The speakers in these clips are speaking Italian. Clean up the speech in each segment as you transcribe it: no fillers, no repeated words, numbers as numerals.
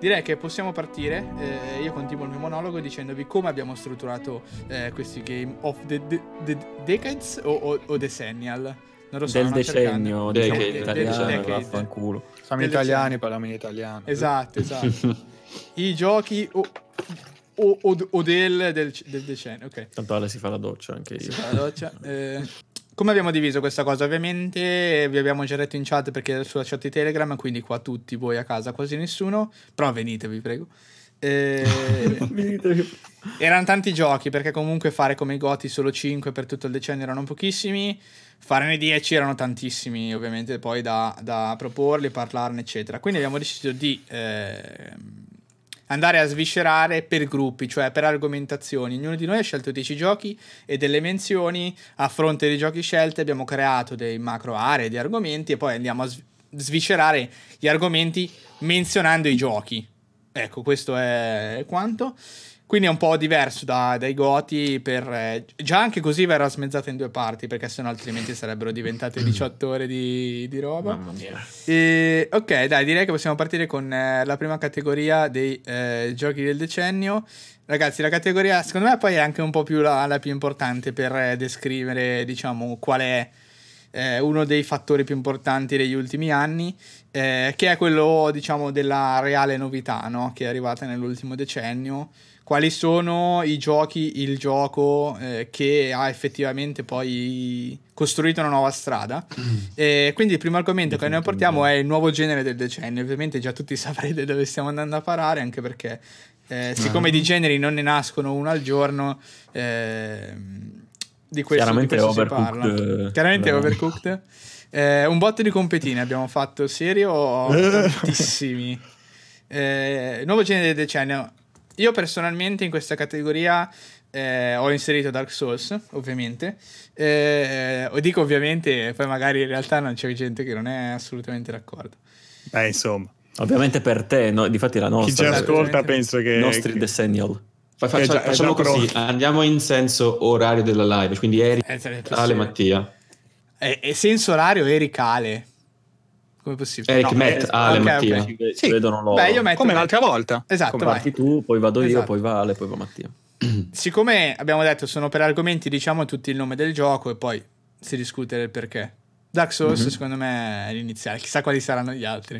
direi che possiamo partire. Io continuo il mio monologo dicendovi come abbiamo strutturato questi Game of the Decades o Decennial. Non lo so, Del non ho cercato. decennio, diciamo Decade, in italiano, decade. vaffanculo. Siamo Del italiani, decennio. parliamo in italiano. Esatto. I giochi o del decennio, ok. Tanto Ale si fa la doccia anche io. Si fa la doccia. Come abbiamo diviso questa cosa? Ovviamente vi abbiamo già detto in chat perché sulla chat di Telegram, quindi qua tutti voi a casa, quasi nessuno, però venite, vi prego. Erano tanti giochi, perché comunque fare come i Goti solo 5 per tutto il decennio erano pochissimi, farne 10 erano tantissimi, ovviamente poi da proporli, parlarne eccetera. Quindi abbiamo deciso di andare a sviscerare per gruppi, cioè per argomentazioni. Ognuno di noi ha scelto 10 giochi e delle menzioni. A fronte dei giochi scelti abbiamo creato dei macro aree di argomenti e poi andiamo a sviscerare gli argomenti menzionando i giochi. Ecco, questo è quanto. Quindi è un po' diverso dai Goti, per già anche così verrà smezzata in due parti, perché sennò altrimenti sarebbero diventate 18 ore di roba. Mamma mia. Ok, dai, direi che possiamo partire con la prima categoria dei giochi del decennio. Ragazzi, la categoria secondo me poi è anche un po' più la più importante per descrivere, diciamo, qual è uno dei fattori più importanti degli ultimi anni, che è quello, diciamo, della reale novità, no? Che è arrivata nell'ultimo decennio. Quali sono i giochi, il gioco che ha effettivamente poi costruito una nuova strada. Quindi il primo argomento che noi portiamo è il nuovo genere del decennio. Ovviamente già tutti saprete dove stiamo andando a parare, anche perché siccome di generi non ne nascono uno al giorno, di questo si parla. Chiaramente Overcooked. Un botto di competini abbiamo fatto, serio, tantissimi. Nuovo genere del decennio. Io personalmente in questa categoria ho inserito Dark Souls, ovviamente. Dico ovviamente, poi magari in realtà non c'è gente che non è assolutamente d'accordo. Insomma. Ovviamente per te, no, difatti la nostra. Chi ci ascolta penso che... I nostri decennial. Facciamo così, andiamo in senso orario della live, quindi Eric, Ale, Mattia. E senso orario Eric, Ale. Come possibile? Eric, Matt, Ale, Mattia. Sì. Vedono loro. Beh, io metto come l'altra volta. Esatto, vai. Parti tu, poi vado io, poi va Ale, poi va Mattia. Siccome abbiamo detto sono per argomenti, diciamo tutti il nome del gioco e poi si discute del perché. Dark Souls secondo me è l'iniziale, chissà quali saranno gli altri.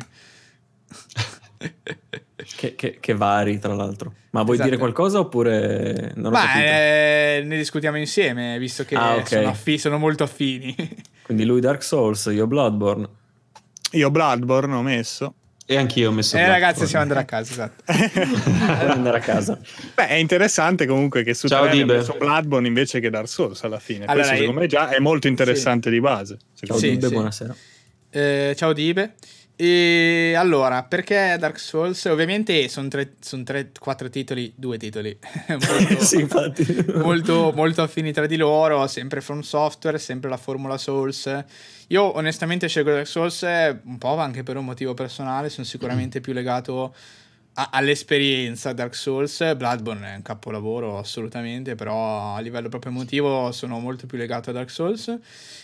che vari tra l'altro. Ma vuoi dire qualcosa oppure non ho capito? Ne discutiamo insieme, visto che sono molto affini. Quindi lui Dark Souls, io Bloodborne. Io Bloodborne ho messo. E anch'io ho messo Bloodborne. Ragazzi, siamo andare a casa, esatto. Andare a casa. Beh, è interessante comunque che su Ciao, tre abbiamo messo Bloodborne invece che Dark Souls alla fine. Allora, questo secondo me già è molto interessante di base. Ciao Dibe, buonasera. Ciao Dibe. E allora, perché Dark Souls? Ovviamente sono 4 titoli, 2 titoli molto, sì, infatti. molto affini tra di loro, sempre From Software, sempre la formula Souls. Io onestamente scelgo Dark Souls un po' anche per un motivo personale, sono sicuramente più legato all'esperienza Dark Souls. Bloodborne è un capolavoro assolutamente, però a livello proprio emotivo sono molto più legato a Dark Souls.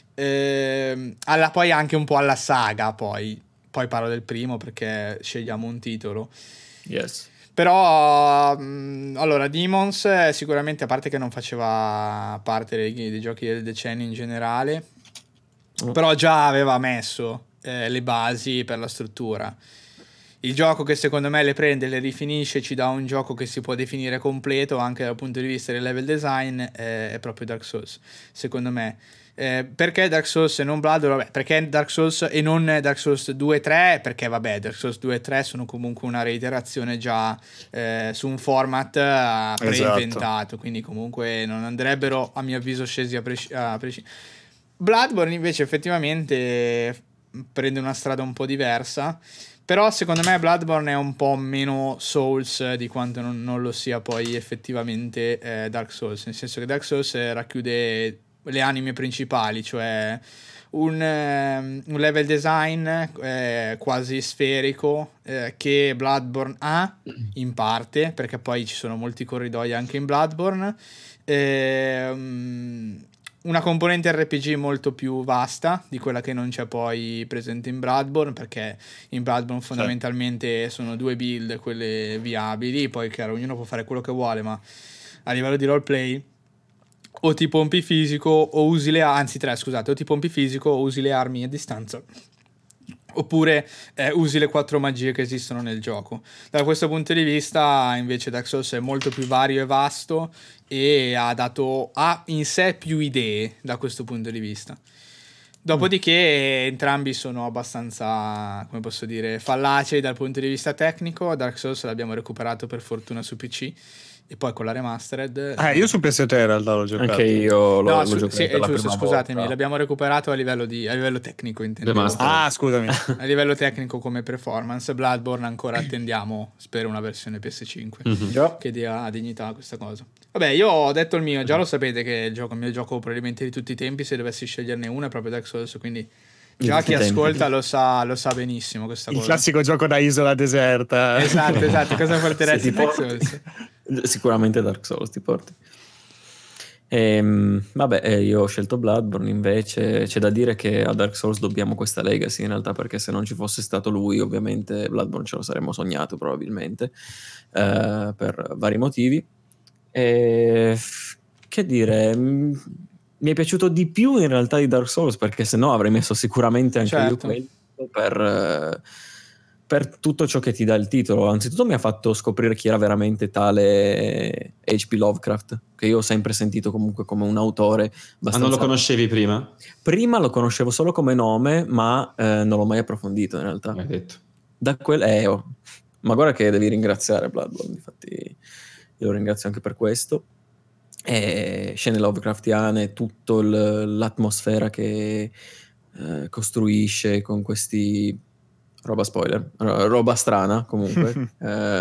Poi anche un po' alla saga, poi parlo del primo perché scegliamo un titolo. Yes. Però allora Demons sicuramente, a parte che non faceva parte dei giochi del decennio in generale, però già aveva messo le basi per la struttura. Il gioco che secondo me le prende, le rifinisce, ci dà un gioco che si può definire completo anche dal punto di vista del level design, è proprio Dark Souls, secondo me. Perché Dark Souls e non Bloodborne? Vabbè, perché Dark Souls e non Dark Souls 2 e 3? Perché vabbè, Dark Souls 2 e 3 sono comunque una reiterazione già su un format preinventato, quindi comunque non andrebbero a mio avviso scesi a prescindere. Bloodborne invece effettivamente prende una strada un po' diversa, però secondo me Bloodborne è un po' meno Souls di quanto non lo sia poi effettivamente Dark Souls, nel senso che Dark Souls racchiude le anime principali, cioè un level design quasi sferico che Bloodborne ha in parte, perché poi ci sono molti corridoi anche in Bloodborne, un una componente RPG molto più vasta di quella che non c'è poi presente in Bloodborne, perché in Bloodborne fondamentalmente sono 2 build, quelle viabili, poi chiaro ognuno può fare quello che vuole, ma a livello di roleplay o ti pompi fisico o usi le anzi 3 scusate, o ti pompi fisico o usi le armi a distanza, oppure usi le 4 magie che esistono nel gioco. Da questo punto di vista invece Dark Souls è molto più vario e vasto e ha in sé più idee da questo punto di vista. Dopodiché entrambi sono abbastanza, come posso dire, fallacei dal punto di vista tecnico. Dark Souls l'abbiamo recuperato per fortuna su PC e poi con la remastered. Io su PS3 in realtà l'ho giocato. Anche io l'ho giocato. Sì, è giusto, scusatemi, volta. l'abbiamo recuperato a livello tecnico, intendevo. Scusami. A livello tecnico come performance. Bloodborne ancora attendiamo, spero, una versione PS5 che dia dignità a questa cosa. Vabbè, io ho detto il mio, già lo sapete che il mio gioco probabilmente di tutti i tempi, se dovessi sceglierne uno, è proprio Dark Souls, quindi già chi ascolta lo sa benissimo questa cosa. Il classico gioco da isola deserta. Esatto, cosa porteresti Dark Souls? Sicuramente Dark Souls ti porti. Io ho scelto Bloodborne, invece c'è da dire che a Dark Souls dobbiamo questa legacy in realtà, perché se non ci fosse stato lui ovviamente Bloodborne ce lo saremmo sognato probabilmente, per vari motivi. Che dire, mi è piaciuto di più in realtà di Dark Souls, perché se no avrei messo sicuramente anche io quello per tutto ciò che ti dà il titolo. Anzitutto mi ha fatto scoprire chi era veramente tale H.P. Lovecraft, che io ho sempre sentito comunque come un autore abbastanza... Ma non lo conoscevi prima? Prima lo conoscevo solo come nome, ma non l'ho mai approfondito in realtà. Hai detto. Ma guarda che devi ringraziare Bloodborne, infatti io lo ringrazio anche per questo. Scene Lovecraftiane, tutta l'atmosfera che costruisce con questi... roba strana comunque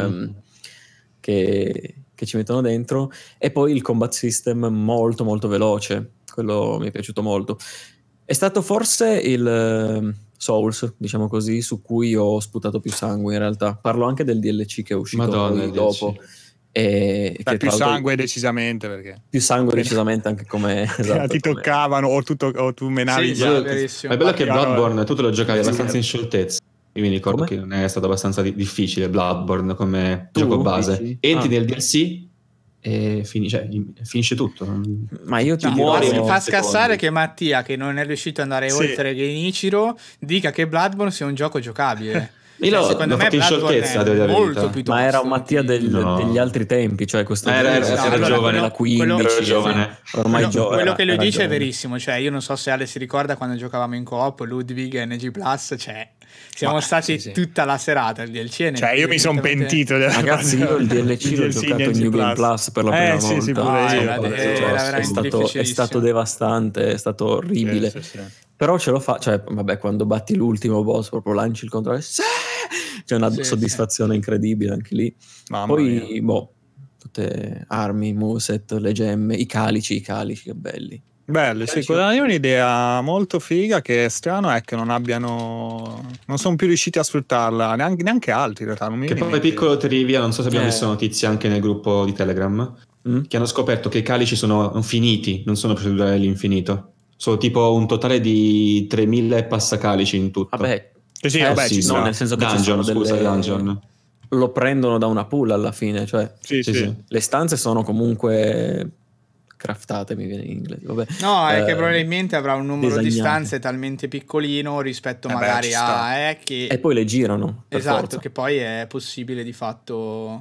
che ci mettono dentro, e poi il combat system molto molto veloce, quello mi è piaciuto molto. È stato forse il Souls, diciamo così, su cui ho sputato più sangue in realtà. Parlo anche del DLC che è uscito poi dopo. Più sangue decisamente, perché più sangue decisamente anche come esatto, ti toccavano o tu menavi sì, è bello che Bloodborne tu te lo giocavi abbastanza in scioltezza. Io mi ricordo che non è stato abbastanza difficile Bloodborne come gioco base. Dici? Entri nel DLC e finisce tutto. Ma io ti muori, mi fa scassare che Mattia, che non è riuscito ad andare oltre Genichiro, dica che Bloodborne sia un gioco giocabile. Secondo me Bloodborne è molto più tosto. Ma era un Mattia degli altri tempi, cioè questo era giovane, la 15, giovane. Ormai quello che lui dice è verissimo, cioè io non so se Ale si ricorda quando giocavamo in coop Ludwig e NG Plus, cioè siamo stati tutta la serata il DLC. Cioè io mi sono pentito. Ragazzi, io il DLC l'ho giocato in New Game Plus per la prima volta. Sì, è stato devastante, è stato orribile. Però ce lo fa, cioè vabbè, quando batti l'ultimo boss proprio lanci il controllo, c'è una soddisfazione incredibile anche lì. Poi tutte armi, moveset, le gemme, i calici, che belli. Belli, sì, quella è un'idea molto figa, che è strano è che non sono più riusciti a sfruttarla neanche altri in realtà. Che poi piccolo trivia, non so se abbiamo visto notizie anche nel gruppo di Telegram, che hanno scoperto che i calici sono finiti, non sono procedurali all'infinito. Sono tipo un totale di 3000 e passa calici in tutto. Vabbè, no, nel senso che dungeon. Lo prendono da una pool alla fine, cioè sì. Le stanze sono comunque craftate, mi viene in inglese. Vabbè. No, è che probabilmente avrà un numero di stanze talmente piccolino rispetto magari che... E poi le girano. Esatto, forza. che poi è possibile di fatto...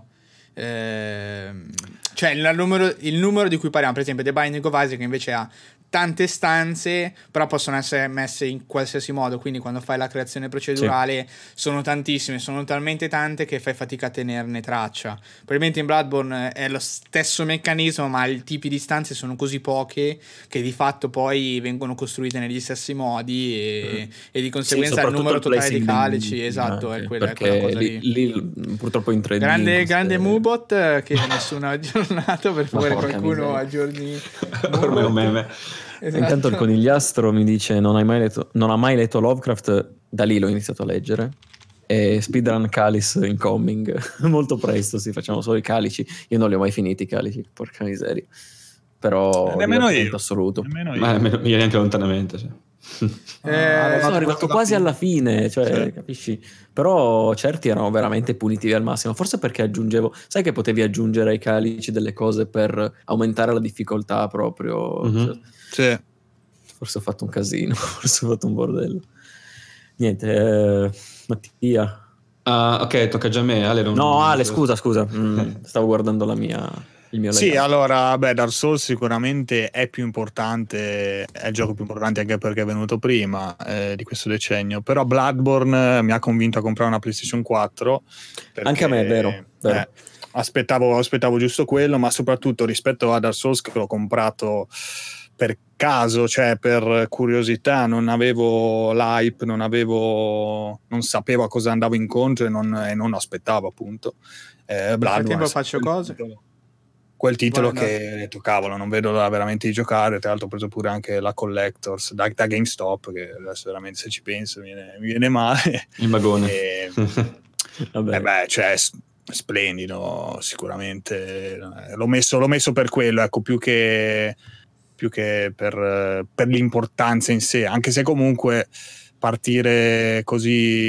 cioè il numero di cui parliamo, per esempio The Binding of Isaac, che invece ha tante stanze, però possono essere messe in qualsiasi modo, quindi quando fai la creazione procedurale sono tantissime, sono talmente tante che fai fatica a tenerne traccia. Probabilmente in Bloodborne è lo stesso meccanismo, ma i tipi di stanze sono così poche che di fatto poi vengono costruite negli stessi modi e di conseguenza il numero totale di calici è quella cosa lì purtroppo in 3D grande Mubot che nessuno ha aggiornato, per favore qualcuno aggiorni ormai un meme. Esatto. Intanto il conigliastro mi dice non ha mai letto Lovecraft, da lì l'ho iniziato a leggere, e speedrun Calis incoming molto presto, facciamo solo i calici, io non li ho mai finiti i calici, porca miseria. però nemmeno io assoluto. Io neanche lontanamente, cioè. Sono arrivato quasi alla fine, cioè, sì. capisci? Però certi erano veramente punitivi al massimo, forse perché aggiungevo, sai che potevi aggiungere ai calici delle cose per aumentare la difficoltà proprio, Mm-hmm. Sì. Forse ho fatto un casino, forse ho fatto un bordello. Niente, Mattia. Ok, tocca già a me. Ale, scusa, stavo guardando il mio Sì, layout. allora, Dark Souls sicuramente è più importante, è il gioco più importante anche perché è venuto prima di questo decennio, però Bloodborne mi ha convinto a comprare una PlayStation 4. Anche a me, è vero. Aspettavo giusto quello, ma soprattutto rispetto a Dark Souls che l'ho comprato per caso, cioè per curiosità, non avevo l'hype, non sapevo a cosa andavo incontro e non aspettavo appunto. Nel frattempo faccio cose. Quel titolo che ho detto cavolo, non vedo l'ora veramente di giocare. Tra l'altro ho preso pure anche la Collectors da GameStop, che adesso veramente se ci penso mi viene male. Il magone. Cioè splendido sicuramente. L'ho messo per quello, ecco, più che per l'importanza in sé, anche se comunque partire così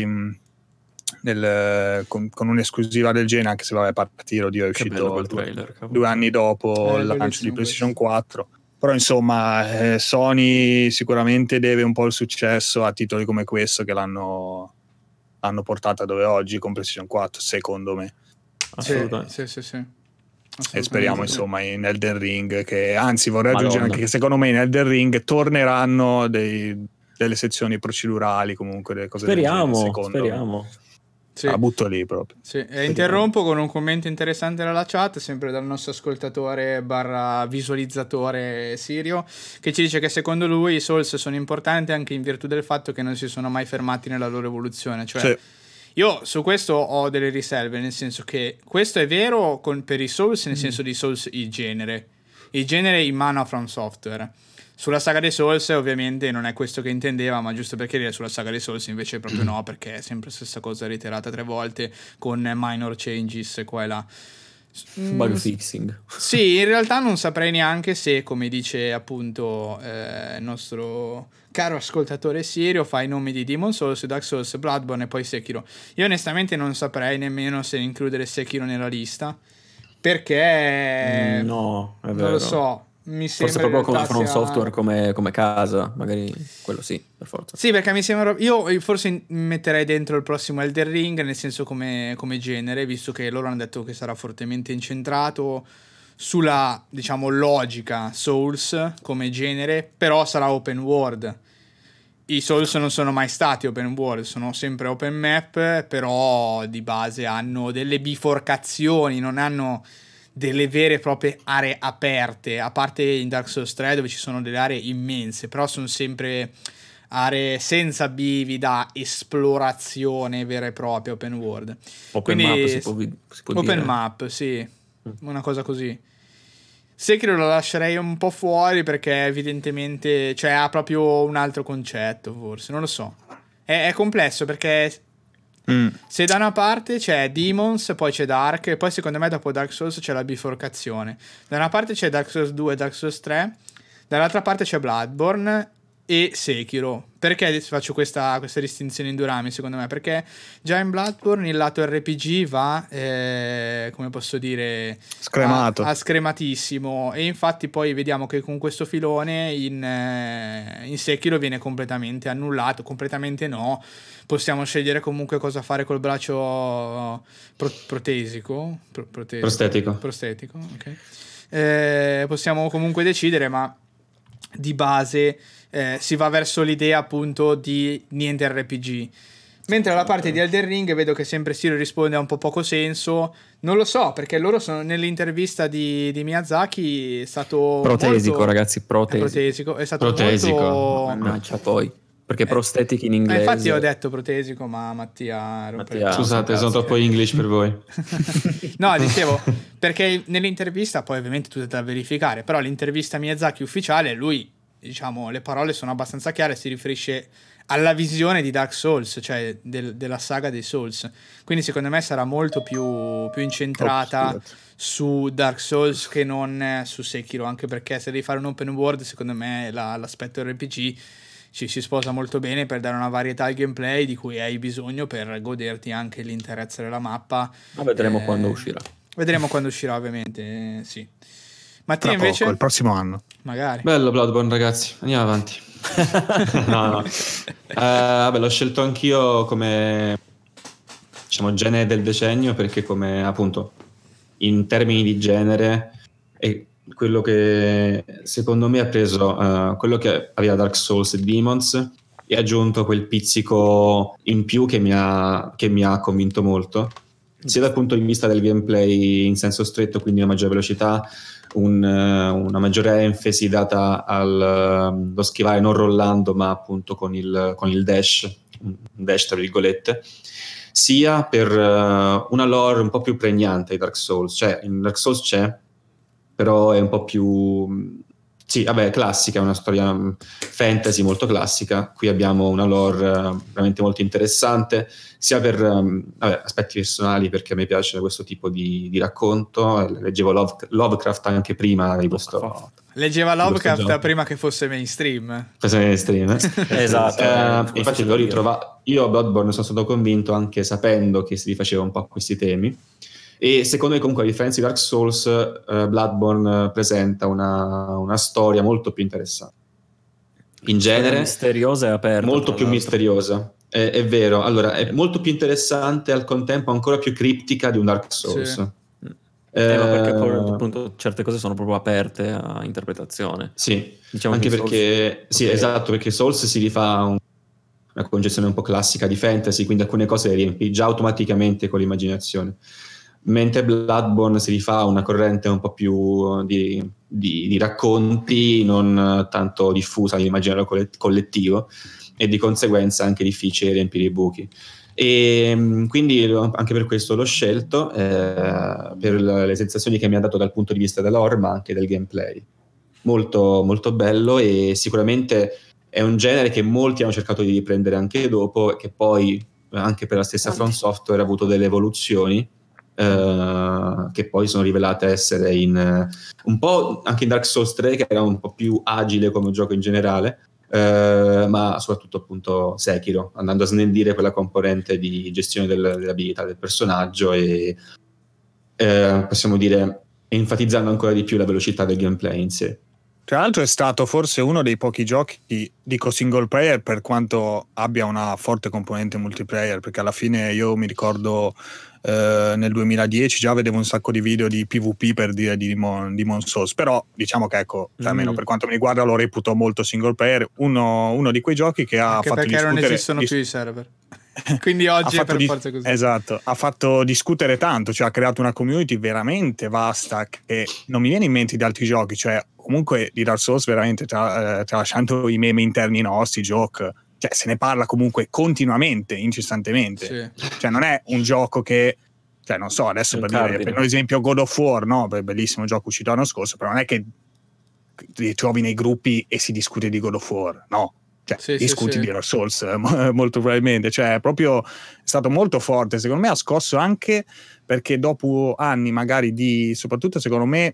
con un'esclusiva del genere, anche se partire, oddio, è uscito trailer, 2 anni dopo il lancio di PlayStation 4, però insomma Sony sicuramente deve un po' il successo a titoli come questo che l'hanno portata dove oggi con PlayStation 4, secondo me. Assolutamente. Sì. E speriamo insomma in Elden Ring, che anzi vorrei aggiungere anche che secondo me in Elden Ring torneranno delle sezioni procedurali, comunque delle cose speriamo. Me. Sì. La butto lì proprio. Sì. Interrompo con un commento interessante dalla chat, sempre dal nostro ascoltatore / visualizzatore Sirio, che ci dice che secondo lui i Souls sono importanti anche in virtù del fatto che non si sono mai fermati nella loro evoluzione. Cioè, io su questo ho delle riserve, nel senso che questo è vero per i Souls, nel senso di Souls il genere in mano a From Software. Sulla saga dei Souls ovviamente non è questo che intendeva, ma giusto per chiarire, sulla saga dei Souls invece proprio no, perché è sempre la stessa cosa reiterata 3 volte con minor changes qua e là. Bug fixing. Sì, in realtà non saprei neanche se, come dice appunto il nostro caro ascoltatore Sirio, fa i nomi di Demon Souls, Dark Souls, Bloodborne e poi Sekiro. Io onestamente non saprei nemmeno se includere Sekiro nella lista, perché no, è vero. Non lo so. Mi forse sembra proprio come From Software come casa, magari quello sì, per forza. Sì, perché mi sembra, io forse metterei dentro il prossimo Elden Ring, nel senso come genere, visto che loro hanno detto che sarà fortemente incentrato sulla, diciamo, logica Souls come genere, però sarà open world. I Souls non sono mai stati open world, sono sempre open map, però di base hanno delle biforcazioni, non hanno delle vere e proprie aree aperte, a parte in Dark Souls 3 dove ci sono delle aree immense, però sono sempre aree senza bivi da esplorazione vera e propria, open world. Open map si può open dire. Map, sì, una cosa così. Sekiro lo lascerei un po' fuori perché evidentemente, cioè, ha proprio un altro concetto, forse, non lo so. È complesso perché se da una parte c'è Demons, poi c'è Dark, e poi secondo me dopo Dark Souls c'è la biforcazione. Da una parte c'è Dark Souls 2 e Dark Souls 3, dall'altra parte c'è Bloodborne e Sekiro. Perché faccio questa distinzione in due rami, secondo me? Perché già in Bloodborne il lato RPG va, come posso dire, scremato. a scrematissimo, e infatti poi vediamo che con questo filone in Sekiro viene completamente annullato, completamente no. Possiamo scegliere comunque cosa fare col braccio protesico. Prostetico, ok. Possiamo comunque decidere, ma di base si va verso l'idea appunto di niente RPG. Mentre alla parte di Elden Ring vedo che sempre Sirio risponde a un po' poco senso. Non lo so, perché loro sono nell'intervista di Miyazaki è stato protesico, molto... ragazzi, protesico. È stato molto... Mannaggia poi. Perché prosthetic in inglese. Infatti ho detto protesico, ma Mattia scusate, sono troppo English per voi. No, dicevo, perché nell'intervista, poi ovviamente tutto è da verificare, però l'intervista Miyazaki ufficiale, lui, diciamo, le parole sono abbastanza chiare, si riferisce alla visione di Dark Souls, cioè della saga dei Souls. Quindi secondo me sarà molto più incentrata su Dark Souls che non su Sekiro, anche perché se devi fare un open world, secondo me l'aspetto RPG ci si sposa molto bene per dare una varietà al gameplay di cui hai bisogno per goderti anche l'interezza della mappa. Ma vedremo quando uscirà. Vedremo quando uscirà, ovviamente, sì. Mattia Tra invece? Poco, il prossimo anno. Magari. Bello Bloodborne, ragazzi, andiamo avanti. No. Vabbè, l'ho scelto anch'io come, diciamo, genere del decennio, perché come appunto in termini di genere è quello che secondo me ha preso quello che aveva Dark Souls e Demons e ha aggiunto quel pizzico in più che mi ha convinto molto, sia dal punto di vista del gameplay in senso stretto, quindi una maggiore velocità, una maggiore enfasi data allo schivare non rollando ma appunto con il dash, un dash tra virgolette, sia per una lore un po' più pregnante di Dark Souls. Cioè in Dark Souls c'è, però è un po' più classica, è una storia fantasy molto classica. Qui abbiamo una lore veramente molto interessante, sia per aspetti personali, perché a me piace questo tipo di racconto. Leggevo Lovecraft anche prima di questo. Leggeva Lovecraft prima che fosse mainstream. Esatto. Infatti l'ho ritrovato. Io a Bloodborne sono stato convinto anche sapendo che si rifaceva un po' a questi temi. E secondo me comunque, a differenza di Dark Souls, Bloodborne presenta una storia molto più interessante. In genere misteriosa e aperta. Molto più misteriosa, è vero. Allora, è molto più interessante, al contempo ancora più criptica di un Dark Souls. Sì. Perché poi, appunto, certe cose sono proprio aperte a interpretazione. Sì, diciamo anche perché Souls, esatto, perché Souls si rifà una concezione un po' classica di fantasy, quindi alcune cose le riempi già automaticamente con l'immaginazione. Mentre Bloodborne si rifà una corrente un po' più di racconti, non tanto diffusa nell'immaginario collettivo, e di conseguenza anche difficile riempire i buchi. E quindi anche per questo l'ho scelto, per le sensazioni che mi ha dato dal punto di vista della lore, ma anche del gameplay. Molto, molto bello, e sicuramente è un genere che molti hanno cercato di riprendere anche dopo, e che poi anche per la stessa From Software ha avuto delle evoluzioni, che poi sono rivelate essere un po' anche in Dark Souls 3, che era un po' più agile come gioco in generale, ma soprattutto appunto Sekiro, andando a snellire quella componente di gestione delle abilità del personaggio e possiamo dire enfatizzando ancora di più la velocità del gameplay in sé. Tra l'altro è stato forse uno dei pochi giochi, dico single player, per quanto abbia una forte componente multiplayer, perché alla fine io mi ricordo nel 2010 già vedevo un sacco di video di PvP, per dire, di Demon Souls, però diciamo che ecco, almeno per quanto mi riguarda lo reputo molto single player, uno di quei giochi che ha anche fatto perché discutere, non esistono più i server. Quindi oggi è per forza così. Esatto, ha fatto discutere tanto, cioè ha creato una community veramente vasta che non mi viene in mente di altri giochi, cioè comunque di Dark Souls veramente, tralasciando i meme interni nostri, giochi, cioè se ne parla comunque continuamente, incessantemente. Sì. Cioè non è un gioco che, cioè non so, adesso per esempio God of War, no? Bellissimo gioco uscito l'anno scorso, però non è che ti trovi nei gruppi e si discute di God of War, no. Cioè, discuti di Dark Souls molto probabilmente, cioè è stato molto forte, secondo me ha scosso anche perché dopo anni magari soprattutto secondo me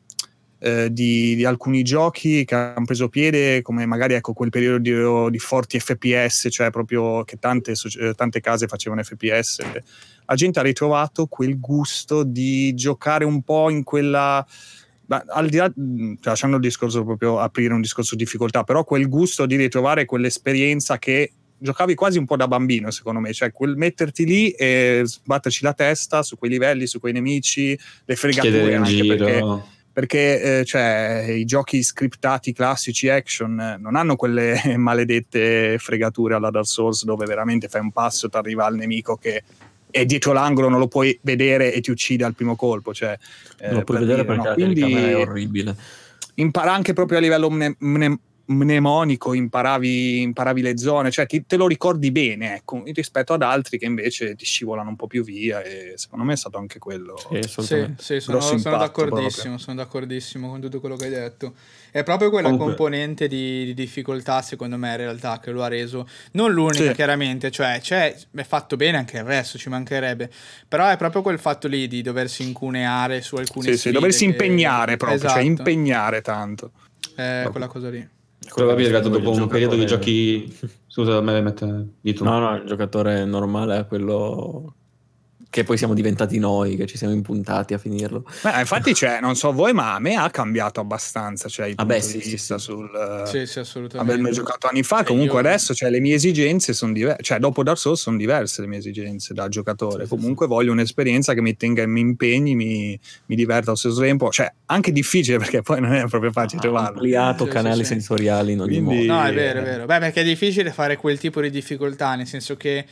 di alcuni giochi che hanno preso piede, come magari ecco quel periodo di forti FPS, cioè proprio che tante case facevano FPS, la gente ha ritrovato quel gusto di giocare un po' in quella, al di là, lasciando il discorso, proprio aprire un discorso di difficoltà, però quel gusto di ritrovare quell'esperienza che giocavi quasi un po' da bambino, secondo me, cioè quel metterti lì e sbatterci la testa su quei livelli, su quei nemici, le fregature, anche perché cioè, i giochi scriptati classici action non hanno quelle maledette fregature alla Dark Souls, dove veramente fai un passo, ti arriva al nemico che è dietro l'angolo, non lo puoi vedere e ti uccide al primo colpo, cioè, non lo puoi vedere perché la telecamera è orribile. Impara anche proprio a livello mnemonico, imparavi le zone, cioè te lo ricordi bene, ecco, rispetto ad altri che invece ti scivolano un po' più via, e secondo me è stato anche quello. Sì, sono d'accordissimo con tutto quello che hai detto. È proprio quella componente di difficoltà, secondo me, in realtà, che lo ha reso non l'unica, chiaramente, cioè è fatto bene anche il resto, ci mancherebbe, però è proprio quel fatto lì di doversi incuneare su alcune sfide, doversi impegnare proprio, esatto. Cioè impegnare tanto, quella cosa lì. Probabilmente è arrivato dopo un periodo di giochi. Scusa, di tu. No, il giocatore normale è quello che poi siamo diventati noi, che ci siamo impuntati a finirlo. Infatti, non so voi, ma a me ha cambiato abbastanza, cioè il punto di vista sul. Sì, assolutamente. Averlo giocato anni fa, comunque adesso, le mie esigenze sono diverse, cioè dopo Dark Souls sono diverse le mie esigenze da giocatore. Comunque voglio un'esperienza che mi tenga, mi impegni, mi diverta allo stesso tempo, cioè anche difficile, perché poi non è proprio facile trovarlo. Ampliato canali sensoriali in ogni modo. No, è vero. Beh, perché è difficile fare quel tipo di difficoltà, nel senso che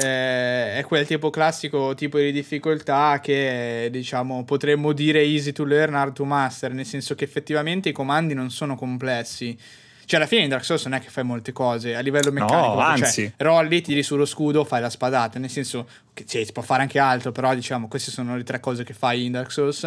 è quel tipo classico tipo di difficoltà che, diciamo, potremmo dire easy to learn, hard to master, nel senso che effettivamente i comandi non sono complessi. Cioè, alla fine in Dark Souls non è che fai molte cose a livello meccanico, anzi, rolli, tiri sullo scudo, fai la spadata, nel senso che si può fare anche altro, però diciamo queste sono le 3 cose che fai in Dark Souls.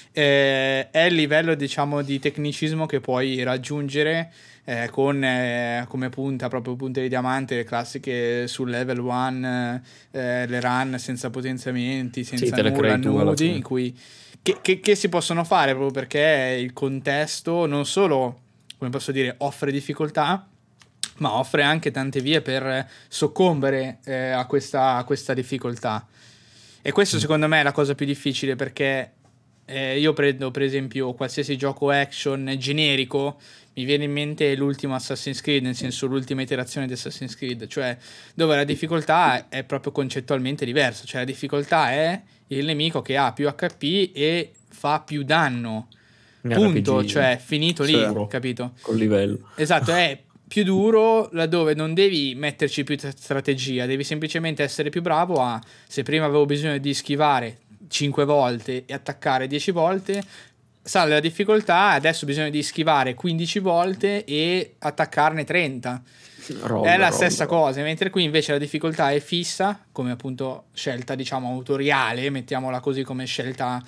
È il livello, diciamo, di tecnicismo che puoi raggiungere con come proprio punte di diamante, le classiche sul level 1, le run senza potenziamenti, senza nulla, nudi, in cui che si possono fare proprio perché il contesto non solo, come posso dire, offre difficoltà, ma offre anche tante vie per soccombere a questa difficoltà. E questo secondo me è la cosa più difficile, perché io prendo per esempio qualsiasi gioco action generico, mi viene in mente l'ultimo Assassin's Creed, nel senso l'ultima iterazione di Assassin's Creed, cioè dove la difficoltà è proprio concettualmente diversa, cioè la difficoltà è il nemico che ha più HP e fa più danno, punto, RPG, cioè finito lì, capito? Col livello. Esatto, è più duro laddove non devi metterci più strategia, devi semplicemente essere più bravo a, se prima avevo bisogno di schivare 5 volte e attaccare 10 volte, sale la difficoltà, adesso bisogna di schivare 15 volte e attaccarne 30. È la stessa cosa, mentre qui invece la difficoltà è fissa, come appunto scelta, diciamo, autoriale, mettiamola così, come scelta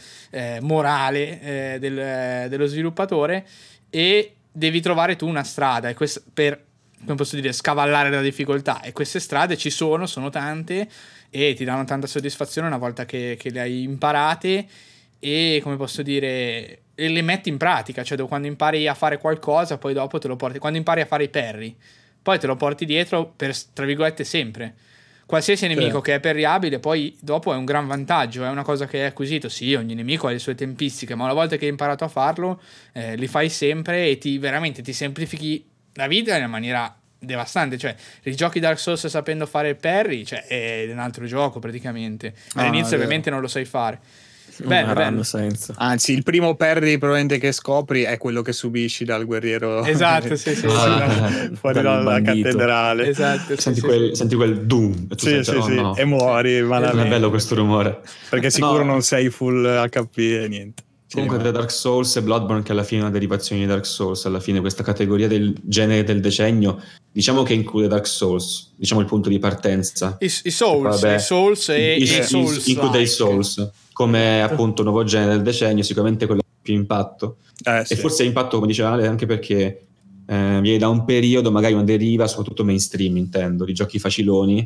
morale dello sviluppatore, e devi trovare tu una strada, e per, come posso dire, scavallare la difficoltà, e queste strade ci sono tante e ti danno tanta soddisfazione una volta che le hai imparate e, come posso dire, e le metti in pratica, cioè quando impari a fare qualcosa poi dopo te lo porti, quando impari a fare i parry poi te lo porti dietro per, tra virgolette, sempre. Qualsiasi nemico che è parryabile poi dopo è un gran vantaggio, è una cosa che hai acquisito. Sì, ogni nemico ha le sue tempistiche, ma una volta che hai imparato a farlo li fai sempre e veramente ti semplifichi la vita in una maniera devastante. Cioè, rigiochi Dark Souls sapendo fare il parry, cioè è un altro gioco praticamente. All'inizio ovviamente non lo sai fare. Bello. Senso. Anzi, il primo parry probabilmente che scopri è quello che subisci dal guerriero. Esatto, fuori dalla cattedrale. Esatto, senti quel doom. No. E muori. Non è bello questo rumore. Perché sicuro non sei full HP e niente. Comunque tra Dark Souls e Bloodborne, che alla fine è una derivazione di Dark Souls, alla fine questa categoria del genere del decennio, diciamo che include Dark Souls, diciamo il punto di partenza. I Souls include i Souls come appunto nuovo genere del decennio, sicuramente quello più impatto. E forse impatto, come diceva Ale, anche perché viene da un periodo, magari una deriva, soprattutto mainstream intendo, di giochi faciloni,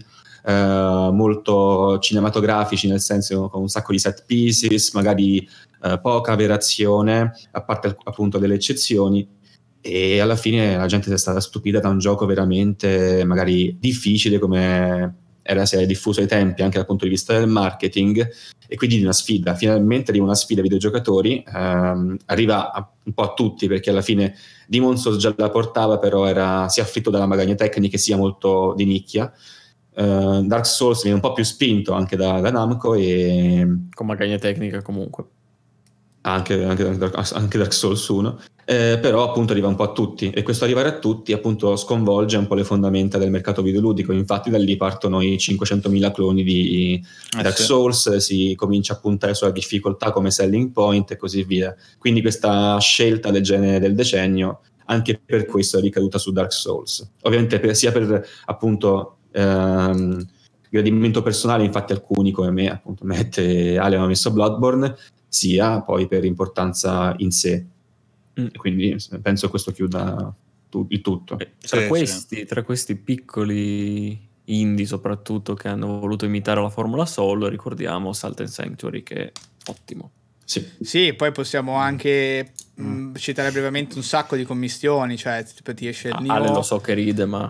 molto cinematografici, nel senso con un sacco di set pieces, magari poca verazione, a parte appunto delle eccezioni, e alla fine la gente è stata stupita da un gioco veramente magari difficile come si è diffuso ai tempi anche dal punto di vista del marketing, e quindi di una sfida. Finalmente arriva una sfida ai videogiocatori, arriva un po' a tutti, perché alla fine Demon's Souls già la portava, però sia afflitto dalla magagne tecniche sia molto di nicchia. Dark Souls viene un po' più spinto anche da Namco, e con magagne tecniche comunque anche Dark Souls 1, però appunto arriva un po' a tutti, e questo arrivare a tutti appunto sconvolge un po' le fondamenta del mercato videoludico. Infatti da lì partono i 500.000 cloni di Dark Souls, si comincia a puntare sulla difficoltà come selling point e così via. Quindi questa scelta del genere del decennio anche per questo è ricaduta su Dark Souls. Ovviamente sia per appunto gradimento personale, infatti alcuni come me, appunto Matt e Ale hanno messo Bloodborne, sia poi per importanza in sé. Quindi penso questo chiuda il tutto. Tra questi piccoli indie soprattutto che hanno voluto imitare la Formula Soul, ricordiamo Salt and Sanctuary, che è ottimo. Sì, poi possiamo anche citare brevemente un sacco di commistioni, cioè tipo, ti esce il Nioh. Ale lo so che ride, ma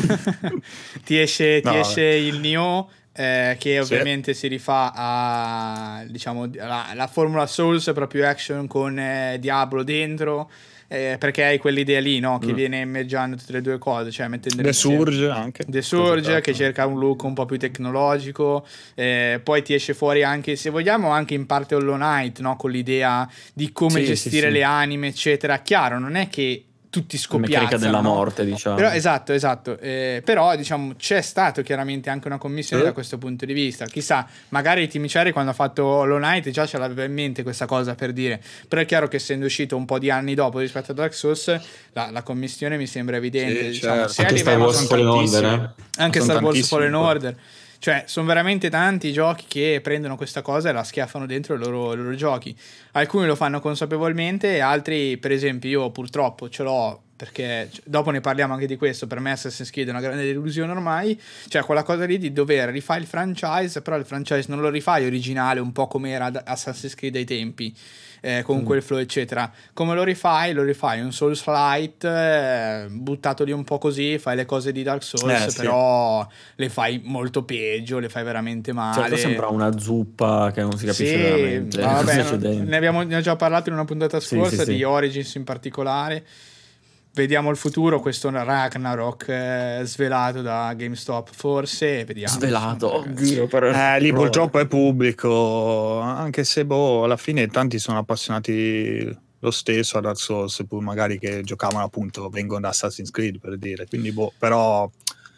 ti esce il Nioh, che ovviamente si rifà a, diciamo, la Formula Souls, proprio action con Diablo dentro, perché hai quell'idea lì, no? Che viene mergiando tutte le due cose, cioè mettendo The Surge anche. The Surge, che cerca un look un po' più tecnologico, poi ti esce fuori anche, se vogliamo, anche in parte Hollow Knight, no? Con l'idea di come gestire le anime, eccetera. Chiaro, non è che tutti scoppiazzano, la meccanica della morte, diciamo. Però, esatto. Però, diciamo, c'è stato chiaramente anche una commissione da questo punto di vista. Chissà, magari Team Cherry quando ha fatto Hollow Knight già ce l'aveva in mente questa cosa, per dire. Però è chiaro che essendo uscito un po' di anni dopo rispetto a Dark Souls, la commissione mi sembra evidente. Diciamo, anche Star Wars Fallen Order, anche Star Wars Fallen Order. Cioè, sono veramente tanti i giochi che prendono questa cosa e la schiaffano dentro i loro giochi. Alcuni lo fanno consapevolmente e altri, per esempio, io purtroppo ce l'ho, perché dopo ne parliamo anche di questo, per me Assassin's Creed è una grande delusione ormai, cioè quella cosa lì di dover rifare il franchise, però il franchise non lo rifai originale, un po' come era Assassin's Creed ai tempi, con quel flow eccetera. Come lo rifai un Souls Light, buttato lì un po' così, fai le cose di Dark Souls, però le fai molto peggio, le fai veramente male. Certo, sembra una zuppa che non si capisce veramente. Vabbè, ne ho già parlato in una puntata scorsa di Origins in particolare. Vediamo il futuro, questo Ragnarok svelato da GameStop, forse, vediamo. Svelato, oddio, lì purtroppo è pubblico, anche se alla fine tanti sono appassionati lo stesso a Dark Souls, pur magari che giocavano appunto, vengono da Assassin's Creed, per dire, quindi però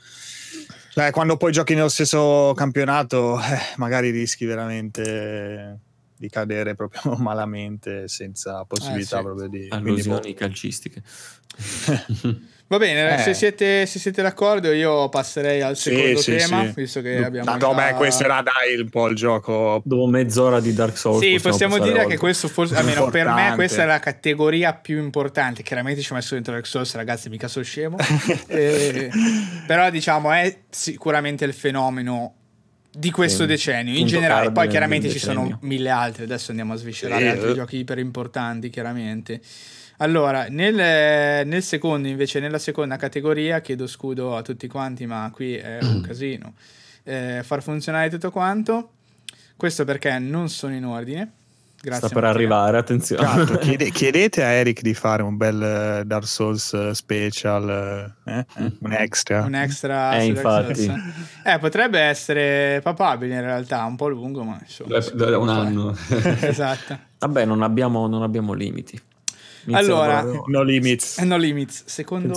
quando poi giochi nello stesso campionato magari rischi veramente di cadere proprio malamente, senza possibilità proprio di allusioni calcistiche. Va bene, se siete d'accordo io passerei al secondo tema, visto che abbiamo questo era un po' il gioco dopo mezz'ora di Dark Souls. Sì, possiamo dire che questo forse, almeno per me, questa è la categoria più importante. Chiaramente ci ho messo dentro Dark Souls, ragazzi, mica sono scemo. Però diciamo è sicuramente il fenomeno di questo decennio in generale. Poi chiaramente ci sono mille altri, adesso andiamo a sviscerare altri giochi iper importanti, chiaramente. Allora, nel secondo, invece, nella seconda categoria, chiedo scudo a tutti quanti, ma qui è un casino far funzionare tutto quanto. Questo perché non sono in ordine. Grazie. Sta per arrivare, attenzione. Chiedete a Eric di fare un bel Dark Souls special, un extra. Un extra su infatti. Dark Souls. Potrebbe essere papabile in realtà, un po' lungo, ma insomma. Da un anno. Esatto. Vabbè, non abbiamo limiti. Allora, no limits. Secondo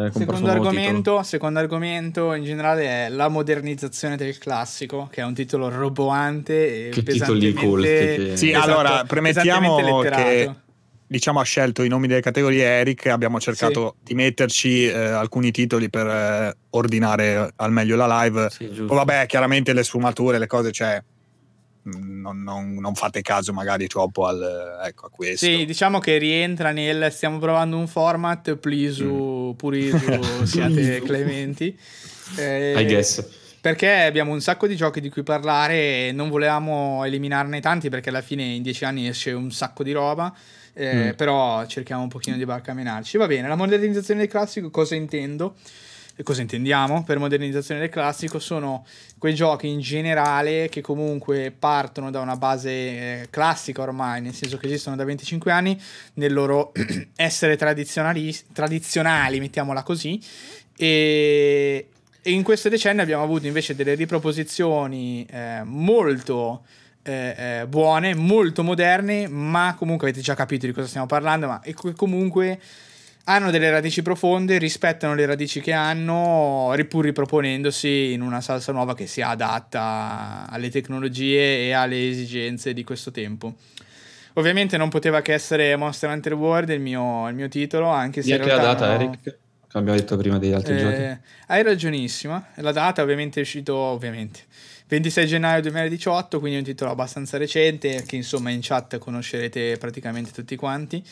argomento in generale è la modernizzazione del classico, che è un titolo roboante e che titoli cool allora premettiamo che ha scelto i nomi delle categorie Eric, abbiamo cercato di metterci alcuni titoli per ordinare al meglio la live. Poi vabbè, chiaramente le sfumature, le cose, cioè non fate caso magari troppo a questo. Sì, diciamo che rientra stiamo provando un format, purisu, siate clementi. I guess. Perché abbiamo un sacco di giochi di cui parlare e non volevamo eliminarne tanti, perché alla fine in 10 anni esce un sacco di roba, però cerchiamo un pochino di barcamenarci. Va bene, la modernizzazione del classico, cosa intendo? Cosa intendiamo per modernizzazione del classico? Sono quei giochi in generale che comunque partono da una base classica ormai, nel senso che esistono da 25 anni, nel loro essere tradizionali, mettiamola così, e in questo decennio abbiamo avuto invece delle riproposizioni molto buone, molto moderne, ma comunque avete già capito di cosa stiamo parlando, ma comunque hanno delle radici profonde, rispettano le radici che hanno, pur riproponendosi in una salsa nuova che sia adatta alle tecnologie e alle esigenze di questo tempo. Ovviamente non poteva che essere Monster Hunter World il mio titolo, anche se anche la data, Eric, come abbiamo detto prima degli altri giochi. Hai ragionissima, la data ovviamente è uscito 26 gennaio 2018, quindi è un titolo abbastanza recente che insomma in chat conoscerete praticamente tutti quanti.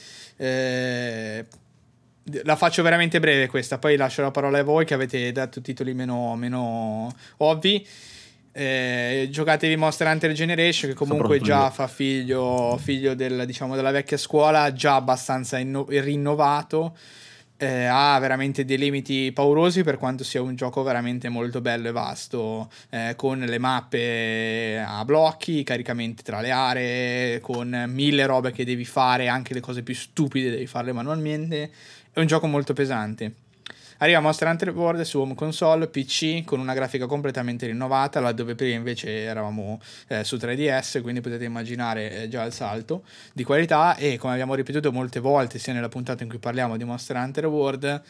La faccio veramente breve questa, poi lascio la parola a voi che avete dato titoli meno ovvi. Giocatevi Monster Hunter Generation, che comunque già fa figlio della vecchia scuola, già abbastanza rinnovato. Ha veramente dei limiti paurosi, per quanto sia un gioco veramente molto bello e vasto, con le mappe a blocchi, i caricamenti tra le aree, con 1000 robe che devi fare, anche le cose più stupide devi farle manualmente. È un gioco molto pesante. Arriva Monster Hunter World su home console, PC, con una grafica completamente rinnovata, laddove prima invece eravamo su 3DS, quindi potete immaginare già il salto di qualità. E come abbiamo ripetuto molte volte, sia nella puntata in cui parliamo di Monster Hunter World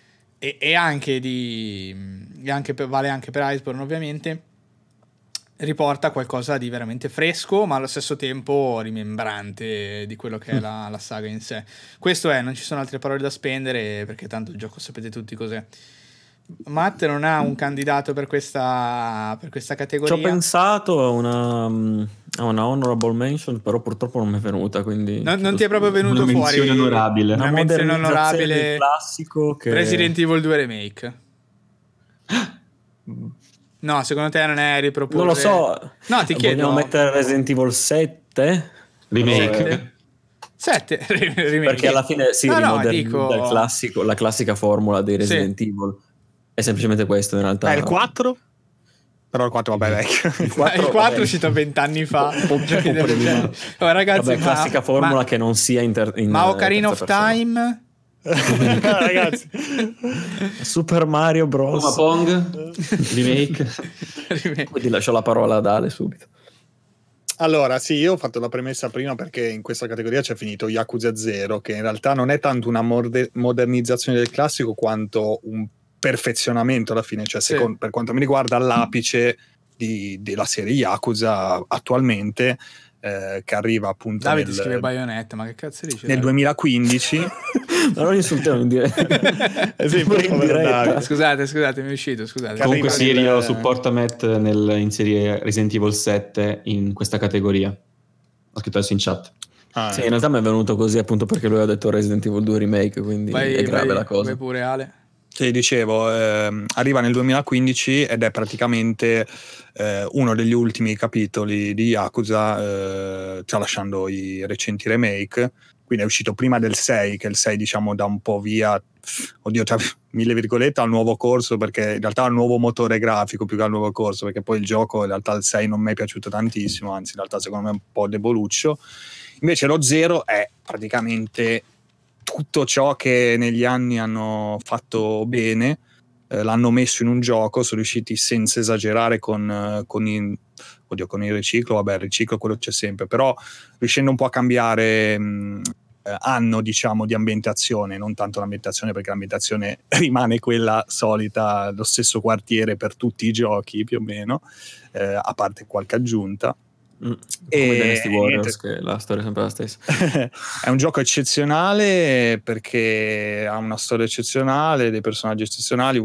vale anche per Iceborne ovviamente, riporta qualcosa di veramente fresco, ma allo stesso tempo rimembrante di quello che è la saga in sé. Questo non ci sono altre parole da spendere, perché tanto il gioco sapete tutti cos'è. Matt non ha un candidato per questa categoria. Ci ho pensato a una honorable mention, però purtroppo non mi è venuta, quindi non ti è proprio venuto una fuori menzione onorabile. una menzione onorabile del classico che... Resident Evil 2 Remake. No, secondo te non è riproporre? Non lo so. No, ti chiedo. Vogliamo mettere Resident Evil 7? Remake? 7 remake. Perché alla fine del classico, la classica formula dei Resident Evil è semplicemente questo in realtà. Il 4? Però il 4 vabbè vecchio. Il 4 è uscito 20 anni fa. Ragazzi, vabbè, classica formula che non sia ma Ocarina of Time? Ragazzi, Super Mario Bros. Oma Pong remake. Quindi lascio la parola ad Ale subito. Allora, sì, io ho fatto la premessa prima perché in questa categoria c'è finito Yakuza 0, che in realtà non è tanto una modernizzazione del classico quanto un perfezionamento alla fine, cioè per quanto mi riguarda l'apice della serie Yakuza attualmente, che arriva appunto Davide scrive Bayonetta, ma che cazzo dice? Nel 2015 ma non insultiamo in diretta. Scusate, mi è uscito, scusate. Comunque Sirio supporta Matt nell'inserire Resident Evil 7 in questa categoria. Ho scritto adesso in chat. Sì, in realtà mi è venuto così appunto perché lui ha detto Resident Evil 2 Remake, quindi è grave la cosa. Vai pure Ale. Sì, dicevo, arriva nel 2015 ed è praticamente uno degli ultimi capitoli di Yakuza, tralasciando i recenti remake. Quindi è uscito prima del 6, che il 6 diciamo dà un po' via, tra mille virgolette, al nuovo corso, perché in realtà ha un nuovo motore grafico più che al nuovo corso, perché poi il gioco in realtà il 6 non mi è piaciuto tantissimo, anzi in realtà secondo me è un po' deboluccio. Invece lo 0 è praticamente tutto ciò che negli anni hanno fatto bene, l'hanno messo in un gioco, sono riusciti senza esagerare con il riciclo, vabbè il riciclo quello c'è sempre, però riuscendo un po' a cambiare anno diciamo di ambientazione, non tanto l'ambientazione perché l'ambientazione rimane quella solita, lo stesso quartiere per tutti i giochi più o meno, a parte qualche aggiunta. Come Dynasty Warriors, che la storia è sempre la stessa. È un gioco eccezionale perché ha una storia eccezionale, dei personaggi eccezionali,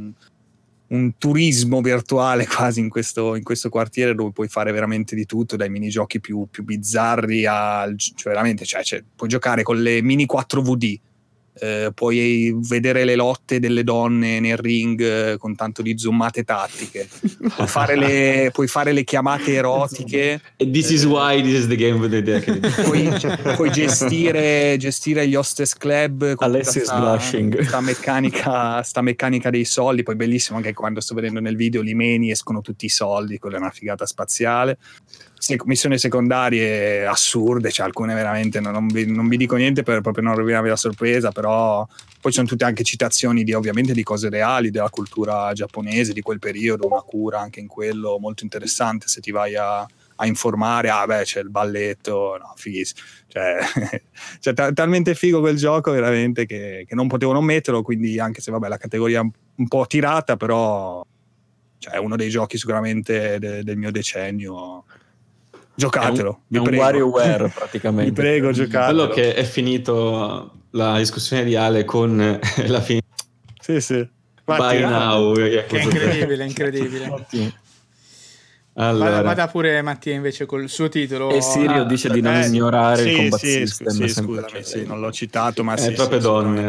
un turismo virtuale quasi in questo quartiere dove puoi fare veramente di tutto, dai minigiochi più bizzarri cioè veramente puoi giocare con le mini 4VD, puoi vedere le lotte delle donne nel ring con tanto di zoomate tattiche, puoi fare le chiamate erotiche, e this is why this is the game of the decade. puoi gestire gli hostess club con sta meccanica dei soldi. Poi bellissimo anche quando sto vedendo nel video li meni, escono tutti i soldi, quella è una figata spaziale. Missioni secondarie assurde, cioè alcune veramente non vi dico niente per proprio non rovinarvi la sorpresa, però poi ci sono tutte anche citazioni ovviamente di cose reali della cultura giapponese di quel periodo, una cura anche in quello molto interessante se ti vai a informare. C'è il balletto, no, fighissimo, cioè talmente figo quel gioco veramente che non potevo non metterlo, quindi anche se vabbè la categoria è un po' tirata, però è uno dei giochi sicuramente del mio decennio. Giocatelo, è un WarioWare praticamente. Vi prego, giocatelo. Quello che è finito la discussione di Ale con la fine. Sì. Buy now. Che è incredibile. Ottimo. Allora. Vada pure Mattia invece col suo titolo. E Sirio dice di non ignorare il combat system. Scusami, non l'ho citato, ma troppe donne.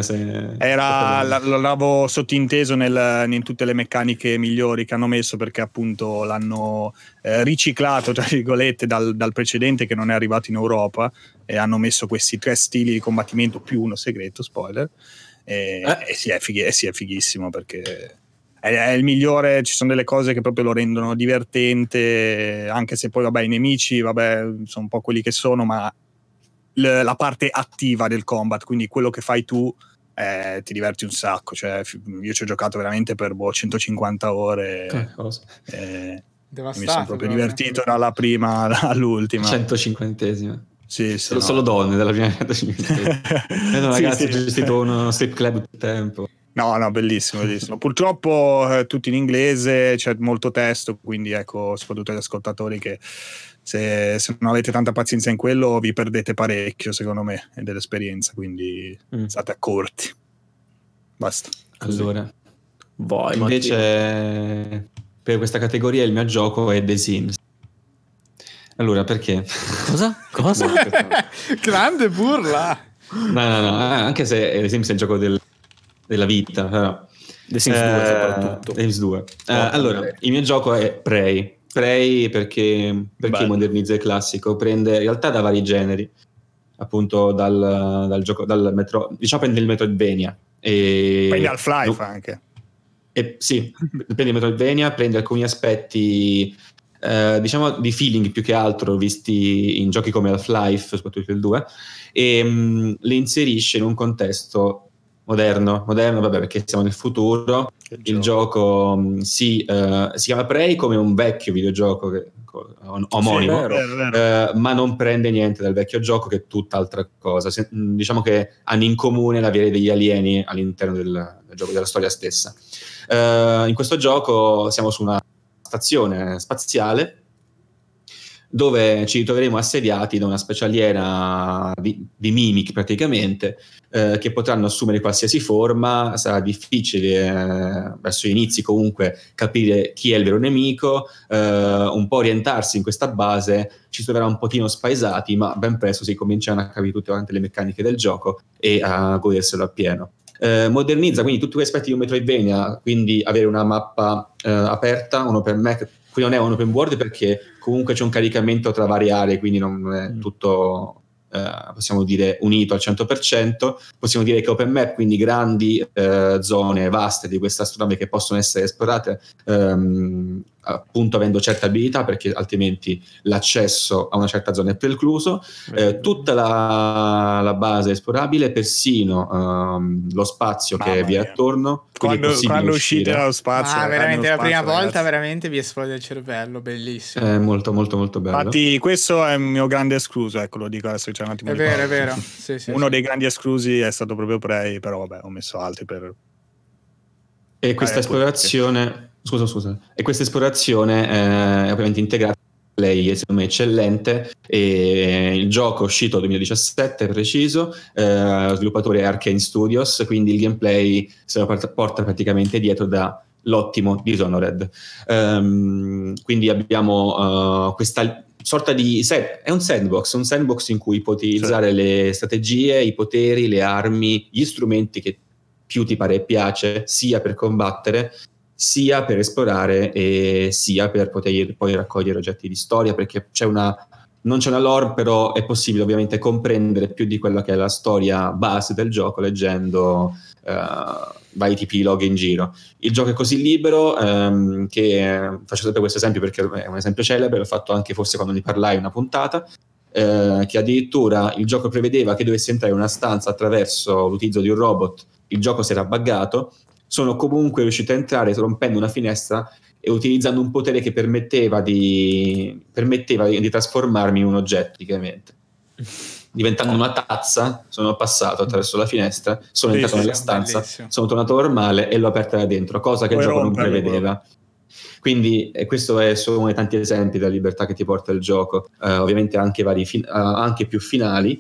L'avevo sottinteso in tutte le meccaniche migliori che hanno messo, perché appunto l'hanno riciclato, tra virgolette, dal precedente che non è arrivato in Europa, e hanno messo questi 3 stili di combattimento più uno segreto, spoiler, e sì, è fighissimo, perché è il migliore. Ci sono delle cose che proprio lo rendono divertente, anche se poi i nemici sono un po' quelli che sono, ma la parte attiva del combat, quindi quello che fai tu, ti diverti un sacco. Cioè, io ci ho giocato veramente per 150 ore. Mi sono proprio divertito dalla prima all'ultima. 150esima. Sì, solo donne dalla prima 150esima. Ragazzi, ho gestito uno strip club tutto il tempo. No, bellissimo. Purtroppo tutto in inglese, c'è molto testo, quindi ecco, soprattutto agli ascoltatori, che se non avete tanta pazienza in quello vi perdete parecchio, secondo me, dell'esperienza, quindi state accorti. Basta. Allora, vai, invece per questa categoria il mio gioco è The Sims. Allora, perché? Cosa? Grande burla! No, anche se The Sims è il gioco della vita, però. The Sims 2 soprattutto. The Sims 2. Allora, il mio gioco è Prey perché modernizza il classico, prende in realtà da vari generi, appunto dal gioco, prende il Metroidvania, prende Half-Life anche. Sì, prende il Metroidvania, prende alcuni aspetti diciamo di feeling più che altro visti in giochi come Half-Life, soprattutto il 2, e li inserisce in un contesto moderno, vabbè, perché siamo nel futuro. Il gioco si chiama Prey come un vecchio videogioco omonimo, ma non prende niente dal vecchio gioco, che è tutt'altra cosa. Diciamo che hanno in comune l'avere degli alieni all'interno del gioco, della storia stessa. In questo gioco siamo su una stazione spaziale dove ci ritroveremo assediati da una specialiera di mimic praticamente, che potranno assumere qualsiasi forma. Sarà difficile verso gli inizi comunque capire chi è il vero nemico, un po' orientarsi in questa base. Ci troverà un pochino spaesati, ma ben presto si cominceranno a capire tutte quante le meccaniche del gioco e a goderselo appieno. Modernizza quindi tutti gli aspetti di un Metroidvania, quindi avere una mappa aperta, un open map. Qui non è un open world perché comunque c'è un caricamento tra varie aree, quindi non è tutto possiamo dire unito al 100%. Possiamo dire che open map, quindi grandi zone vaste di questa astronave che possono essere esplorate appunto avendo certe abilità, perché altrimenti l'accesso a una certa zona è precluso. Tutta la base è esplorabile, persino lo spazio che vi è attorno. Quando uscite dallo spazio, veramente la prima volta veramente vi esplode il cervello, bellissimo. È molto molto molto bello. Infatti questo è il mio grande escluso, ecco, lo dico adesso, c'è un attimo. È vero. Sì, uno dei grandi esclusi è stato proprio Prey, però vabbè, ho messo altri per... E questa esplorazione... Scusa. E questa esplorazione è ovviamente integrata. Lei è secondo me eccellente, e il gioco è uscito nel 2017 preciso, lo sviluppatore è Arkane Studios, quindi il gameplay se lo porta praticamente dietro dall'ottimo Dishonored. Quindi abbiamo questa sorta di è un sandbox in cui puoi utilizzare le strategie, i poteri, le armi, gli strumenti che più ti pare e piace, sia per combattere, sia per esplorare e sia per poter poi raccogliere oggetti di storia, perché non c'è una lore, però è possibile ovviamente comprendere più di quella che è la storia base del gioco leggendo vari tipi di log in giro. Il gioco è così libero che faccio sempre questo esempio perché è un esempio celebre, l'ho fatto anche forse quando ne parlai in una puntata, che addirittura il gioco prevedeva che dovessi entrare in una stanza attraverso l'utilizzo di un robot. Il gioco si era buggato, sono comunque riuscito a entrare rompendo una finestra e utilizzando un potere che permetteva di trasformarmi in un oggetto, praticamente. Diventando una tazza, sono passato attraverso la finestra, sono entrato nella stanza, bellissimo. Sono tornato normale e l'ho aperta da dentro, cosa che il gioco non prevedeva. Quindi questo è solo uno dei tanti esempi della libertà che ti porta il gioco, ovviamente anche anche più finali,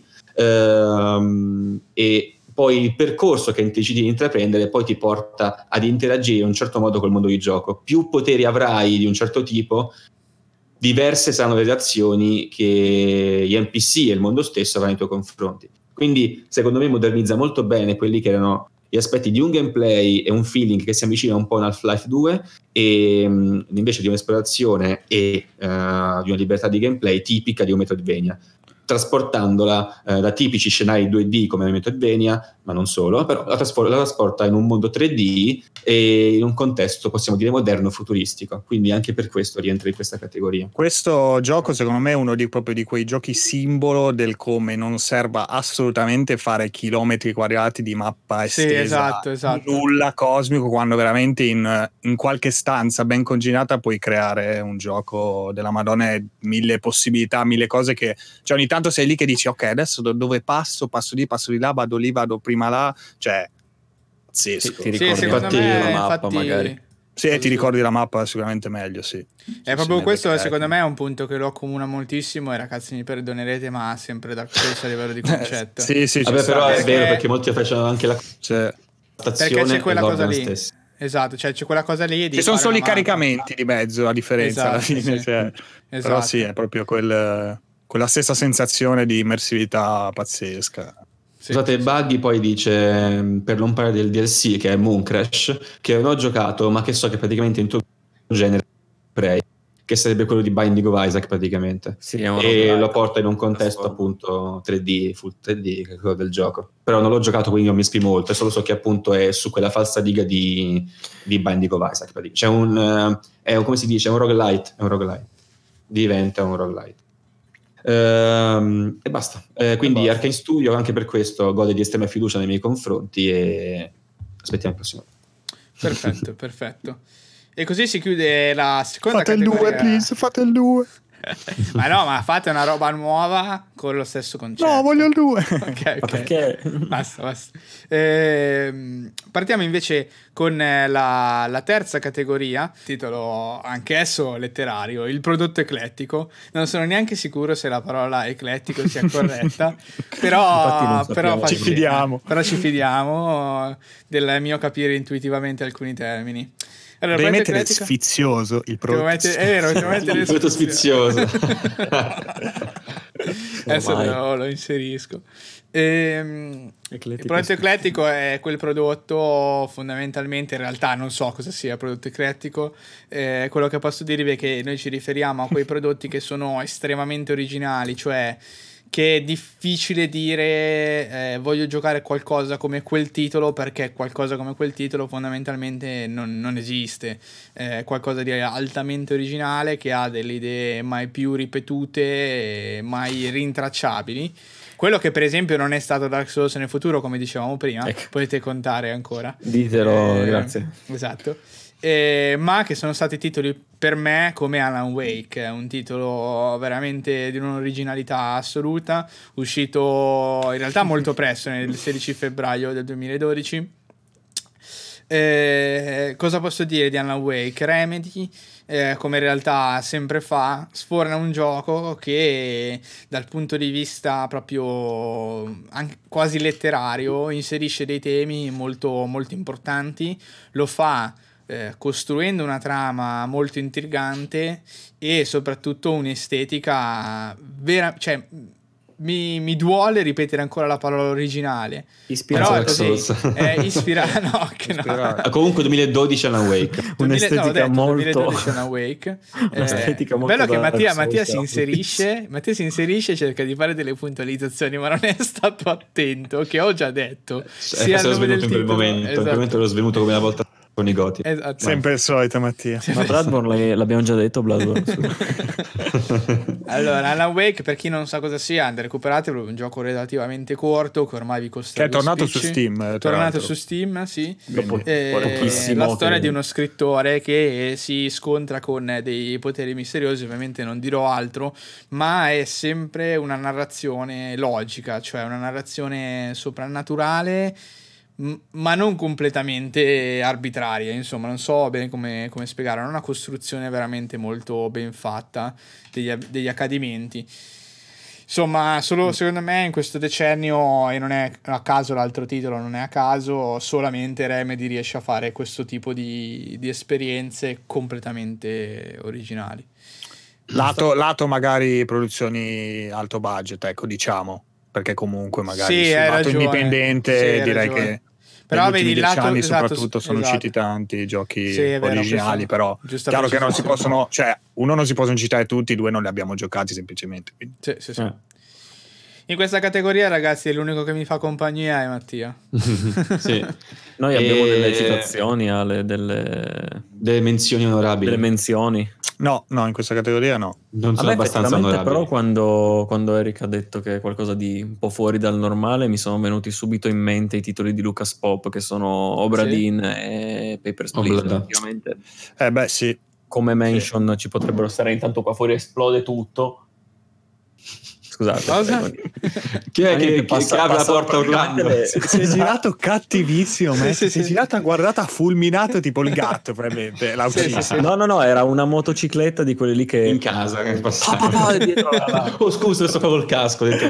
e poi il percorso che decidi di intraprendere poi ti porta ad interagire in un certo modo col mondo di gioco. Più poteri avrai di un certo tipo, diverse saranno le azioni che gli NPC e il mondo stesso avranno nei tuoi confronti. Quindi secondo me modernizza molto bene quelli che erano gli aspetti di un gameplay e un feeling che si avvicina un po' a Half-Life 2 e invece di un'esplorazione e di una libertà di gameplay tipica di un Metroidvania, trasportandola da tipici scenari 2D come Metroidvania, ma non solo, però la trasporta in un mondo 3D e in un contesto, possiamo dire, moderno, futuristico. Quindi anche per questo rientra in questa categoria. Questo gioco secondo me è uno proprio di quei giochi simbolo del come non serva assolutamente fare chilometri quadrati di mappa estesa, esatto. nulla cosmico, quando veramente in qualche stanza ben conginata puoi creare un gioco della Madonna e 1000 possibilità, 1000 cose che, cioè ogni tanto sei lì che dici ok, adesso dove passo di là, vado lì, vado prima là, cioè pazzesco. Ti ricordi la mappa magari. Sì, ti ricordi la mappa sicuramente meglio, sì. È proprio questo, secondo me, è un punto che lo accomuna moltissimo, e ragazzi mi perdonerete, ma sempre Dark Souls a livello di concetto. Sì, vabbè, però è vero, perché molti facevano anche la perché c'è quella cosa lì. Esatto, cioè c'è quella cosa lì. Ci sono solo i caricamenti di mezzo, la differenza alla fine. Sì. Cioè. Esatto. Però sì, è proprio quella stessa sensazione di immersività pazzesca. Scusate, Buggy poi dice, per non parlare del DLC che è Moon Crash, che non ho giocato ma che so che praticamente in tuo genere Prey, che sarebbe quello di Binding of Isaac praticamente, sì, e lo porta in un contesto appunto 3D, full 3D, che è quello del gioco. Però non l'ho giocato, quindi non mi esprimo molto, solo so che appunto è su quella falsa diga di Binding of Isaac. C'è come si dice, è un roguelite, diventa un roguelite. E basta. Quindi Arcane Studio anche per questo gode di estrema fiducia nei miei confronti e aspettiamo il prossimo. Perfetto. E così si chiude la seconda categoria. Fate il 2, please, fate il 2. ma fate una roba nuova con lo stesso concetto. No, voglio il 2. Ok. Perché? Basta. Partiamo invece con la terza categoria, titolo anch'esso letterario, il prodotto eclettico. Non sono neanche sicuro se la parola eclettico sia corretta, però ci fidiamo. Però ci fidiamo del mio capire intuitivamente alcuni termini. Allora, devi mettere sfizioso il prodotto. È vero, il prodotto sfizioso. Adesso lo inserisco. Il prodotto eclettico è quel prodotto, fondamentalmente, in realtà non so cosa sia prodotto eclettico. Quello che posso dirvi è che noi ci riferiamo a quei prodotti che sono estremamente originali, cioè che è difficile dire voglio giocare qualcosa come quel titolo, perché qualcosa come quel titolo fondamentalmente non esiste. Qualcosa di altamente originale, che ha delle idee mai più ripetute, mai rintracciabili. Quello che per esempio non è stato Dark Souls nel futuro, come dicevamo prima, ecco. Potete contare ancora. Ditelo, grazie. Esatto. Ma che sono stati titoli per me come Alan Wake, un titolo veramente di un'originalità assoluta, uscito in realtà molto presto, nel 16 febbraio del 2012. Cosa posso dire di Alan Wake? Remedy, come in realtà sempre fa, sforna un gioco che dal punto di vista proprio anche quasi letterario inserisce dei temi molto, molto importanti, lo fa costruendo una trama molto intrigante e soprattutto un'estetica vera, cioè mi duole ripetere ancora la parola originale, ispirato però è così, no, che no. Comunque 2012 Alan Wake, un'estetica molto 2012 Alan Wake, un'estetica molto bello che Mattia si inserisce e cerca di fare delle puntualizzazioni, ma non è stato attento, che ho già detto sia il nome del titolo, il momento l'ho svenuto come una volta con i Goti. Sempre il solito Mattia. Ma Bloodborne l'abbiamo già detto, Bloodborne. Allora, Alan Wake, per chi non sa cosa sia, recuperatelo, è un gioco relativamente corto che ormai vi costa, che è tornato su Steam. Tornato su Steam, sì. La storia di uno scrittore che si scontra con dei poteri misteriosi, ovviamente non dirò altro, ma è sempre una narrazione logica, cioè una narrazione soprannaturale, ma non completamente arbitraria, insomma, non so bene come spiegare, è una costruzione veramente molto ben fatta degli accadimenti. Insomma, solo secondo me in questo decennio, e non è a caso l'altro titolo, non è a caso, solamente Remedy riesce a fare questo tipo di esperienze completamente originali. Lato magari produzioni alto budget, ecco, diciamo, perché comunque magari sì, sul lato ragione. indipendente sì, direi ragione. che però negli vedi ultimi 10 anni esatto, soprattutto sono usciti tanti giochi vero, originali, però chiaro che non si possono, cioè uno non si possono citare tutti, due non li abbiamo giocati semplicemente, quindi. Sì. In questa categoria, ragazzi, l'unico che mi fa compagnia è Mattia. Sì. Noi abbiamo delle citazioni, Ale, delle menzioni onorabili. Delle menzioni. No, in questa categoria no. Non sono abbastanza onorabili. Però quando Eric ha detto che è qualcosa di un po' fuori dal normale, mi sono venuti subito in mente i titoli di Lucas Pop, che sono Obra Dinn e Papers, Please. Effettivamente. Beh, sì. Come mention ci potrebbero stare, intanto qua fuori esplode tutto. Scusate, chi è che apre la porta urlando? Si è girato cattivissimo, si è girato, ha guardato, ha fulminato tipo il gatto, probabilmente l'ha ucciso. No, era una motocicletta di quelle lì che in casa che passava dietro oh scusa, adesso avevo il casco dentro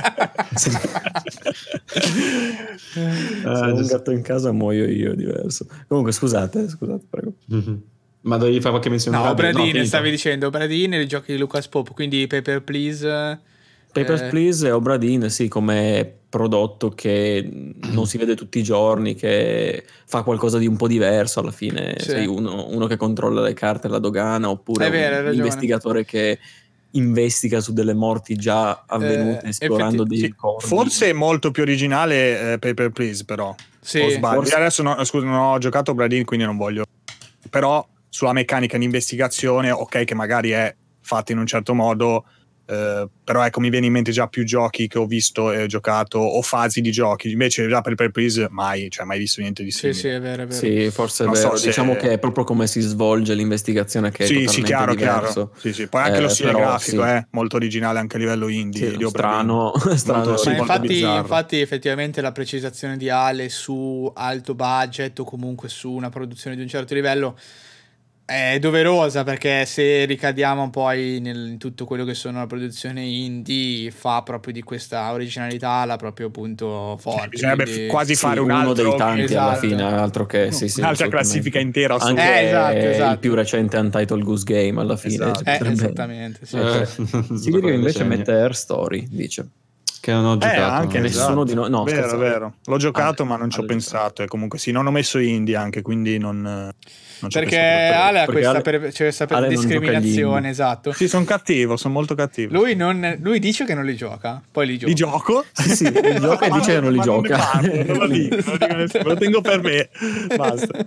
un gatto in casa muoio io, è diverso. Comunque scusate, prego. Mm-hmm. Ma dovevi fare qualche menzione? No, Obra Dinn, stavi dicendo Obra Dinn e i giochi di Lucas Pop, quindi Paper Please. Papers, Please e Obra Dinn, sì, come prodotto che non si vede tutti i giorni, che fa qualcosa di un po' diverso alla fine. Sì. Sei uno che controlla le carte alla dogana, oppure un investigatore che investiga su delle morti già avvenute, esplorando dei ricordi. Forse è molto più originale Paper Please, però. Sì, forse. Adesso non ho giocato Obra Dinn, quindi non voglio. Però sulla meccanica di investigazione, ok, che magari è fatta in un certo modo. Però ecco, mi viene in mente già più giochi che ho visto e ho giocato, o fasi di giochi, invece già per Please mai visto niente di simile. Sì, è vero. Sì, forse è vero. Diciamo che è proprio come si svolge l'investigazione che è totalmente diverso. Sì. Poi anche lo stile grafico è molto originale anche a livello indie, di strano. Ma infatti effettivamente la precisazione di Ale su alto budget o comunque su una produzione di un certo livello è doverosa, perché se ricadiamo poi in tutto quello che sono la produzione indie, fa proprio di questa originalità la proprio punto forte. Bisognerebbe quasi fare uno dei tanti alla fine, altro che un'altra classifica intera anche il più recente Untitled Goose Game alla fine. Esattamente, sì. Sigurino invece mette Air Story, dice che non ho giocato anche nessuno di noi. No, vero. L'ho giocato, ma non ci ho pensato. E comunque sì, non ho messo indie anche, quindi non perché Ale ha questa discriminazione, esatto. Sì, sono cattivo, sono molto cattivo. Lui dice che non li gioca, poi li gioca. Li gioco? Sì, li gioca e dice che non li gioca. Non lo dico, lo tengo per me. Basta.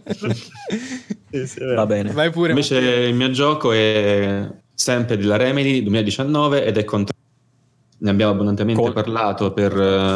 Sì, va bene. Vai pure. Invece il mio gioco è sempre della Remedy 2019 ed è ne abbiamo abbondantemente parlato per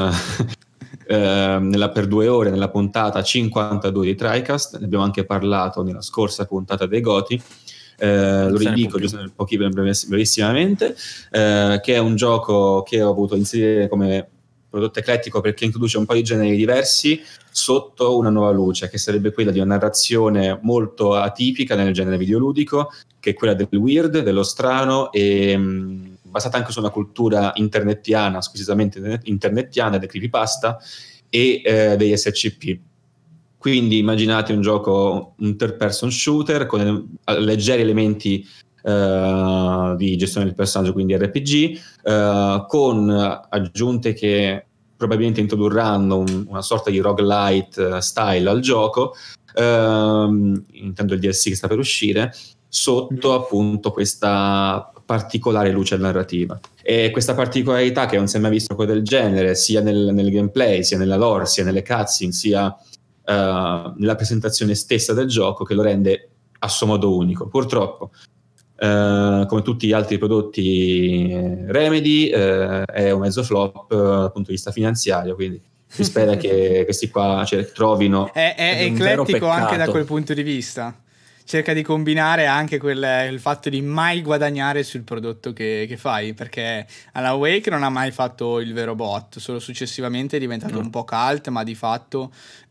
2 ore nella puntata 52 di TriCast. Ne abbiamo anche parlato nella scorsa puntata dei Goti. Lo ridico brevissimamente, che è un gioco che ho voluto inserire come prodotto eclettico perché introduce un po' di generi diversi sotto una nuova luce, che sarebbe quella di una narrazione molto atipica nel genere videoludico, che è quella del weird, dello strano e basata anche su una cultura internettiana, squisitamente internettiana, del creepypasta e degli SCP. Quindi immaginate un gioco, un third person shooter con leggeri elementi di gestione del personaggio, quindi RPG, con aggiunte che probabilmente introdurranno una sorta di roguelite style al gioco, intendo il DLC che sta per uscire, sotto appunto questa particolare luce narrativa. E questa particolarità, che non si è mai visto quello del genere, sia nel gameplay, sia nella lore, sia nelle cutscene, sia nella presentazione stessa del gioco, che lo rende a suo modo unico. Purtroppo, come tutti gli altri prodotti Remedy, è un mezzo flop dal punto di vista finanziario, quindi si spera che questi qua trovino... È eclettico anche da quel punto di vista. Cerca di combinare anche il fatto di mai guadagnare sul prodotto che fai, perché alla Wake non ha mai fatto il vero bot, solo successivamente è diventato un po' cult, ma di fatto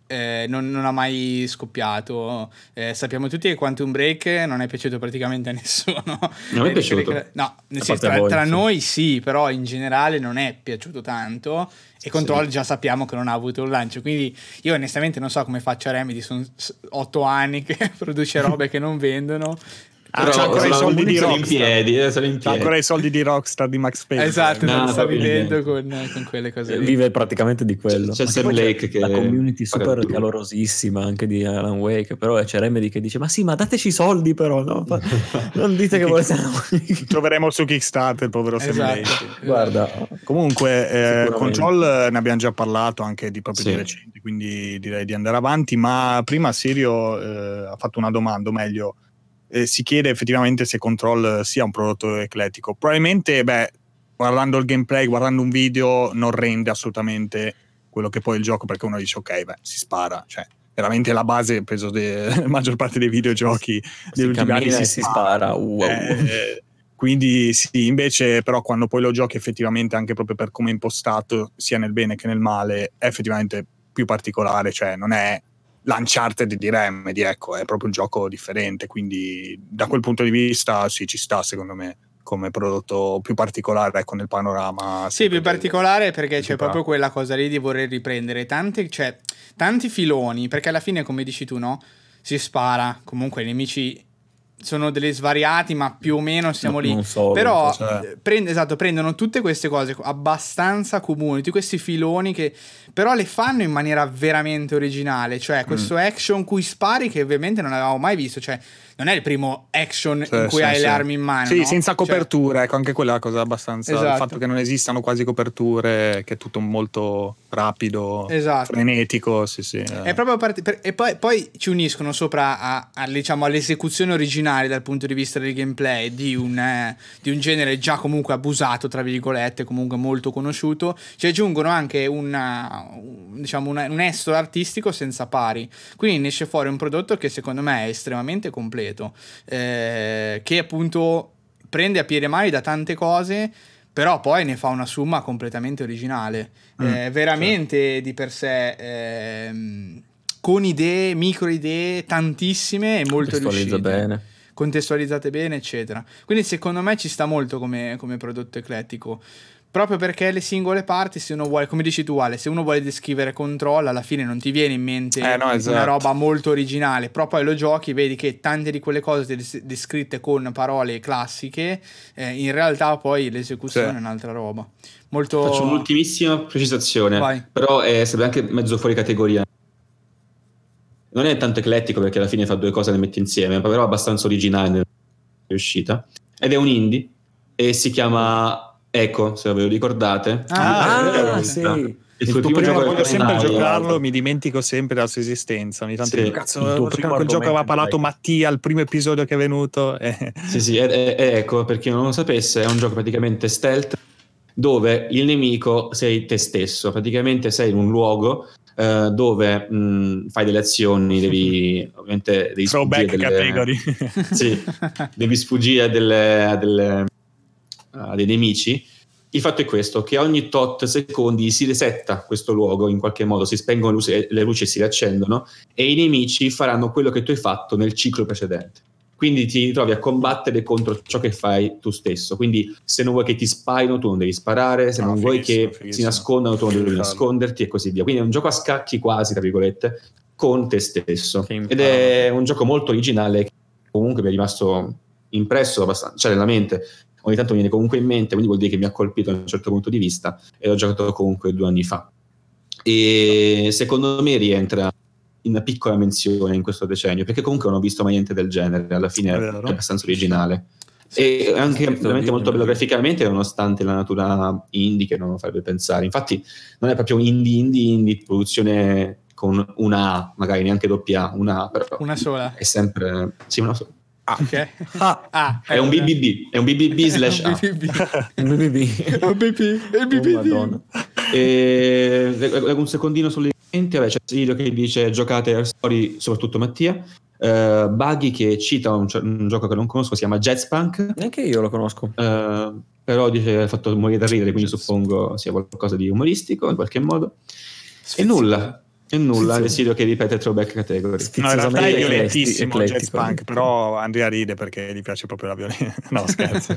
non ha mai scoppiato. Sappiamo tutti che Quantum Break non è piaciuto praticamente a nessuno. Non è piaciuto? No, tra noi sì, però in generale non è piaciuto tanto. E Control già sappiamo che non ha avuto un lancio, quindi io onestamente non so come faccia Remedy, sono 8 anni che produce robe che non vendono. Però c'ha ancora i soldi di Rockstar. C'ha ancora i soldi di Rockstar di Max Payne. Esatto, sta vivendo con quelle cose lì. Vive praticamente di quello. C'è Sam Lake che la community super calorosissima anche di Alan Wake, però c'è Remedy che dice ma sì, ma dateci i soldi però, no? Non dite che volete Alan Wake. Troveremo su Kickstarter il povero Sam Lake. Guarda, comunque Control ne abbiamo già parlato anche di proprio di recente, quindi direi di andare avanti, ma prima Sirio ha fatto una domanda, o meglio si chiede effettivamente se Control sia un prodotto eclettico. Probabilmente, guardando il gameplay, guardando un video, non rende assolutamente quello che poi è il gioco, perché uno dice ok, si spara, cioè veramente la base, penso, la maggior parte dei videogiochi degli ultimi anni si spara. Quindi sì, invece però quando poi lo giochi effettivamente, anche proprio per come è impostato, sia nel bene che nel male, è effettivamente più particolare, cioè non è l'Uncharted di Remedy, ecco, è proprio un gioco differente, quindi da quel punto di vista sì, ci sta secondo me come prodotto più particolare, ecco, nel panorama. Sì, più particolare perché c'è proprio quella cosa lì di voler riprendere tanti filoni, perché alla fine, come dici tu, no? Si spara, comunque i nemici sono delle svariati, ma più o meno siamo lì. Solo, però prendono tutte queste cose abbastanza comuni, tutti questi filoni che però le fanno in maniera veramente originale, cioè questo action cui spari che ovviamente non avevamo mai visto, cioè non è il primo action in cui hai le armi in mano, no? Senza coperture, ecco, anche quella cosa abbastanza, il fatto che non esistano quasi coperture, che è tutto molto rapido, frenetico, è proprio e poi ci uniscono sopra diciamo all'esecuzione originale dal punto di vista del gameplay di un genere già comunque abusato, tra virgolette, comunque molto conosciuto, ci aggiungono anche un estro artistico senza pari, quindi ne esce fuori un prodotto che secondo me è estremamente completo, che appunto prende a piede mani da tante cose, però poi ne fa una somma completamente originale, veramente di per sé, con idee, micro idee tantissime e molto riuscite, contestualizzate bene, eccetera. Quindi secondo me ci sta molto come prodotto eclettico, proprio perché le singole parti, se uno vuole, come dici tu Ale, se uno vuole descrivere Control, alla fine non ti viene in mente una roba molto originale, però poi lo giochi, vedi che tante di quelle cose descritte con parole classiche, in realtà poi l'esecuzione è un'altra roba. Faccio un'ultimissima precisazione. Però sarebbe anche mezzo fuori categoria. Non è tanto eclettico perché alla fine fa due cose e le mette insieme, però è abbastanza originale nella riuscita, ed è un indie e si chiama Echo, se ve lo ricordate. Sì. Il primo gioco, voglio sempre giocarlo, mi dimentico sempre della sua esistenza. Ogni tanto quel gioco aveva parlato Mattia al primo episodio che è venuto. Sì, è Echo, per chi non lo sapesse, è un gioco praticamente stealth dove il nemico sei te stesso, praticamente sei in un luogo dove fai delle azioni, devi throwback category. Sì, devi sfuggire dei nemici. Il fatto è questo, che ogni tot secondi si resetta questo luogo, in qualche modo si spengono le luci e si riaccendono, e i nemici faranno quello che tu hai fatto nel ciclo precedente, quindi ti ritrovi a combattere contro ciò che fai tu stesso. Quindi se non vuoi che ti sparino, tu non devi sparare, se non vuoi che si nascondano, tu non devi nasconderti, e così via. Quindi è un gioco a scacchi quasi, tra virgolette, con te stesso, ed è un gioco molto originale che comunque mi è rimasto impresso abbastanza, cioè nella mente, ogni tanto mi viene comunque in mente, quindi vuol dire che mi ha colpito da un certo punto di vista, e l'ho giocato comunque 2 anni fa, e secondo me rientra in una piccola menzione in questo decennio, perché comunque non ho visto mai niente del genere, alla fine è abbastanza originale, e anche veramente molto bello graficamente, nonostante la natura indie che non lo farebbe pensare. Infatti non è proprio indie produzione con una A, magari neanche doppia A, una A, però una sola, è sempre una sola. È un BBB, è un BBB slash A. Un BBB. Madonna. E un secondino sulle mente, c'è Silvio che dice giocate Air Story, soprattutto Mattia. Buggy che cita un gioco che non conosco, si chiama Jetspunk. Neanche io lo conosco. Però dice ha fatto morire da ridere, quindi suppongo sia qualcosa di umoristico in qualche modo. E nulla. E nulla, decido che ripete throwback category. No, in realtà è violentissimo Jazz Punk, però Andrea ride perché gli piace proprio la violenza. No, scherzo.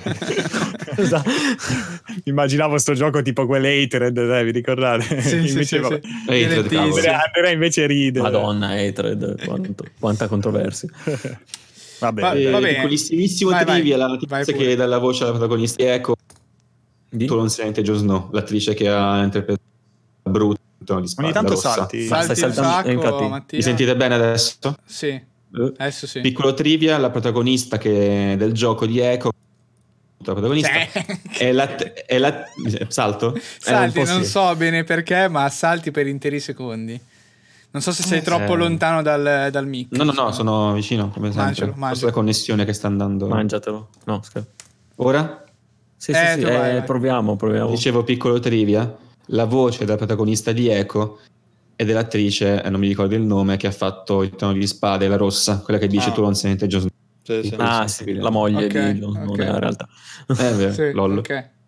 Immaginavo sto gioco tipo quell'Hatred, vi ricordate? Sì, invece Andrea invece ride. Madonna, Hatred, quanta controversia. Vabbè. Piccolissimissimo trivia, la notizia che dà la voce alla protagonista ecco tu non sei Joe Snow, l'attrice che ha interpretato Brut. Ogni tanto salti un sacco, infatti. Mattia. Mi sentite bene adesso? Sì, adesso sì. Piccolo trivia, la protagonista del gioco di Echo, la protagonista è la salto? Salti, non so bene perché, ma salti per interi secondi. Non so se sei troppo lontano dal mic. No, sono vicino, come sempre. Forse la connessione che sta andando. Mangiatelo. No, scherzo. Ora? Sì, vai. Proviamo. Dicevo piccolo trivia. La voce della protagonista di Echo è dell'attrice, non mi ricordo il nome, che ha fatto il Trono di Spade, la rossa, quella che dice tu non sei Jon Snow. Sì, la moglie di Jon Snow in realtà. È vero, lol.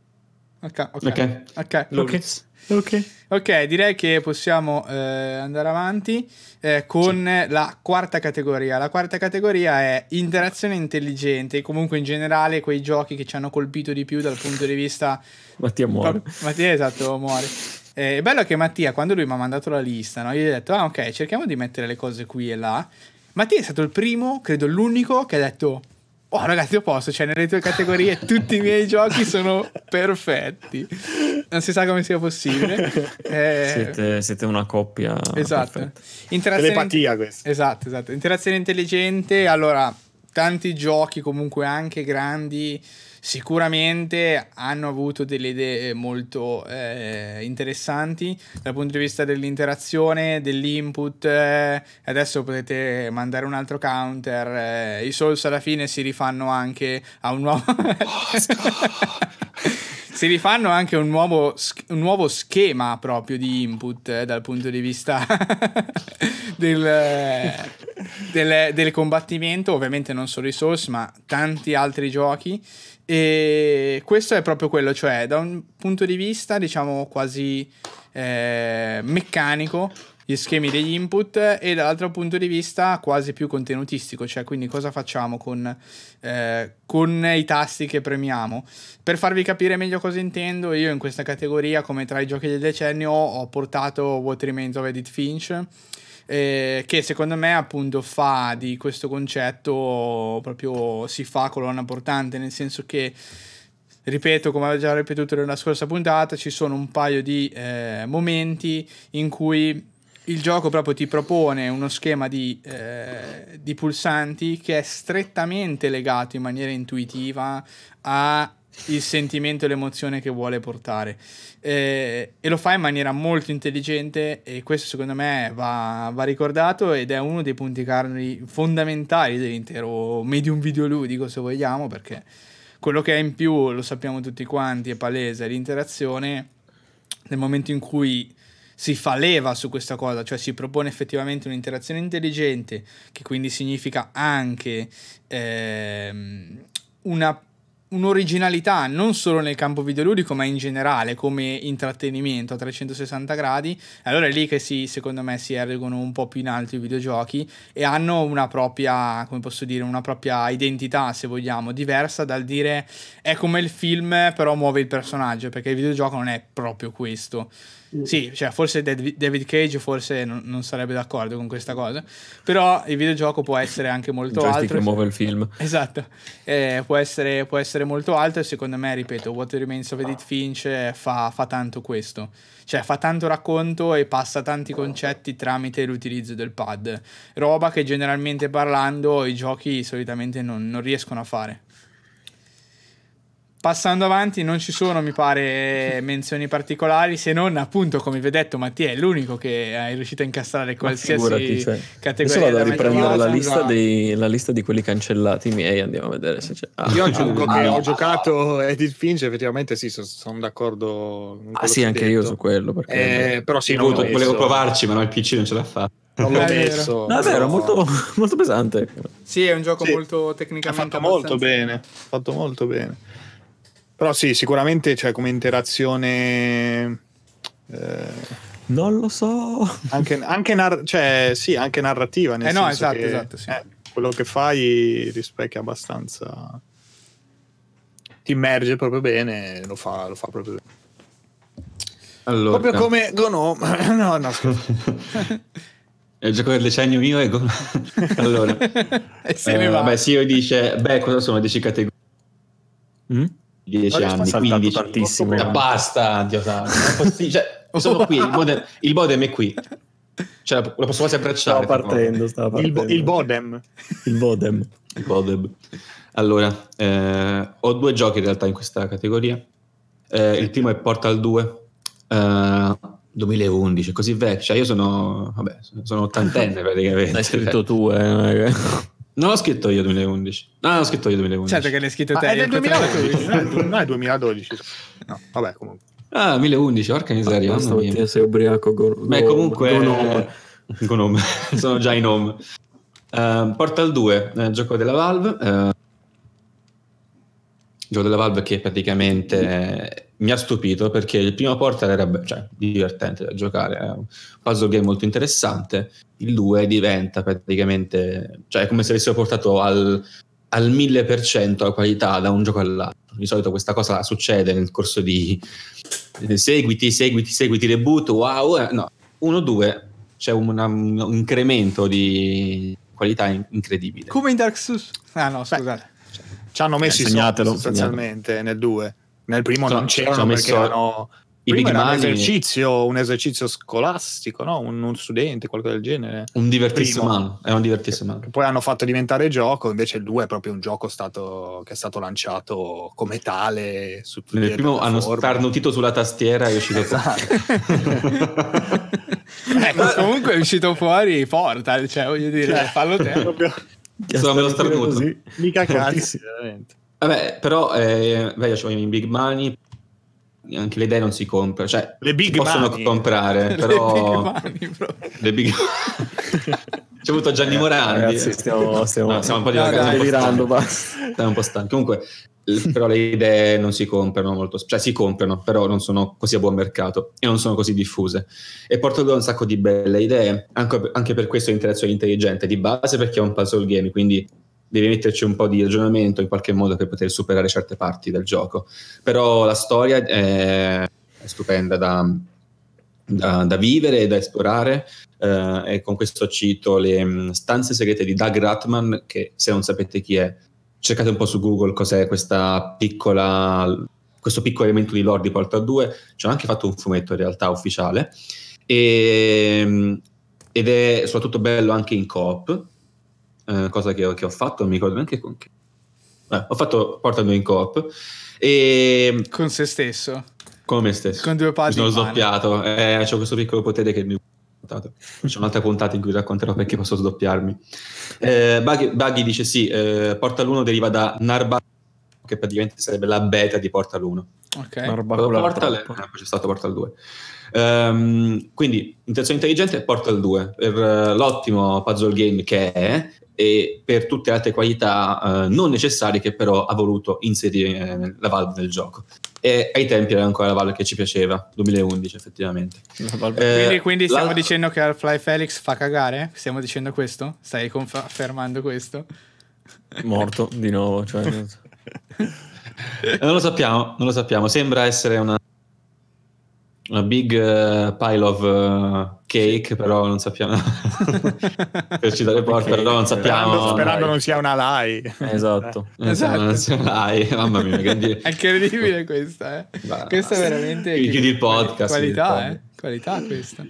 Ok, direi che possiamo andare avanti con la quarta categoria. La quarta categoria è interazione intelligente, comunque in generale quei giochi che ci hanno colpito di più dal punto di vista... Mattia muore. Mattia, esatto, muore. È bello che Mattia, quando lui mi ha mandato la lista, no, io gli ho detto, ok, cerchiamo di mettere le cose qui e là. Mattia è stato il primo, credo l'unico, che ha detto... Oh ragazzi, io posso, cioè nelle tue categorie tutti i miei giochi sono perfetti. Non si sa come sia possibile. Siete una coppia. Esatto. Telepatia questa. Esatto. Interazione intelligente. Allora, tanti giochi comunque anche grandi sicuramente hanno avuto delle idee molto interessanti dal punto di vista dell'interazione, dell'input. Adesso potete mandare un altro counter. I Souls alla fine si rifanno anche a un nuovo si rifanno anche un nuovo schema proprio di input dal punto di vista del combattimento, ovviamente non solo i Souls ma tanti altri giochi. E questo è proprio quello, cioè da un punto di vista diciamo quasi meccanico gli schemi degli input, e dall'altro punto di vista quasi più contenutistico, cioè quindi cosa facciamo con i tasti che premiamo. Per farvi capire meglio cosa intendo, io in questa categoria, come tra i giochi del decennio, ho portato What Remains of Edith Finch, che secondo me appunto fa di questo concetto proprio, si fa colonna portante, nel senso che, ripeto, come avevo già ripetuto nella scorsa puntata, ci sono un paio di momenti in cui il gioco proprio ti propone uno schema di pulsanti che è strettamente legato in maniera intuitiva a il sentimento e l'emozione che vuole portare, e lo fa in maniera molto intelligente, e questo secondo me va ricordato, ed è uno dei punti cardini fondamentali dell'intero medium videoludico, se vogliamo, perché quello che è in più, lo sappiamo tutti quanti, è palese, l'interazione. Nel momento in cui si fa leva su questa cosa, cioè si propone effettivamente un'interazione intelligente, che quindi significa anche un'originalità non solo nel campo videoludico ma in generale come intrattenimento a 360 gradi, allora è lì che secondo me si ergono un po' più in alto i videogiochi e hanno una propria, come posso dire, una propria identità, se vogliamo, diversa dal dire è come il film però muove il personaggio, perché il videogioco non è proprio questo. Sì, cioè forse David Cage forse non sarebbe d'accordo con questa cosa, però il videogioco può essere anche molto altro. Che muove il film. Esatto, può essere molto altro, e secondo me, ripeto, What Remains of Edith Finch fa tanto questo, cioè fa tanto racconto e passa tanti concetti tramite l'utilizzo del pad, roba che generalmente parlando i giochi solitamente non riescono a fare. Passando avanti, non ci sono, mi pare, menzioni particolari, se non appunto, come vi ho detto, Mattia è l'unico che è riuscito a incastrare qualsiasi categoria. Adesso vado a riprendere la lista di quelli cancellati miei, andiamo a vedere se c'è. Io aggiungo che ho giocato Edith Finch, effettivamente sì, sono d'accordo. Sì, anche detto. Io su quello. Perché però sì, volevo provarci, ma no, il PC non ce l'ha fatto. Non l'ho messo. No, è vero, molto, molto pesante. Sì, è un gioco molto tecnicamente fatto molto bene. Però sì, sicuramente, cioè, come interazione Non lo so. Anche narrativa, nel senso esatto, che esatto, sì. quello che fai rispecchia abbastanza, ti immerge proprio bene, lo fa proprio bene. Allora, proprio come Gnome. No, scherzo. È il gioco del decennio mio e allora E se ne va. beh, Sio dice cosa sono 10 categorie? 10 anni, 15 tantissimo. Basta, Dio santo. Cioè, sono qui, il modem è qui. Cioè, lo posso quasi abbracciare. Stava partendo. Il modem. Il modem. Allora, ho 2 giochi in realtà in questa categoria. Il primo è Portal 2. 2011, così vecchio. Cioè, io sono ottantenne praticamente. L'hai scritto tu, Non l'ho scritto io 2011. No, l'ho scritto io 2011. Certo che l'hai scritto te. È del 2012. No, è 2012. No, vabbè, comunque. 2011, porca miseria. Stamattina sei ubriaco. Beh, comunque Gnome. Sono già in home. Portal 2, gioco della Valve. Gioco della Valve che praticamente mi ha stupito, perché il primo Portal era divertente da giocare, è un puzzle game molto interessante. Il 2 diventa praticamente, cioè è come se avessero portato al 1000% la qualità da un gioco all'altro. Di solito questa cosa succede nel corso di seguiti, reboot, wow, no, 1-2 c'è un incremento di qualità incredibile. Come in Dark Souls. Ah no, scusate. Ci hanno messo i soldi sostanzialmente nel 2. Nel primo non c'erano, perché erano i big era money, un esercizio scolastico, no? Uno studente, qualcosa del genere. Un divertissimo anno. È un divertissimo anno. Poi hanno fatto diventare gioco, invece il 2 è proprio un gioco che è stato lanciato come tale su tutte nel primo hanno starnutito sulla tastiera e è uscito ma comunque è uscito fuori Portal, cioè voglio dire, fallo te. Solo me lo starnuto. Mica cazzo, veramente. Vabbè, però io c'ho i big money, anche le idee non si comprano, cioè le big possono money. comprare, però le big c'è avuto Gianni Morandi. Ragazzi, stiamo un po' delirando, stiamo un po' stanchi. Comunque, però le idee non si comprano molto, cioè si comprano, però non sono così a buon mercato e non sono così diffuse. E porto un sacco di belle idee, anche per questo l'interazione intelligente di base, perché è un puzzle game, quindi devi metterci un po' di ragionamento in qualche modo per poter superare certe parti del gioco. Però la storia è stupenda da vivere e da esplorare, e con questo cito le stanze segrete di Doug Ratman, che se non sapete chi è, cercate un po' su Google cos'è questo piccolo elemento di lore di Portal 2. Ci ho anche fatto un fumetto in realtà ufficiale, ed è soprattutto bello anche in co-op, cosa che ho fatto, non mi ricordo neanche con che. Ho fatto Portal 2 in co-op e con se stesso, con me stesso, con 2 pad. Sono sdoppiato, c'ho questo piccolo potere che mi c'è un'altra puntata in cui racconterò perché posso sdoppiarmi. Buggy dice sì, Portal 1 deriva da Narba, che praticamente sarebbe la beta di Portal 1. Ok. Poi c'è stato Portal 2. Quindi interazione intelligente Portal 2 per l'ottimo puzzle game che è, e per tutte le altre qualità non necessarie che però ha voluto inserire la Valve nel gioco. E ai tempi era ancora la Valve che ci piaceva, 2011 effettivamente. Quindi stiamo dicendo che Half-Life Felix fa cagare? Stiamo dicendo questo? Stai confermando questo? Morto di nuovo, cioè. Non lo sappiamo, sembra essere una big pile of cake, però non sappiamo. Per citare Portal, però non sappiamo. Sperando non sia una lie. Esatto. Non sia una lie. Mamma mia, è incredibile questa, questa è veramente chiudi il podcast. Qualità questa.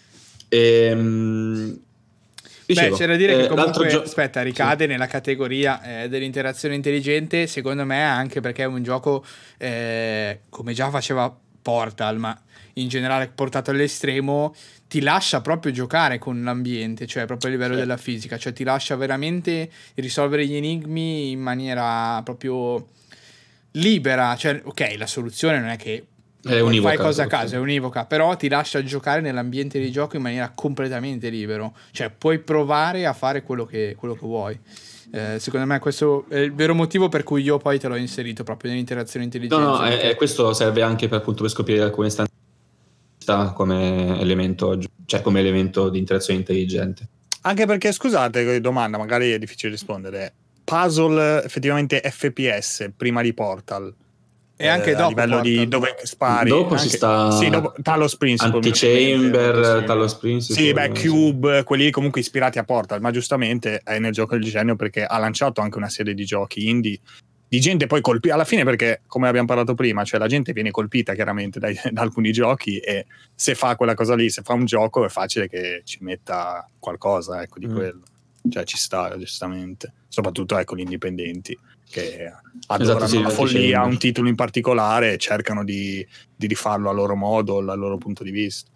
Dicevo, c'è da dire che comunque ricade nella categoria dell'interazione intelligente, secondo me, anche perché è un gioco come già faceva Portal, ma in generale portato all'estremo, ti lascia proprio giocare con l'ambiente, cioè proprio a livello della fisica, cioè ti lascia veramente risolvere gli enigmi in maniera proprio libera, cioè ok, la soluzione non è che fai cosa a caso, è univoca, però ti lascia giocare nell'ambiente di gioco in maniera completamente libero, cioè puoi provare a fare quello che vuoi. Secondo me questo è il vero motivo per cui io poi te l'ho inserito proprio nell'interazione intelligente. No, questo serve anche per scoprire alcune stanze sta come elemento, cioè come elemento di interazione intelligente. Anche perché, scusate, domanda, magari è difficile rispondere. Puzzle effettivamente FPS prima di Portal. E anche dopo a livello Portal. di dove spari. Dopo anche, ci sta sì, dopo Talos Principle. Antichamber, Talos Principle. Sì, beh, Cube, quelli comunque ispirati a Portal, ma giustamente è nel gioco del genio perché ha lanciato anche una serie di giochi indie di gente poi colpita alla fine, perché come abbiamo parlato prima, cioè la gente viene colpita chiaramente da alcuni giochi, e se fa quella cosa lì, se fa un gioco è facile che ci metta qualcosa, ecco, di quello, cioè ci sta giustamente, soprattutto ecco gli indipendenti che adorano una follia, un titolo in particolare, e cercano di rifarlo a loro modo, al loro punto di vista.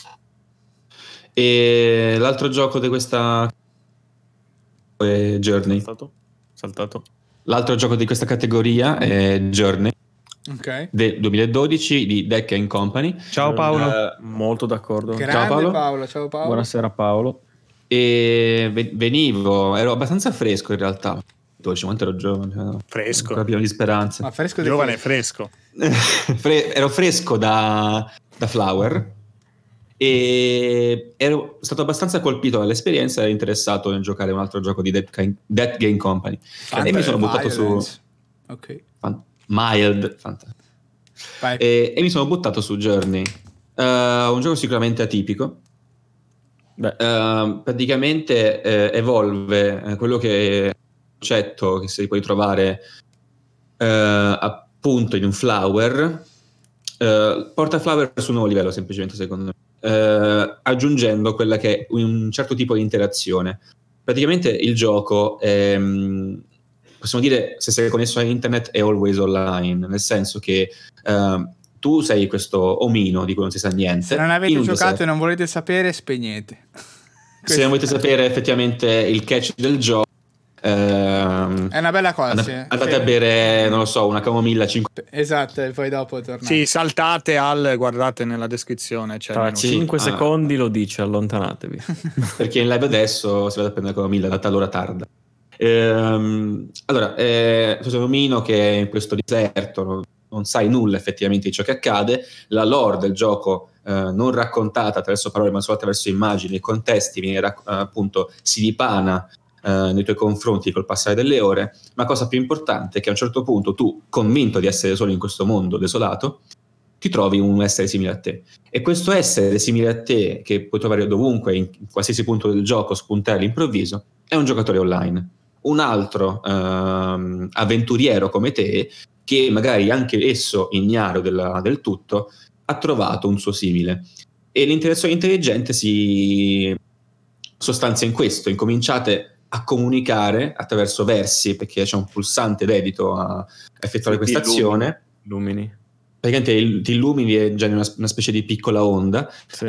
E l'altro gioco di questa è Journey. Saltato. L'altro gioco di questa categoria è Journey, del 2012 di Deck & Company. Ciao Paolo, molto d'accordo. Grande Ciao Paolo. Ciao Paolo. Buonasera Paolo. E ero abbastanza fresco in realtà. 12, quanto ero giovane? Fresco. Pieno di speranze. Ma fresco giovane e fresco. Ero fresco da Flower. E ero stato abbastanza colpito dall'esperienza e ero interessato nel giocare un altro gioco di Dead Game Company. E mi sono buttato su Mild e mi sono buttato su Journey, un gioco sicuramente atipico. Praticamente evolve quello che è il concetto che si può trovare appunto in un Flower. Porta Flower su un nuovo livello, semplicemente, secondo me. Aggiungendo quella che è un certo tipo di interazione. Praticamente il gioco possiamo dire, se sei connesso a internet, è always online, nel senso che tu sei questo omino di cui non si sa niente. Se non avete giocato e non volete sapere, spegnete. Se non volete sapere effettivamente il catch del gioco, è una bella cosa. Andate a bere, non lo so, una camomilla 5. Esatto, e poi dopo tornate. Sì, saltate guardate nella descrizione. Tra 5 secondi lo dice, allontanatevi. Perché in live adesso si vede a prendere la camomilla, data l'ora tarda. Allora, tu sei un omino che è in questo deserto, non sai nulla effettivamente di ciò che accade. La lore del gioco, non raccontata attraverso parole ma solo attraverso immagini e contesti, appunto si dipana nei tuoi confronti col passare delle ore. Ma cosa più importante è che a un certo punto tu, convinto di essere solo in questo mondo desolato, ti trovi un essere simile a te, e questo essere simile a te, che puoi trovare dovunque, in qualsiasi punto del gioco, spuntare all'improvviso, è un giocatore online, un altro avventuriero come te, che magari anche esso ignaro del tutto ha trovato un suo simile, e l'interazione intelligente si sostanzia in questo: incominciate a comunicare attraverso versi, perché c'è un pulsante dedito a effettuare questa azione. Illumini. Praticamente ti illumini e generi una specie di piccola onda, sì.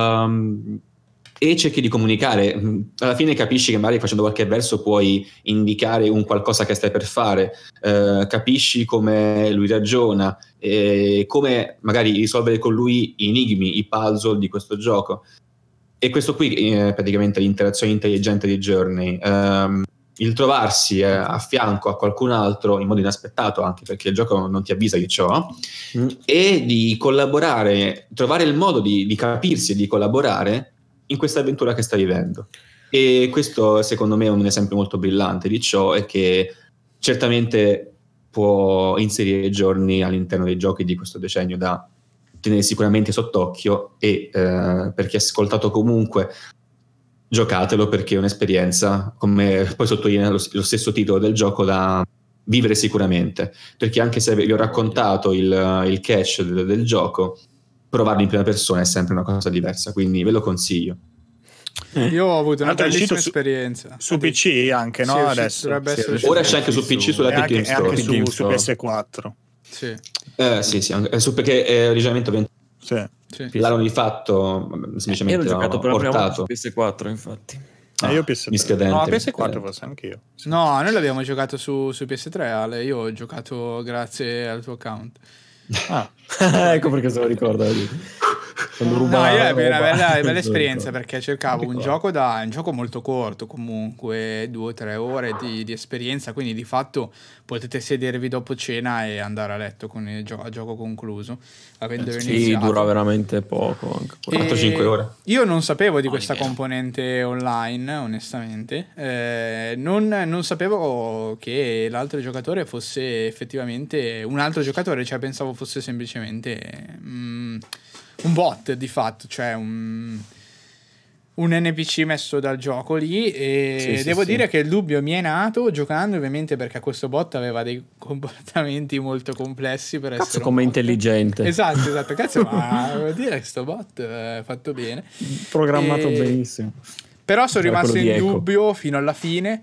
E cerchi di comunicare. Alla fine capisci che magari facendo qualche verso puoi indicare un qualcosa che stai per fare, capisci come lui ragiona, come magari risolvere con lui i enigmi, i puzzle di questo gioco. E questo qui è praticamente l'interazione intelligente di Journey, il trovarsi a fianco a qualcun altro in modo inaspettato, anche perché il gioco non ti avvisa di ciò, e di collaborare, trovare il modo di capirsi e di collaborare in questa avventura che stai vivendo. E questo secondo me è un esempio molto brillante di ciò, e che certamente può inserire Journey all'interno dei giochi di questo decennio da tenere sicuramente sott'occhio, e per chi ha ascoltato comunque giocatelo, perché è un'esperienza, come poi sottolinea lo stesso titolo del gioco, da vivere sicuramente, perché anche se vi ho raccontato il catch del gioco, provarlo in prima persona è sempre una cosa diversa, quindi ve lo consiglio. Io ho avuto una bellissima esperienza su PC anche, no? Sì, adesso ora c'è anche su PC, sulla Epic Game Store, e anche su PS4. Sì. Sì, perché è originariamente sì. l'hanno di fatto semplicemente io l'ho giocato per portato su PS4, infatti. Io PS3. No, PS4 forse anche io. No, noi l'abbiamo giocato su PS3, Ale. Io ho giocato grazie al tuo account. Ecco perché se lo ricordo. rubava io ebbi una bella roba. esperienza, perché cercavo un gioco molto corto, comunque 2 o 3 ore di esperienza, quindi di fatto potete sedervi dopo cena e andare a letto con il gioco concluso, avendo iniziato. Dura veramente poco, anche 4-5 ore. Io non sapevo di questa componente online, onestamente. Non sapevo che l'altro giocatore fosse effettivamente un altro giocatore, cioè pensavo fosse semplicemente un bot di fatto, cioè un NPC messo dal gioco lì, e devo dire che il dubbio mi è nato giocando, ovviamente, perché questo bot aveva dei comportamenti molto complessi per essere come bot. intelligente. Esatto, cazzo, ma vuol dire che sto bot è fatto bene, programmato benissimo. però sono rimasto in Echo. dubbio fino alla fine,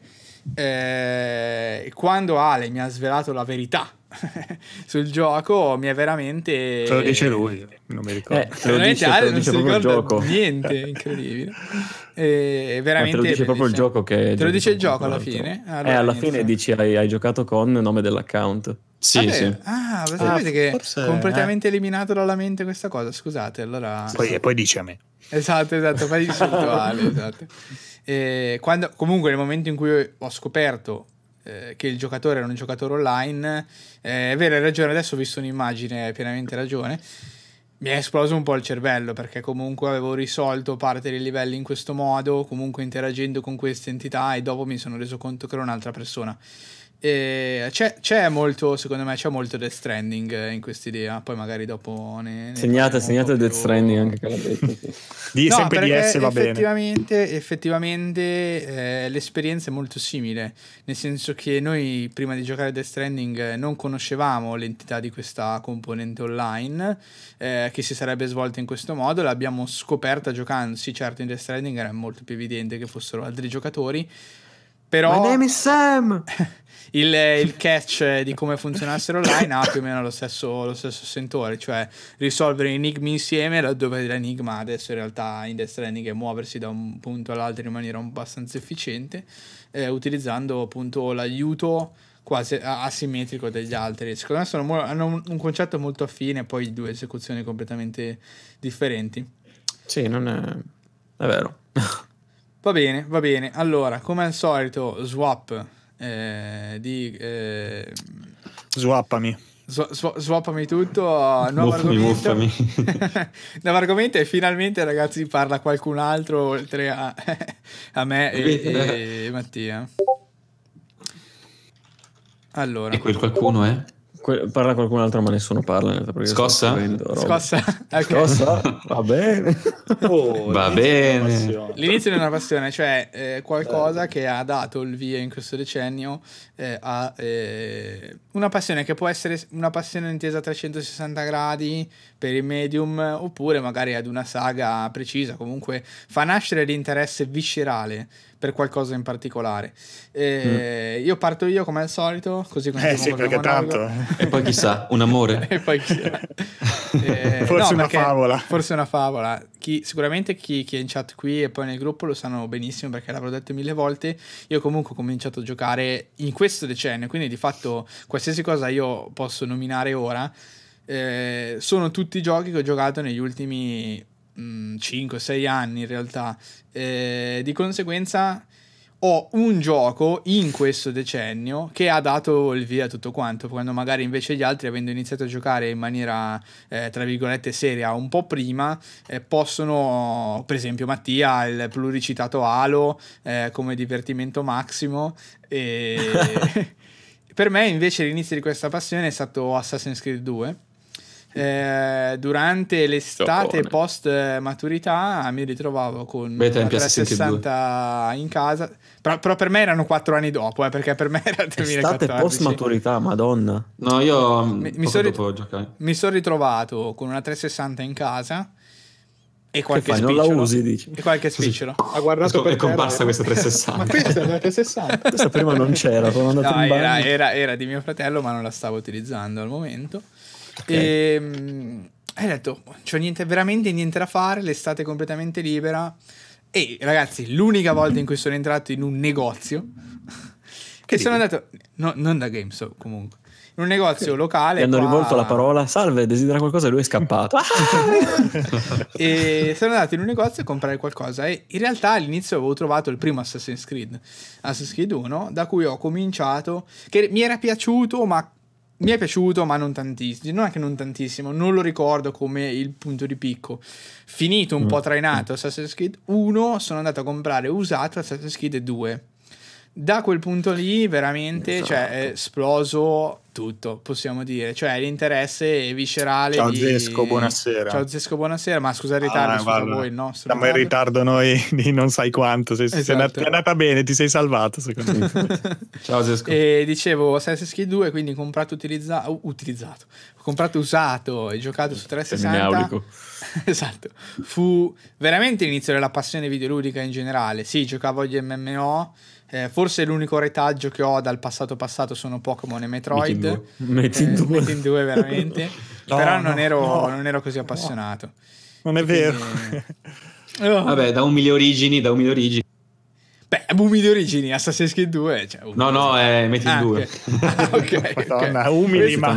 quando Ale mi ha svelato la verità sul gioco. Mi è veramente... Te lo dice lui, non mi ricordo. Te lo dice proprio il gioco. Niente, incredibile. Veramente te lo dice proprio il gioco che... Te lo dice il gioco alla fine? Allora, alla fine dici hai giocato con nome dell'account. Sì. Sapete che è completamente eliminato dalla mente questa cosa? Scusate, allora... E poi dice a me. Esatto, fai il virtuale, esatto. Comunque nel momento in cui ho scoperto che il giocatore era un giocatore online, è vero, hai ragione, adesso ho visto un'immagine, hai pienamente ragione, mi è esploso un po' il cervello, perché comunque avevo risolto parte dei livelli in questo modo, comunque interagendo con queste entità, e dopo mi sono reso conto che era un'altra persona. C'è molto, secondo me c'è molto Death Stranding in quest'idea, poi magari dopo segnate Death Stranding anche che l'ha detto. Sempre DS va effettivamente l'esperienza è molto simile, nel senso che noi prima di giocare Death Stranding non conoscevamo l'entità di questa componente online che si sarebbe svolta in questo modo, l'abbiamo scoperta giocando. Sì, certo, in Death Stranding era molto più evidente che fossero altri giocatori, però My name is Sam! il catch di come funzionassero online ha più o meno lo stesso sentore, cioè risolvere enigmi insieme, laddove l'enigma adesso in realtà in Death Stranding è muoversi da un punto all'altro in maniera abbastanza efficiente, utilizzando appunto l'aiuto quasi asimmetrico degli altri. Secondo me hanno un concetto molto affine, poi 2 esecuzioni completamente differenti. Sì, non è vero. Va bene. Allora, come al solito, swap Swappami. Swappami tutto. Nuovo argomento. Nuovo argomento, e finalmente, ragazzi, parla qualcun altro oltre a me e Mattia. Allora, E quel qualcuno è? Parla qualcun altro, ma nessuno parla. Scossa? Okay. Scossa? Va bene. Va bene. L'inizio di una passione, cioè qualcosa che ha dato il via in questo decennio a una passione che può essere una passione intesa a 360 gradi per il medium, oppure magari ad una saga precisa. Comunque fa nascere l'interesse viscerale per qualcosa in particolare. Io parto come al solito, così perché tanto. E poi chissà, un amore. E poi chissà. Forse una favola. Forse una favola. Sicuramente chi è in chat qui e poi nel gruppo lo sanno benissimo, perché l'avrò detto 1000 volte. Io comunque ho cominciato a giocare in questo decennio, quindi di fatto qualsiasi cosa io posso nominare ora sono tutti giochi che ho giocato negli ultimi 5-6 anni in realtà. Di conseguenza ho un gioco in questo decennio che ha dato il via a tutto quanto, quando magari invece gli altri, avendo iniziato a giocare in maniera tra virgolette seria un po' prima, possono, per esempio Mattia, il pluricitato Halo come divertimento massimo, e per me invece l'inizio di questa passione è stato Assassin's Creed 2. Durante l'estate post maturità mi ritrovavo con una 360 in casa, però per me erano 4 anni dopo, perché per me era il 2014. Estate post maturità, madonna. No, io mi sono ritrovato con una 360 in casa e qualche spicciolo. Non la usi, dici? E qualche spicciolo. Ha guardato è comparsa questa 360. Ma questa è la 360. Questa prima non c'era, sono andato in bagno. Era di mio fratello, ma non la stavo utilizzando al momento. Okay. E hai detto c'ho veramente niente da fare, l'estate è completamente libera, e ragazzi, l'unica volta in cui sono entrato in un negozio che sono andato non da GameStop comunque, un negozio locale. Gli hanno rivolto la parola: salve, desidera qualcosa, e lui è scappato. E sono andato in un negozio a comprare qualcosa, e in realtà all'inizio avevo trovato il primo Assassin's Creed 1, da cui ho cominciato, che mi era piaciuto, ma non tantissimo, non è che non tantissimo, non lo ricordo come il punto di picco. Finito un po' trainato Assassin's Creed 1, sono andato a comprare usato Assassin's Creed 2. Da quel punto lì veramente è esploso tutto, possiamo dire, cioè l'interesse viscerale. Ciao Zesco, buonasera. Ciao Zesco, buonasera, ma scusa il ritardo, scusa voi il nostro. Siamo in ritardo noi di non sai quanto, sei andata bene, ti sei salvato secondo me. Ciao Zesco. E dicevo Assassin's Creed 2, quindi ho comprato utilizzato, ho comprato usato e giocato su 360. Esatto, fu veramente l'inizio della passione videoludica in generale. Sì, giocavo agli MMO. Forse l'unico retaggio che ho dal passato sono Pokémon e Metroid. Metin 2 veramente. Però non ero così appassionato. Non è vero. Vabbè, da umili origini. Beh, umili origini, Assassin's Creed 2. No, è Metin 2. Ok. Madonna, umili, ma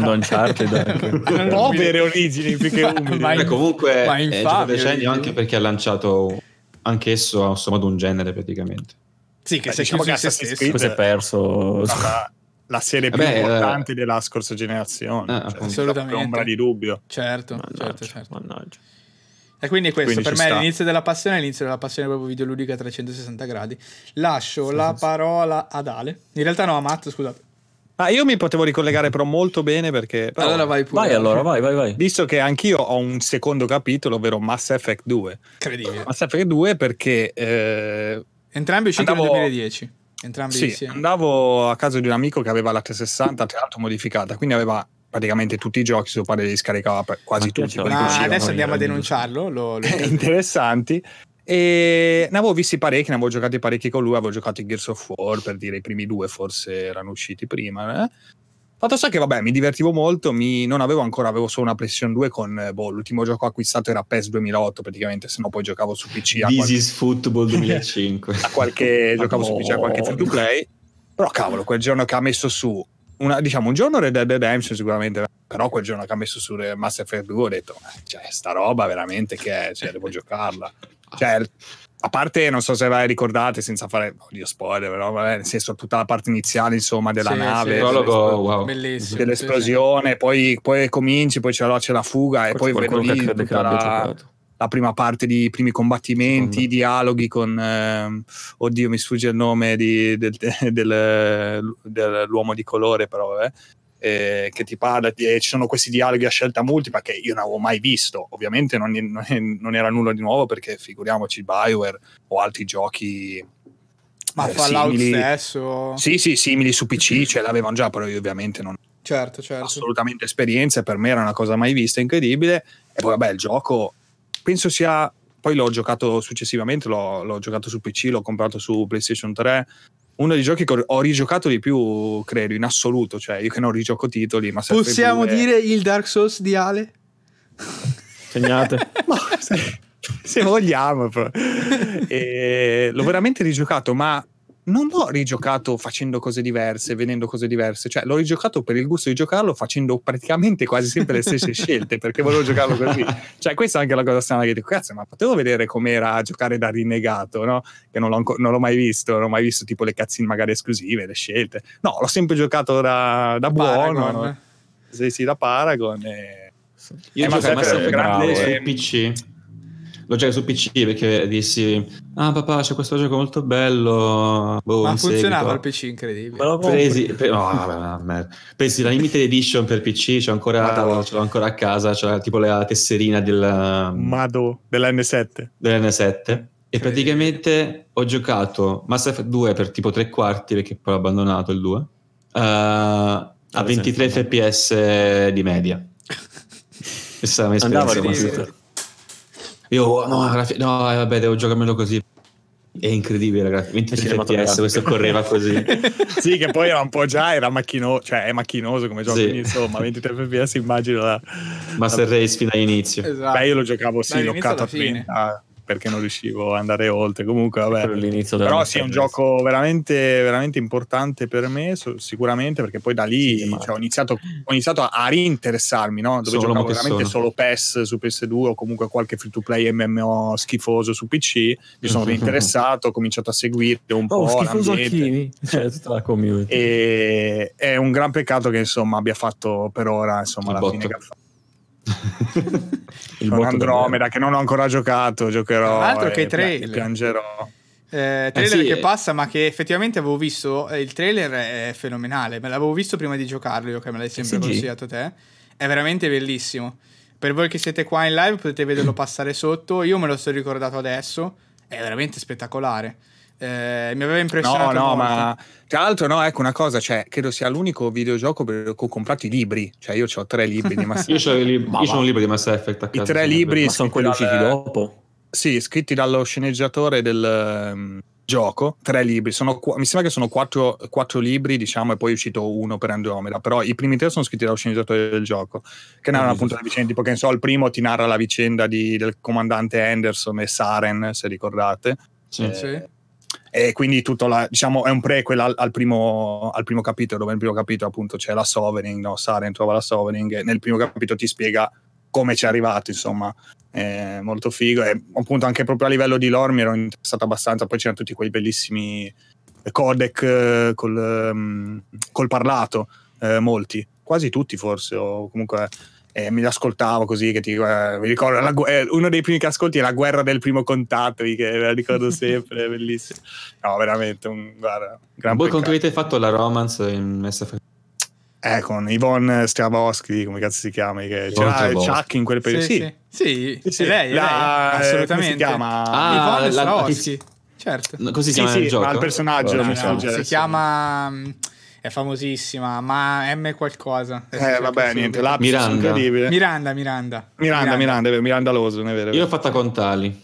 povere origini più che umili. Comunque è gioco decennio anche perché ha lanciato anch'esso a suo modo un genere praticamente. Sì, che diciamo che Assassin's Creed si è perso la serie più importante della scorsa generazione, assolutamente, ombra di dubbio. Certo. Mannaggia. E quindi questo per me è sta. l'inizio della passione proprio videoludica a 360 gradi. Lascio la parola ad Ale. In realtà no, a Matt, scusate. Io mi potevo ricollegare però molto bene perché allora vai pure. Vai. Visto che anch'io ho un secondo capitolo, ovvero Mass Effect 2. Incredibile. Mass Effect 2 perché entrambi usciti nel 2010. Entrambi insieme. Andavo a casa di un amico che aveva la 360 tra l'altro modificata, quindi aveva praticamente tutti i giochi, suo padre li scaricava quasi tutti. Adesso andiamo a denunciarlo. Interessanti. E ne avevo visti parecchi, ne avevo giocati parecchi con lui, avevo giocato in Gears of War, per dire i primi 2 forse erano usciti prima. Fatto sta che vabbè, mi divertivo molto, avevo solo una PlayStation 2 con l'ultimo gioco acquistato era PES 2008 praticamente, se no poi giocavo su PC This is Football 2005 giocavo su PC a qualche free to play, però cavolo, quel giorno che ha messo su un giorno Red Dead Redemption sicuramente, però quel giorno che ha messo su Mass Effect 2 ho detto sta roba veramente devo giocarla, a parte, non so se ve la ricordate, senza fare spoiler, però nel senso tutta la parte iniziale insomma della nave, bellissimo, dell'esplosione, poi cominci, poi c'è la fuga e poi vedi tutta la prima parte di primi combattimenti, i dialoghi con oddio mi sfugge il nome dell'uomo di colore, però vabbè. Che ti parla e ci sono questi dialoghi a scelta multipla che io non avevo mai visto, ovviamente non era nulla di nuovo perché figuriamoci BioWare o altri giochi Fallout stesso simili su PC l'avevano già, però io ovviamente non certo assolutamente esperienza, per me era una cosa mai vista, incredibile. E poi vabbè il gioco penso sia, poi l'ho giocato successivamente, l'ho giocato su PC, l'ho comprato su PlayStation 3, uno dei giochi che ho rigiocato di più, credo, in assoluto, io che non rigioco titoli, ma possiamo dire il Dark Souls di Ale? Segnate. se vogliamo. E l'ho veramente rigiocato, ma non l'ho rigiocato facendo cose diverse, vedendo cose diverse, l'ho rigiocato per il gusto di giocarlo facendo praticamente quasi sempre le stesse scelte, perché volevo giocarlo così. Questa è anche la cosa strana che dico, cazzo, ma potevo vedere com'era giocare da rinnegato, no? Che non l'ho mai visto, non ho mai visto tipo le cutscene magari esclusive, le scelte. No, l'ho sempre giocato da buono, no? Sì, da Paragon. Io gioco Mass Effect grande su PC. Lo gioco su PC perché dissi papà c'è questo gioco molto bello, ma funzionava il PC, incredibile. Presi la limited edition per PC, ce l'ho ancora a casa, c'è tipo la tesserina dell'N7 e praticamente ho giocato Mass Effect 2 per tipo 3/4 perché poi ho abbandonato il 2 a 23 fps di media. Questa è la mia esperienza. Vabbè, devo giocarmelo così. È incredibile, ragazzi. 23 fps, questo correva così. Sì, che poi era un po' era macchinoso, è macchinoso come gioco, quindi insomma 23 fps immagino Master Race fino all'inizio. Esatto. Io lo giocavo loccato a 30. perché non riuscivo ad andare oltre. Comunque vabbè, però sì, è un gioco veramente, veramente importante per me, sicuramente, perché poi da lì ho iniziato a rinteressarmi, no? Dove giocavo veramente solo PES su PS2 o comunque qualche free to play MMO schifoso su PC, mi sono rinteressato, ho cominciato a seguire un po' schifoso l'ambiente, cioè tutta la community. E è un gran peccato che insomma abbia fatto per ora insomma la fine che ha fatto. Il con Andromeda che non ho ancora giocato, giocherò, altro che trailer, piangerò. Trailer che passa, ma che effettivamente avevo visto. Il trailer è fenomenale, me l'avevo visto prima di giocarlo, io che me l'hai sempre consigliato te. È veramente bellissimo. Per voi che siete qua in live potete vederlo passare sotto. Io me lo sto ricordato adesso. È veramente spettacolare. Mi aveva impressionato molto. Ma tra l'altro ecco una cosa, cioè credo sia l'unico videogioco per cui ho comprato i libri, cioè io ho 3 libri di Mass Effect. io ho un libro di Mass Effect a casa. I 3 libri, ma sono quelli usciti dopo? Sì, scritti dallo sceneggiatore del gioco, 3 libri, mi sembra che sono 4 libri, diciamo, e poi è uscito uno per Andromeda, però i primi 3 sono scritti dallo sceneggiatore del gioco, che narrano appunto la vicenda, tipo che ne so, il primo ti narra la vicenda del comandante Anderson e Saren, se ricordate. Sì. E quindi tutto diciamo è un prequel al primo capitolo, dove nel primo capitolo appunto c'è la Sovereign, no? Saren trova la Sovereign e nel primo capitolo ti spiega come ci è arrivato, insomma, è molto figo, e appunto anche proprio a livello di lore mi ero interessato abbastanza. Poi c'erano tutti quei bellissimi codec col parlato, molti, quasi tutti forse, o comunque mi ascoltavo così, che mi ricordo uno dei primi che ascolti è La guerra del primo contatto, che me la ricordo sempre, è bellissimo. No, veramente un gran voi con chi avete fatto la romance in Mass Effect? Con Yvonne Stravosky, come cazzo si chiama? Che c'era Chuck in quel periodo. Sì. Lei, assolutamente. Come si chiama? Yvonne Stravosky. Certo. Così si chiama il gioco? Ma il personaggio si chiama... È famosissima, ma M qualcosa. Vabbè, niente, lapsus incredibile. Miranda Loso, non è vero? Io l'ho fatta con Tali.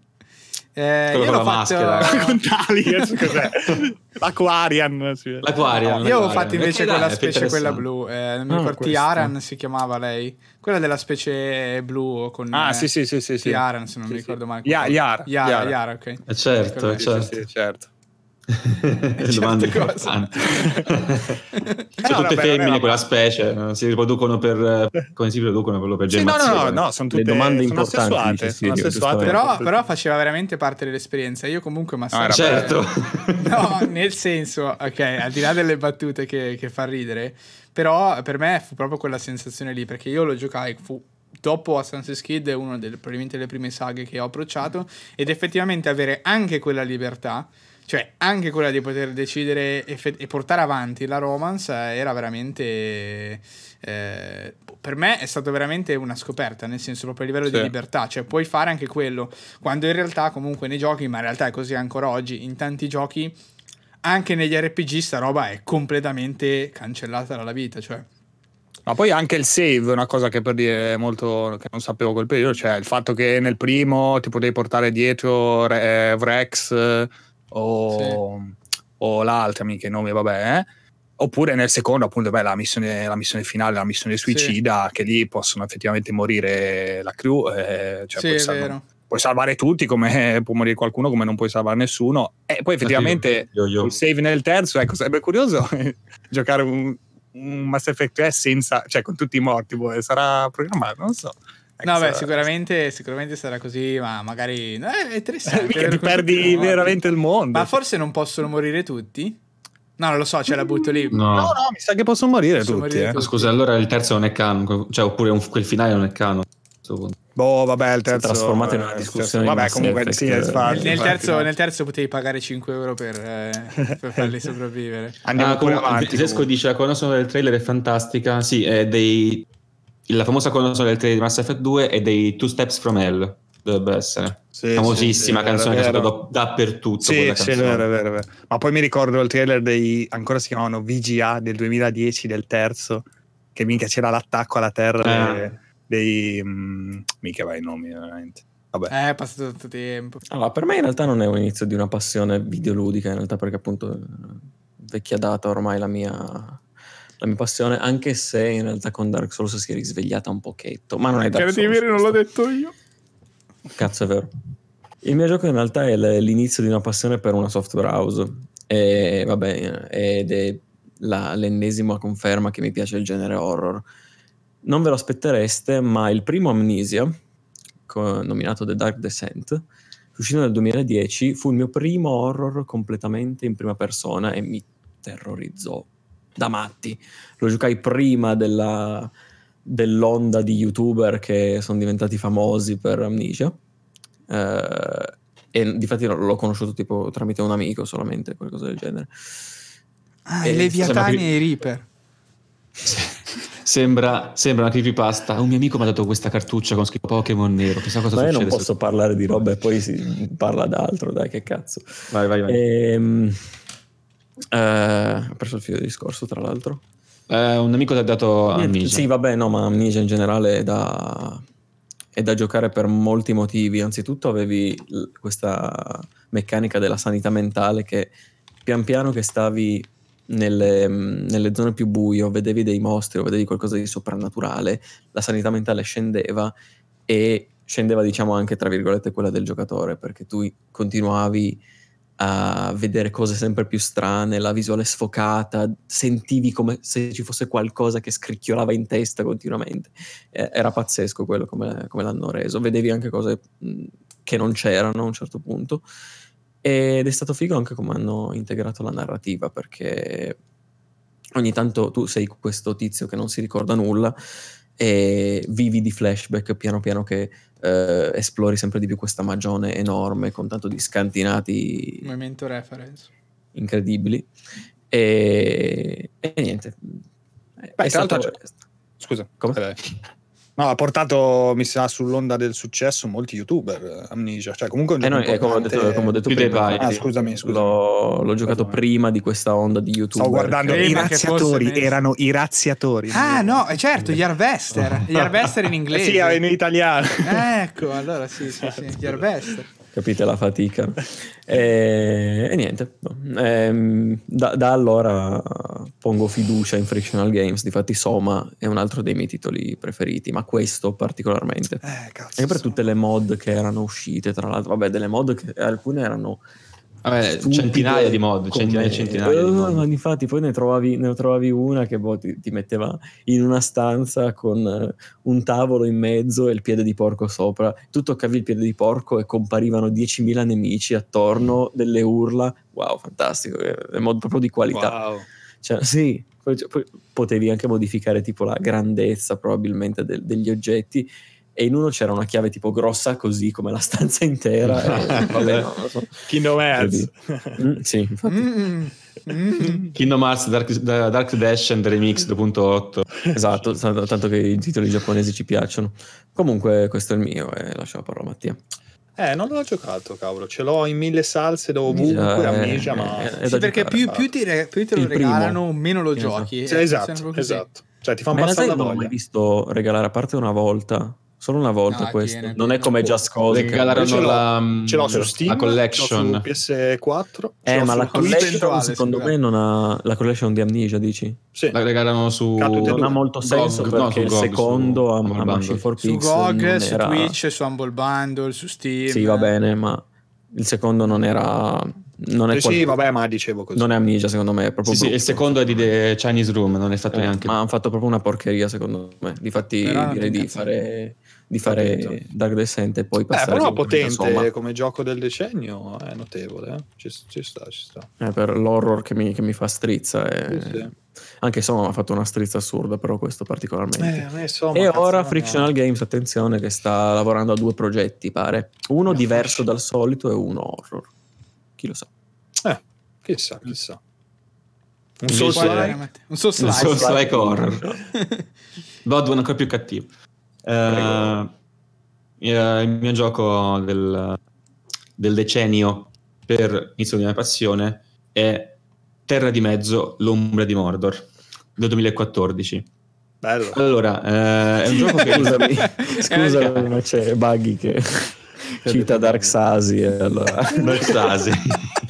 Io l'ho maschera. Con Tali, cos'è? L'Aquarian. Io avevo fatto invece quella specie, quella blu. Non mi ricordo, Tiaran si chiamava lei. Quella della specie blu con... sì. Tiaran, se non mi ricordo male. Yara, ok. Certo. Sì, certo. Domande importanti. Sono tutte femmine quella specie, si riproducono come si riproducono quello per gemmazione. No, sono tutte domande importanti, assessuate, però faceva veramente parte dell'esperienza. Io comunque certo. No, nel senso, ok, al di là delle battute che fa ridere, però per me fu proprio quella sensazione lì, perché io lo giocai, dopo Assassin's Creed, è una probabilmente le prime saghe che ho approcciato, ed effettivamente avere anche quella libertà, cioè anche quella di poter decidere e portare avanti la romance, era veramente per me è stato veramente una scoperta, nel senso proprio a livello di libertà, cioè puoi fare anche quello, quando in realtà comunque nei giochi, ma in realtà è così ancora oggi in tanti giochi, anche negli RPG sta roba è completamente cancellata dalla vita, cioè. Ma poi anche il save, una cosa che per dire molto che non sapevo quel periodo, cioè il fatto che nel primo ti potevi portare dietro Vrex o l'altra, che nome vabbè, oppure nel secondo appunto la missione finale, la missione suicida, che lì possono effettivamente morire la crew, cioè puoi salvare tutti, come può morire qualcuno, come non puoi salvare nessuno, e poi effettivamente il save nel terzo, ecco, sarebbe curioso giocare un Mass Effect 3 senza, cioè con tutti i morti, sarà programmato, non so. No, beh, sicuramente sarà così, ma magari è interessante. Mica ti perdi veramente il mondo. Ma forse non possono morire tutti? No, non lo so, ce la butto lì. No, mi sa che possono morire tutti. Scusa, allora il terzo non è canon, cioè oppure quel finale non è canon. Vabbè, il terzo si è trasformato in una discussione. Vabbè, comunque sì, nel terzo potevi pagare 5 euro per farli sopravvivere. Andiamo pure avanti. Zesco dice la colonna sonora del trailer è fantastica. Sì, è la famosa colonna sonora del trailer di Mass Effect 2 è dei Two Steps from Hell, dovrebbe essere famosissima canzone che è stata dappertutto. Sì, è vero. Ma poi mi ricordo il trailer ancora si chiamavano VGA del 2010 del terzo, che minchia c'era l'attacco alla terra mica vai i nomi veramente. Vabbè. È passato tanto tempo. Allora, per me in realtà non è un inizio di una passione videoludica, in realtà, perché appunto vecchia data ormai la mia passione, anche se in realtà con Dark Souls si è risvegliata un pochetto, ma non è Dark Souls. Non l'ho detto io. Cazzo, è vero. Il mio gioco in realtà è l'inizio di una passione per una software house, e vabbè, ed è l'ennesima conferma che mi piace il genere horror. Non ve lo aspettereste, ma il primo Amnesia, nominato The Dark Descent, uscito nel 2010, fu il mio primo horror completamente in prima persona e mi terrorizzò da matti. Lo giocai prima dell'onda di YouTuber che sono diventati famosi per Amnesia. E difatti l'ho conosciuto tipo tramite un amico solamente, qualcosa del genere. I Leviatani e i Reaper. Sembra una creepypasta. Un mio amico mi ha dato questa cartuccia con scritto Pokémon nero. Chissà cosa succede. Ma io non posso parlare di roba e poi si parla d'altro, dai, che cazzo. Vai. Ho perso il filo di discorso, tra l'altro. Un amico ti ha dato Amnesia. Sì, vabbè, no, ma Amnesia in generale è da giocare per molti motivi. Anzitutto avevi questa meccanica della sanità mentale che pian piano che stavi nelle zone più buio, vedevi dei mostri o vedevi qualcosa di soprannaturale, la sanità mentale scendeva, e scendeva, diciamo, anche tra virgolette quella del giocatore, perché tu continuavi a vedere cose sempre più strane, la visuale sfocata, sentivi come se ci fosse qualcosa che scricchiolava in testa continuamente. Era pazzesco quello come l'hanno reso. Vedevi anche cose che non c'erano a un certo punto, ed è stato figo anche come hanno integrato la narrativa, perché ogni tanto tu sei questo tizio che non si ricorda nulla e vivi di flashback piano piano che esplori sempre di più questa magione enorme con tanto di scantinati, Momento reference incredibili, e niente. Beh, tra l'altro scusa, come? No, ha portato, mi sa, sull'onda del successo molti YouTuber, Amnesia, cioè comunque come ho detto prima, scusami. L'ho giocato prima di questa onda di YouTuber. Stavo guardando i razziatori, erano i razziatori. Ah no, certo, gli Harvester. Gli Harvester in inglese. Sì, in italiano. Ecco, allora sì, gli Harvester. Capite la fatica. E niente, da allora pongo fiducia in Frictional Games. Difatti Soma è un altro dei miei titoli preferiti, ma questo particolarmente, anche per tutte le mod che erano uscite, tra l'altro. Vabbè, delle mod che alcune erano centinaia di mod, centinaia di mod. Infatti poi ne trovavi una che ti metteva in una stanza con un tavolo in mezzo e il piede di porco sopra. Tu toccavi il piede di porco e comparivano 10.000 nemici attorno, delle urla. Wow, fantastico, è mod proprio di qualità. Wow. Cioè, sì, poi potevi anche modificare tipo la grandezza probabilmente degli oggetti, e in uno c'era una chiave tipo grossa così come la stanza intera. Vabbè, no, lo so. Kingdom Hearts. Sì, infatti. Kingdom Hearts Dark Descent Remix 2.8. Esatto, tanto che i titoli giapponesi ci piacciono. Comunque questo è il mio e lascio la parola a Mattia. Non l'ho giocato, cavolo. Ce l'ho in 1000 salse da ovunque, Amnesia, ma... Sì, perché più te lo regalano, meno lo giochi. Esatto. Cioè ti fa passare la voglia. Non l'ho mai visto regalare, a parte una volta. Solo una volta questo. Non è come Just Cause. Regalarono ce l'ho su Steam, la collection. Su PS4. Ma la collection secondo me non ha... La collection di Amnesia, dici? Sì. La regalano su... Non ha molto senso perché il secondo a Machine for Pigs su GOG, su Twitch, su Humble Bundle, su Steam. Sì, va bene, ma il secondo non era... Sì, vabbè, ma dicevo così. Non è Amnesia, secondo me, è proprio sì, il secondo è di The Chinese Room, non è fatto neanche. Ma hanno fatto proprio una porcheria, secondo me. Difatti direi di fare Dark Descent e poi passare. Però potente come gioco del decennio, è notevole, ci sta. Per l'horror che mi fa strizza. Sì. Anche Soma mi ha fatto una strizza assurda, però questo particolarmente. E ora Frictional Games, attenzione, che sta lavorando a 2 progetti, pare. Uno diverso dal solito e uno horror. Chi lo sa? Chissà. Un Souls-like horror. Bloodborne ancora più cattivo. Il mio gioco del decennio per inizio di mia passione è Terra di Mezzo, l'ombra di Mordor del 2014. Bello. Allora, è un gioco che scusami, ma c'è Buggy che cita Dark Sasi, allora. Dark Sasi.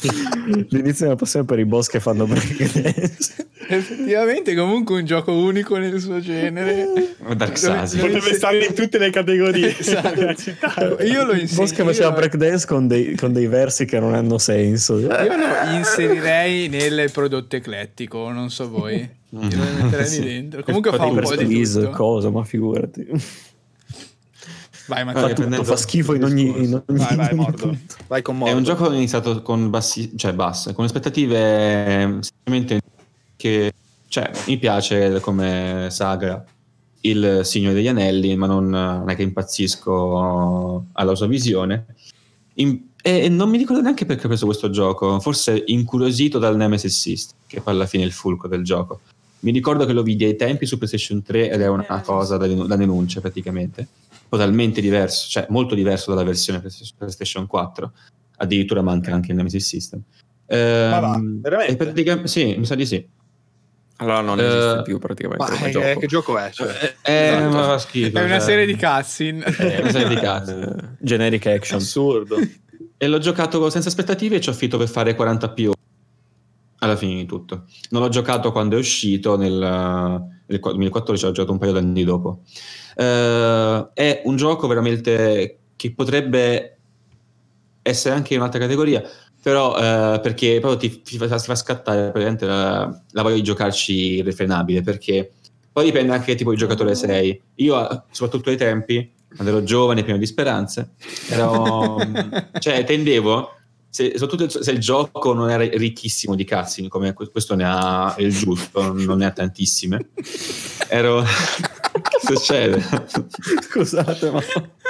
L'inizio della passione per i boss che fanno breakdance. Effettivamente comunque un gioco unico nel suo genere. Dark Souls. Potrebbe stare in tutte le categorie. Esatto. Io lo Il boss che faceva breakdance con dei versi che non hanno senso. Io lo inserirei nel prodotto eclettico, non so voi. Io lo metterei lì dentro. Comunque fa un po' di tutto. Cosa, ma figurati. Vai, ma fa schifo in ogni vai Mordo. Vai con Mordo. È un gioco iniziato con basse, con aspettative semplicemente che, cioè, mi piace come saga Il Signore degli Anelli, ma non è che impazzisco alla sua visione. E non mi ricordo neanche perché ho preso questo gioco, forse incuriosito dal Nemesis System, che poi alla fine è il fulcro del gioco. Mi ricordo che lo vidi ai tempi su PlayStation 3 ed è una cosa da denuncia praticamente. Totalmente diverso, cioè molto diverso dalla versione PlayStation 4, addirittura manca anche il Nemesis System. Ma va, veramente? Sì, mi sa di sì. Allora non esiste più praticamente come gioco. Che gioco è? Cioè? Ma schifo, è una serie di cutscene. È una serie di cutscene. Generic action. Assurdo. E l'ho giocato senza aspettative e ci ho affitto per fare 40 più alla fine di tutto. Non l'ho giocato quando è uscito nel 2014, l'ho giocato un paio d'anni dopo. È un gioco veramente che potrebbe essere anche in un'altra categoria, però perché proprio ti fa scattare praticamente la voglia di giocarci irrefrenabile, perché poi dipende anche che tipo di giocatore sei. Io, soprattutto ai tempi, quando ero giovane, pieno di speranze, cioè tendevo, soprattutto se il gioco non era ricchissimo di cutscene, come questo ne ha il giusto, non ne ha tantissime, ero... Che succede? Scusate, ma...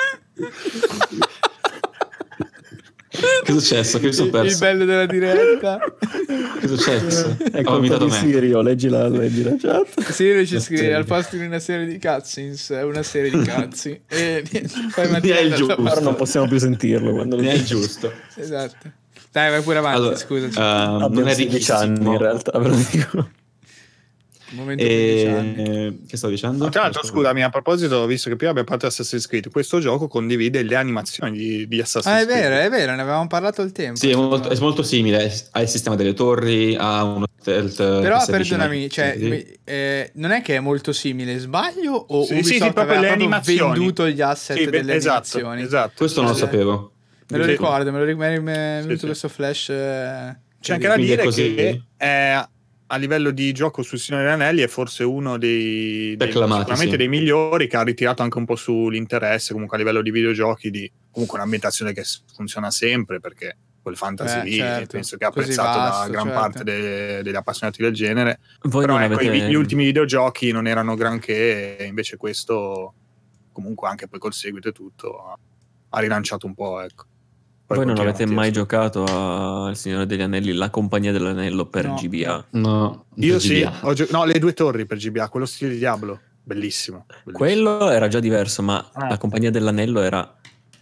Che è successo? Che mi sono perso? Il bello della diretta. Che è successo? È colpa di Sirio, leggi la chat. Sirio ci scrive al posto di una serie di cutscenes è una serie di cazzi. E poi è il giusto. Ora non possiamo più sentirlo quando è il giusto. Esatto. Dai, vai pure avanti, allora, scusaci. Non è 10 anni in realtà, ve lo dico. Che stavo dicendo? Tra l'altro, scusami, a proposito, visto che prima abbiamo parlato di Assassin's Creed, questo gioco condivide le animazioni di Assassin's Creed. È vero, ne avevamo parlato al tempo. Sì, è molto simile al sistema delle torri, ha uno stealth. Però perdonami, cioè, non è che è molto simile, sbaglio? O Ubisoft proprio le animazioni. venduto gli asset delle animazioni? Esatto. Questo non lo sapevo. Me lo ricordo, mi è venuto questo flash. C'è anche da dire che a livello di gioco sul Signore degli Anelli è forse uno sicuramente dei migliori, che ha ritirato anche un po' sull'interesse comunque a livello di videogiochi, di comunque un'ambientazione che funziona sempre, perché quel fantasy lì penso che è apprezzato da gran parte degli appassionati del genere. Però gli ultimi videogiochi non erano granché, e invece questo comunque anche poi col seguito e tutto ha rilanciato un po', ecco. Voi non avete mai giocato al Signore degli Anelli, la Compagnia dell'Anello per GBA? No, io sì, le Due Torri per GBA, quello stile di Diablo, bellissimo. Quello era già diverso, ma la Compagnia dell'Anello era...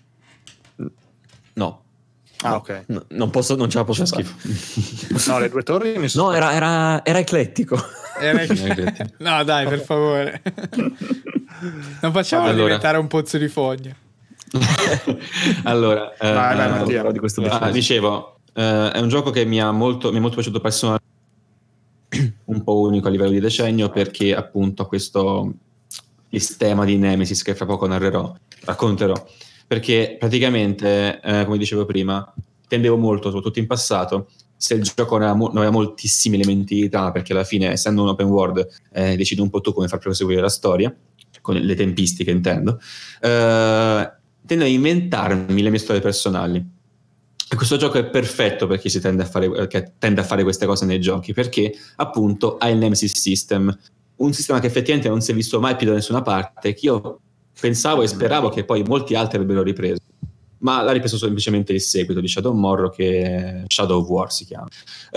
No. Ok. No, non ce la posso fare. No, le Due Torri No, era eclettico. No, dai, per favore. Non facciamo diventare un pozzo di fogna. Allora, vai, di questo dicevo, è un gioco che mi è molto piaciuto personalmente, un po' unico a livello di decennio, perché appunto ha questo sistema di Nemesis che fra poco racconterò, perché praticamente, come dicevo prima, tendevo molto, soprattutto in passato, se il gioco non aveva moltissimi elementi di trama, perché alla fine, essendo un open world, decidi un po' tu come far proseguire la storia, con le tempistiche intendo, tendo a inventarmi le mie storie personali. E questo gioco è perfetto per chi tende a fare queste cose nei giochi, perché appunto ha il Nemesis System, un sistema che effettivamente non si è visto mai più da nessuna parte, che io pensavo e speravo che poi molti altri avrebbero ripreso, ma l'ha ripreso semplicemente il seguito di Shadow Morrow, che Shadow of War si chiama.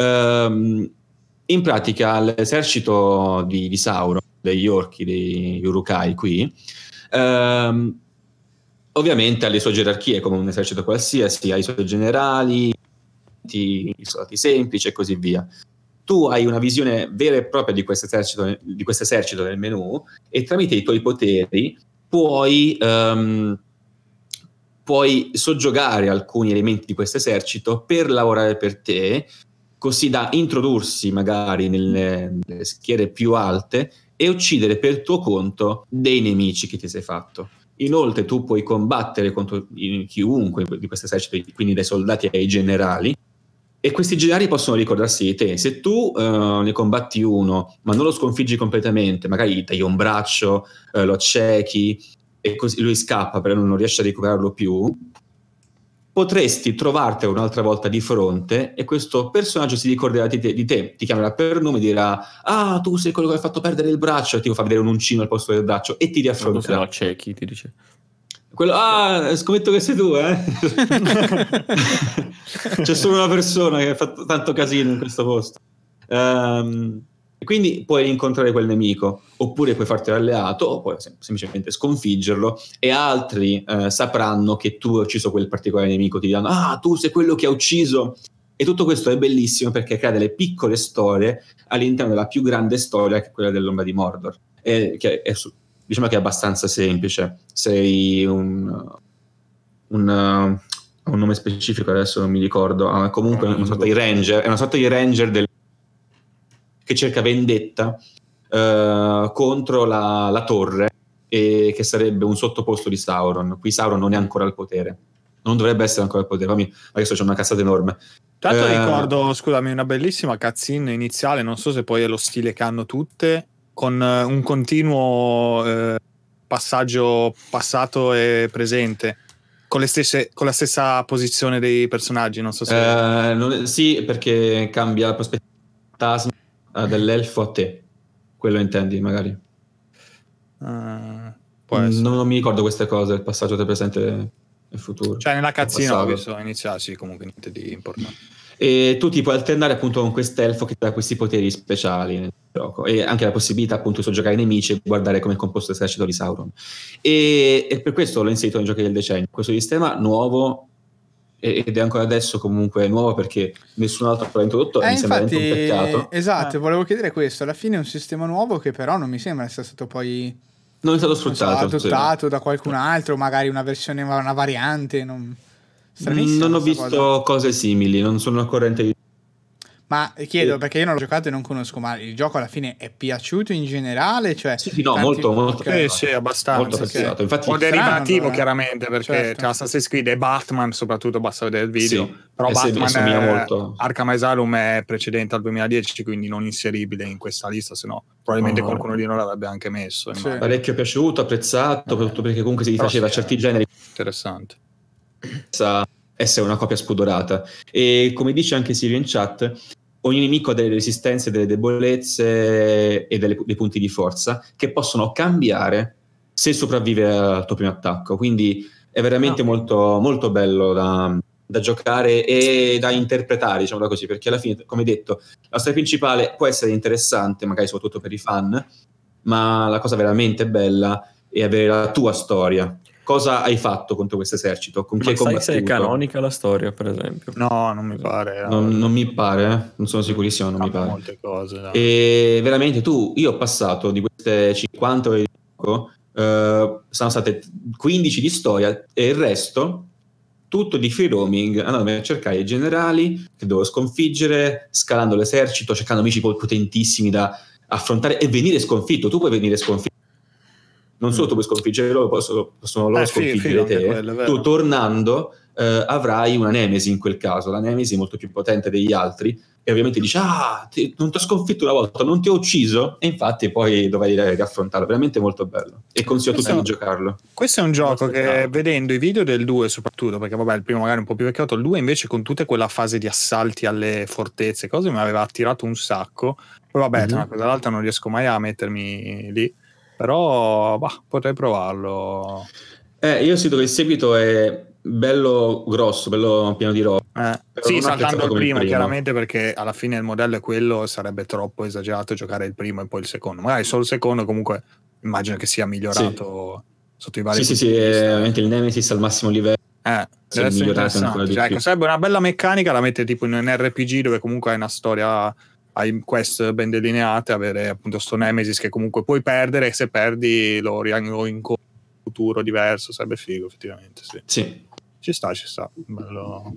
In pratica l'esercito di Sauron, degli orchi, dei Uruk-hai qui, ovviamente ha le sue gerarchie come un esercito qualsiasi, ha i suoi generali, i soldati semplici e così via. Tu hai una visione vera e propria di questo esercito nel menu, e tramite i tuoi poteri puoi puoi soggiogare alcuni elementi di questo esercito per lavorare per te, così da introdursi magari nelle schiere più alte e uccidere per tuo conto dei nemici che ti sei fatto. Inoltre tu puoi combattere contro chiunque di questo esercito, quindi dai soldati ai generali, e questi generali possono ricordarsi di te. Se tu ne combatti uno ma non lo sconfiggi completamente, magari gli tagli un braccio, lo accechi e così lui scappa però non riesce a recuperarlo più, potresti trovarti un'altra volta di fronte e questo personaggio si ricorderà di te, ti chiamerà per nome e dirà: ah, tu sei quello che hai fatto perdere il braccio, e ti fa vedere un uncino al posto del braccio e ti riaffronterà. Se lo accechi, ti dice quello, scommetto che sei tu, c'è solo una persona che ha fatto tanto casino in questo posto. Quindi puoi incontrare quel nemico, oppure puoi farti alleato, o puoi semplicemente sconfiggerlo, e altri sapranno che tu hai ucciso quel particolare nemico, ti diranno: ah, tu sei quello che ha ucciso. E tutto questo è bellissimo perché crea delle piccole storie all'interno della più grande storia, che è quella dell'Ombra di Mordor, diciamo che è abbastanza semplice. Sei un nome specifico, adesso non mi ricordo, comunque è una sorta di ranger, che cerca vendetta contro la torre, e che sarebbe un sottoposto di Sauron. Qui Sauron non è ancora al potere, non dovrebbe essere ancora al potere, adesso c'è una cazzata enorme. Tanto ricordo, scusami, una bellissima cutscene iniziale, non so se poi è lo stile che hanno tutte, con un continuo passaggio passato e presente, con la stessa posizione dei personaggi, non so se... sì, perché cambia la prospettiva dell'elfo a te, quello intendi magari. Non mi ricordo queste cose, il passaggio tra presente e il futuro. Cioè nella cutscene ho visto iniziale, sì, comunque niente di importante. E tu ti puoi alternare appunto con quest'elfo che ti dà questi poteri speciali nel gioco, e anche la possibilità appunto di soggiogare i nemici e guardare come è composto l'esercito di Sauron, e per questo l'ho inserito nei giochi del decennio, questo sistema nuovo, ed è ancora adesso comunque nuovo perché nessun altro l'ha introdotto, e mi sembra un peccato. Esatto, volevo chiedere questo, alla fine è un sistema nuovo che però non mi sembra sia stato poi non è stato sfruttato, adottato da qualcun altro, magari una versione, una variante, non ho visto cose simili, non sono al corrente di... Ma chiedo perché io non l'ho giocato e non conosco, ma il gioco alla fine è piaciuto in generale? Cioè, sì, no, molto sì, abbastanza, molto apprezzato. Infatti, o derivativo chiaramente, perché tra Assassin's Creed e Batman soprattutto basta vedere il video, però Batman molto. Arkham Asylum è precedente al 2010, quindi non inseribile in questa lista, se no probabilmente qualcuno di noi l'avrebbe anche messo. Parecchio piaciuto, apprezzato, soprattutto perché comunque si rifaceva certi generi. Interessante. Essere una copia spudorata, e come dice anche Silvio in chat, ogni nemico ha delle resistenze, delle debolezze e dei punti di forza che possono cambiare se sopravvive al tuo primo attacco, quindi è veramente molto, molto bello da giocare e da interpretare, diciamola così, perché alla fine, come detto, la storia principale può essere interessante, magari soprattutto per i fan, ma la cosa veramente bella è avere la tua storia. Cosa hai fatto contro questo esercito? Con chi hai combattuto? Se è canonica la storia, per esempio? No, non mi pare. Non mi pare, non sono sicurissimo, non mi pare. Molte cose. No. E veramente io ho passato di queste 50 ore di gioco, sono state 15 di storia e il resto tutto di free roaming, andando a cercare i generali che dovevo sconfiggere, scalando l'esercito, cercando amici potentissimi da affrontare e venire sconfitto. Tu puoi venire sconfitto. Non solo tu puoi sconfiggere loro, possono loro sconfiggere te. Tu tornando avrai una nemesi in quel caso. La nemesi è molto più potente degli altri e ovviamente dici: non ti ho sconfitto una volta, non ti ho ucciso, e infatti poi dovrai riaffrontarlo. Veramente molto bello e consiglio a tutti di giocarlo. Questo è un gioco che, vedendo i video del 2 soprattutto, perché vabbè il primo magari è un po' più vecchiato, il 2 invece con tutta quella fase di assalti alle fortezze, cose mi aveva attirato un sacco. Poi vabbè, tra una cosa e l'altra non riesco mai a mettermi lì, però potrei provarlo. Io sento che il seguito è bello grosso, bello pieno di roba. Sì, saltando il primo, chiaramente, perché alla fine il modello è quello, sarebbe troppo esagerato giocare il primo e poi il secondo. Magari solo il secondo, comunque immagino che sia migliorato sotto i vari punti di vista. Veramente il Nemesis al massimo livello. Deve essere interessante. Cioè, sarebbe una bella meccanica, la mette tipo in un RPG dove comunque hai una storia, hai quest ben delineate, avere appunto sto Nemesis che comunque puoi perdere, e se perdi lo in futuro diverso, sarebbe figo effettivamente. Sì. Ci sta. Bello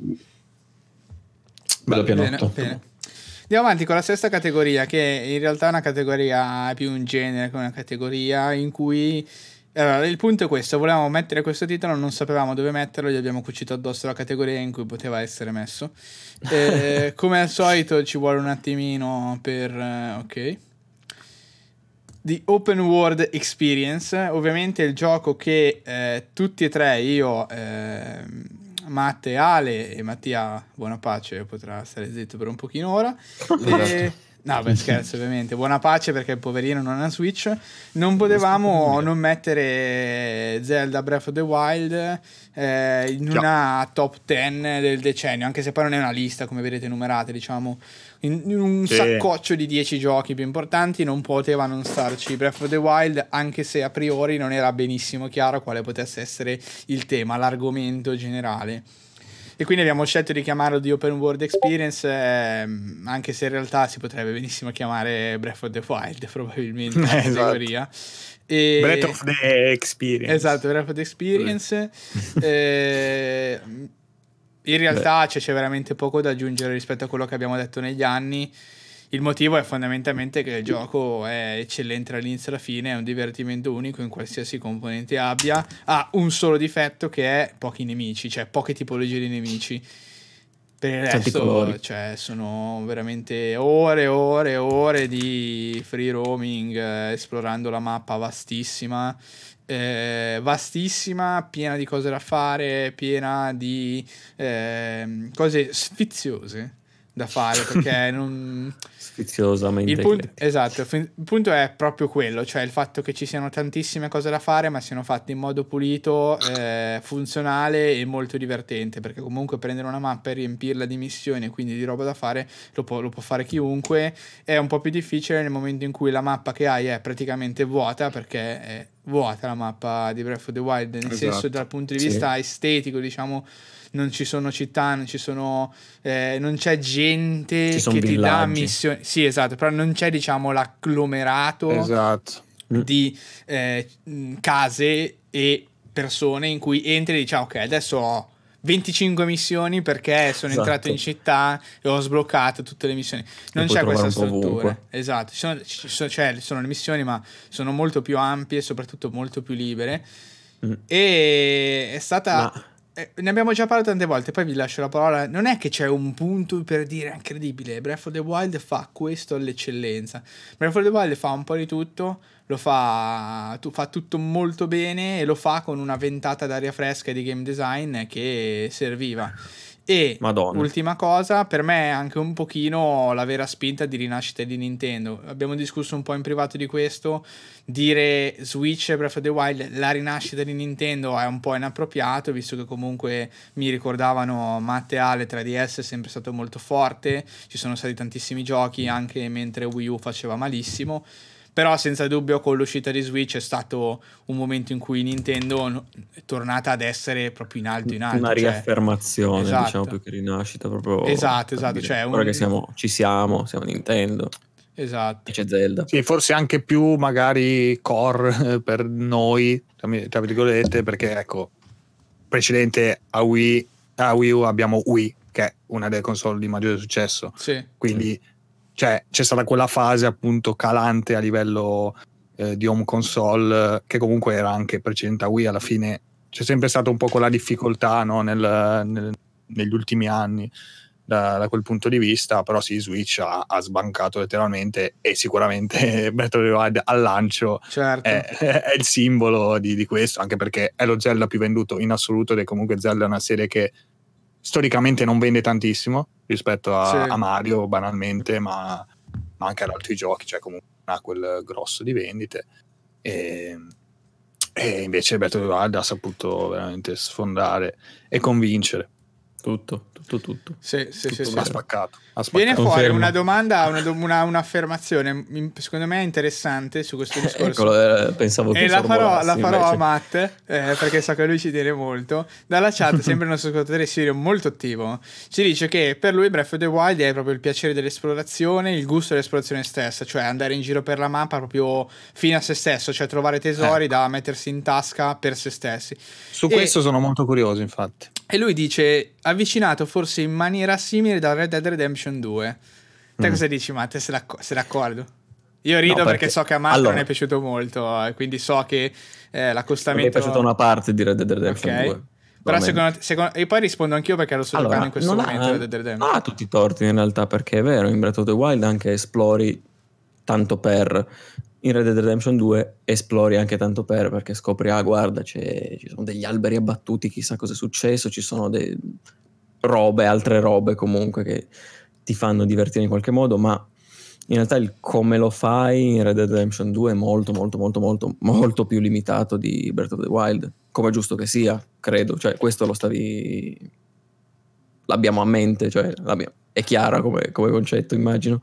pianotto. Bene. Andiamo avanti con la sesta categoria, che in realtà è una categoria più un genere che una categoria in cui... Allora, il punto è questo: volevamo mettere questo titolo, non sapevamo dove metterlo, gli abbiamo cucito addosso la categoria in cui poteva essere messo. Come al solito ci vuole un attimino per... ok. The Open World Experience, ovviamente il gioco che tutti e tre, io, Matte, Ale e Mattia Buonapace, potrà stare zitto per un pochino ora. No, beh, scherzo, ovviamente. Buona pace, perché il poverino non ha Switch. Non potevamo non mettere Zelda Breath of the Wild in una top 10 del decennio, anche se poi non è una lista, come vedete, numerate, diciamo. In un saccoccio di 10 giochi più importanti non poteva non starci Breath of the Wild, anche se a priori non era benissimo chiaro quale potesse essere il tema, l'argomento generale. E quindi abbiamo scelto di chiamarlo The Open World Experience, anche se in realtà si potrebbe benissimo chiamare Breath of the Wild, probabilmente, la categoria. Breath of the Experience. Esatto, Breath of the Experience. In realtà c'è veramente poco da aggiungere rispetto a quello che abbiamo detto negli anni. Il motivo è fondamentalmente che il gioco è eccellente dall'inizio alla fine, è un divertimento unico in qualsiasi componente abbia. Ha un solo difetto, che è pochi nemici, cioè poche tipologie di nemici. Per il resto, cioè, sono veramente ore e ore e ore di free roaming, esplorando la mappa vastissima, piena di cose da fare, piena di cose sfiziose da fare, perché non... sfiziosamente esatto, il punto è proprio quello, cioè il fatto che ci siano tantissime cose da fare, ma siano fatte in modo pulito, funzionale e molto divertente, perché comunque prendere una mappa e riempirla di missioni e quindi di roba da fare lo può fare chiunque. È un po' più difficile nel momento in cui la mappa che hai è praticamente vuota, perché è vuota la mappa di Breath of the Wild, nel senso, dal punto di vista estetico, diciamo, non ci sono città, non c'è gente che ti dà missioni. Sì, esatto, però non c'è, diciamo, l'agglomerato di case e persone in cui entri e dici ok, adesso ho 25 missioni perché sono entrato in città e ho sbloccato tutte le missioni. Non c'è questa struttura. Esatto, sono le missioni, ma sono molto più ampie e soprattutto molto più libere. E è stata... ne abbiamo già parlato tante volte, poi vi lascio la parola. Non è che c'è un punto per dire incredibile, Breath of the Wild fa questo all'eccellenza. Breath of the Wild fa un po' di tutto, fa tutto molto bene e lo fa con una ventata d'aria fresca e di game design che serviva. E ultima cosa, per me è anche un pochino la vera spinta di rinascita di Nintendo. Abbiamo discusso un po' in privato di questo. Dire Switch e Breath of the Wild la rinascita di Nintendo è un po' inappropriato, visto che comunque mi ricordavano Matte e Ale, 3DS è sempre stato molto forte, ci sono stati tantissimi giochi anche mentre Wii U faceva malissimo. Però senza dubbio con l'uscita di Switch è stato un momento in cui Nintendo è tornata ad essere proprio in alto. Una riaffermazione, diciamo, più che rinascita, proprio. Esatto. Cioè, ora che siamo Nintendo. Esatto. E c'è Zelda. Sì, forse anche più magari core per noi, tra virgolette, perché ecco, precedente a Wii U abbiamo Wii, che è una delle console di maggiore successo. Sì. Quindi cioè, c'è stata quella fase appunto calante a livello di home console, che comunque era anche precedente a Wii. Alla fine c'è sempre stata un po' quella difficoltà, no? Negli ultimi anni da quel punto di vista, però sì, Switch ha sbancato letteralmente, e sicuramente Breath of the Wild al lancio è il simbolo di questo, anche perché è lo Zelda più venduto in assoluto, ed è comunque Zelda una serie che storicamente non vende tantissimo rispetto a Mario banalmente, ma anche ad altri giochi, cioè comunque ha quel grosso di vendite, e invece Breath of the Wild ha saputo veramente sfondare e convincere Tutto. Sì. Ha spaccato. Viene fuori Confermo. una domanda, un'affermazione secondo me interessante su questo discorso. Eccolo, pensavo che e la farò invece. a Matt, perché so che lui ci tiene molto. Dalla chat sempre il nostro ascoltatore Sirio, molto attivo, ci dice che per lui Breath of the Wild è proprio il piacere dell'esplorazione, il gusto dell'esplorazione stessa, cioè andare in giro per la mappa proprio fine a se stesso, cioè trovare tesori da mettersi in tasca per se stessi. Questo sono molto curioso, infatti. E lui dice avvicinato forse in maniera simile da Red Dead Redemption 2. Te cosa dici, Matt? Sei d'accordo? Io rido perché so che a Matt non è piaciuto molto, quindi so che l'accostamento... Mi è piaciuta una parte di Red Dead Redemption 2. Però secondo e poi rispondo anch'io perché lo sto giocando in questo momento Red Dead Redemption. Non ha tutti i torti in realtà, perché è vero, in Breath of the Wild anche esplori tanto per... In Red Dead Redemption 2 esplori anche tanto perché scopri, guarda, ci sono degli alberi abbattuti, chissà cosa è successo, ci sono altre robe comunque che ti fanno divertire in qualche modo, ma in realtà il come lo fai in Red Dead Redemption 2 è molto molto molto molto molto più limitato di Breath of the Wild, come è giusto che sia, credo, cioè questo l'abbiamo a mente, cioè è chiara come concetto, immagino.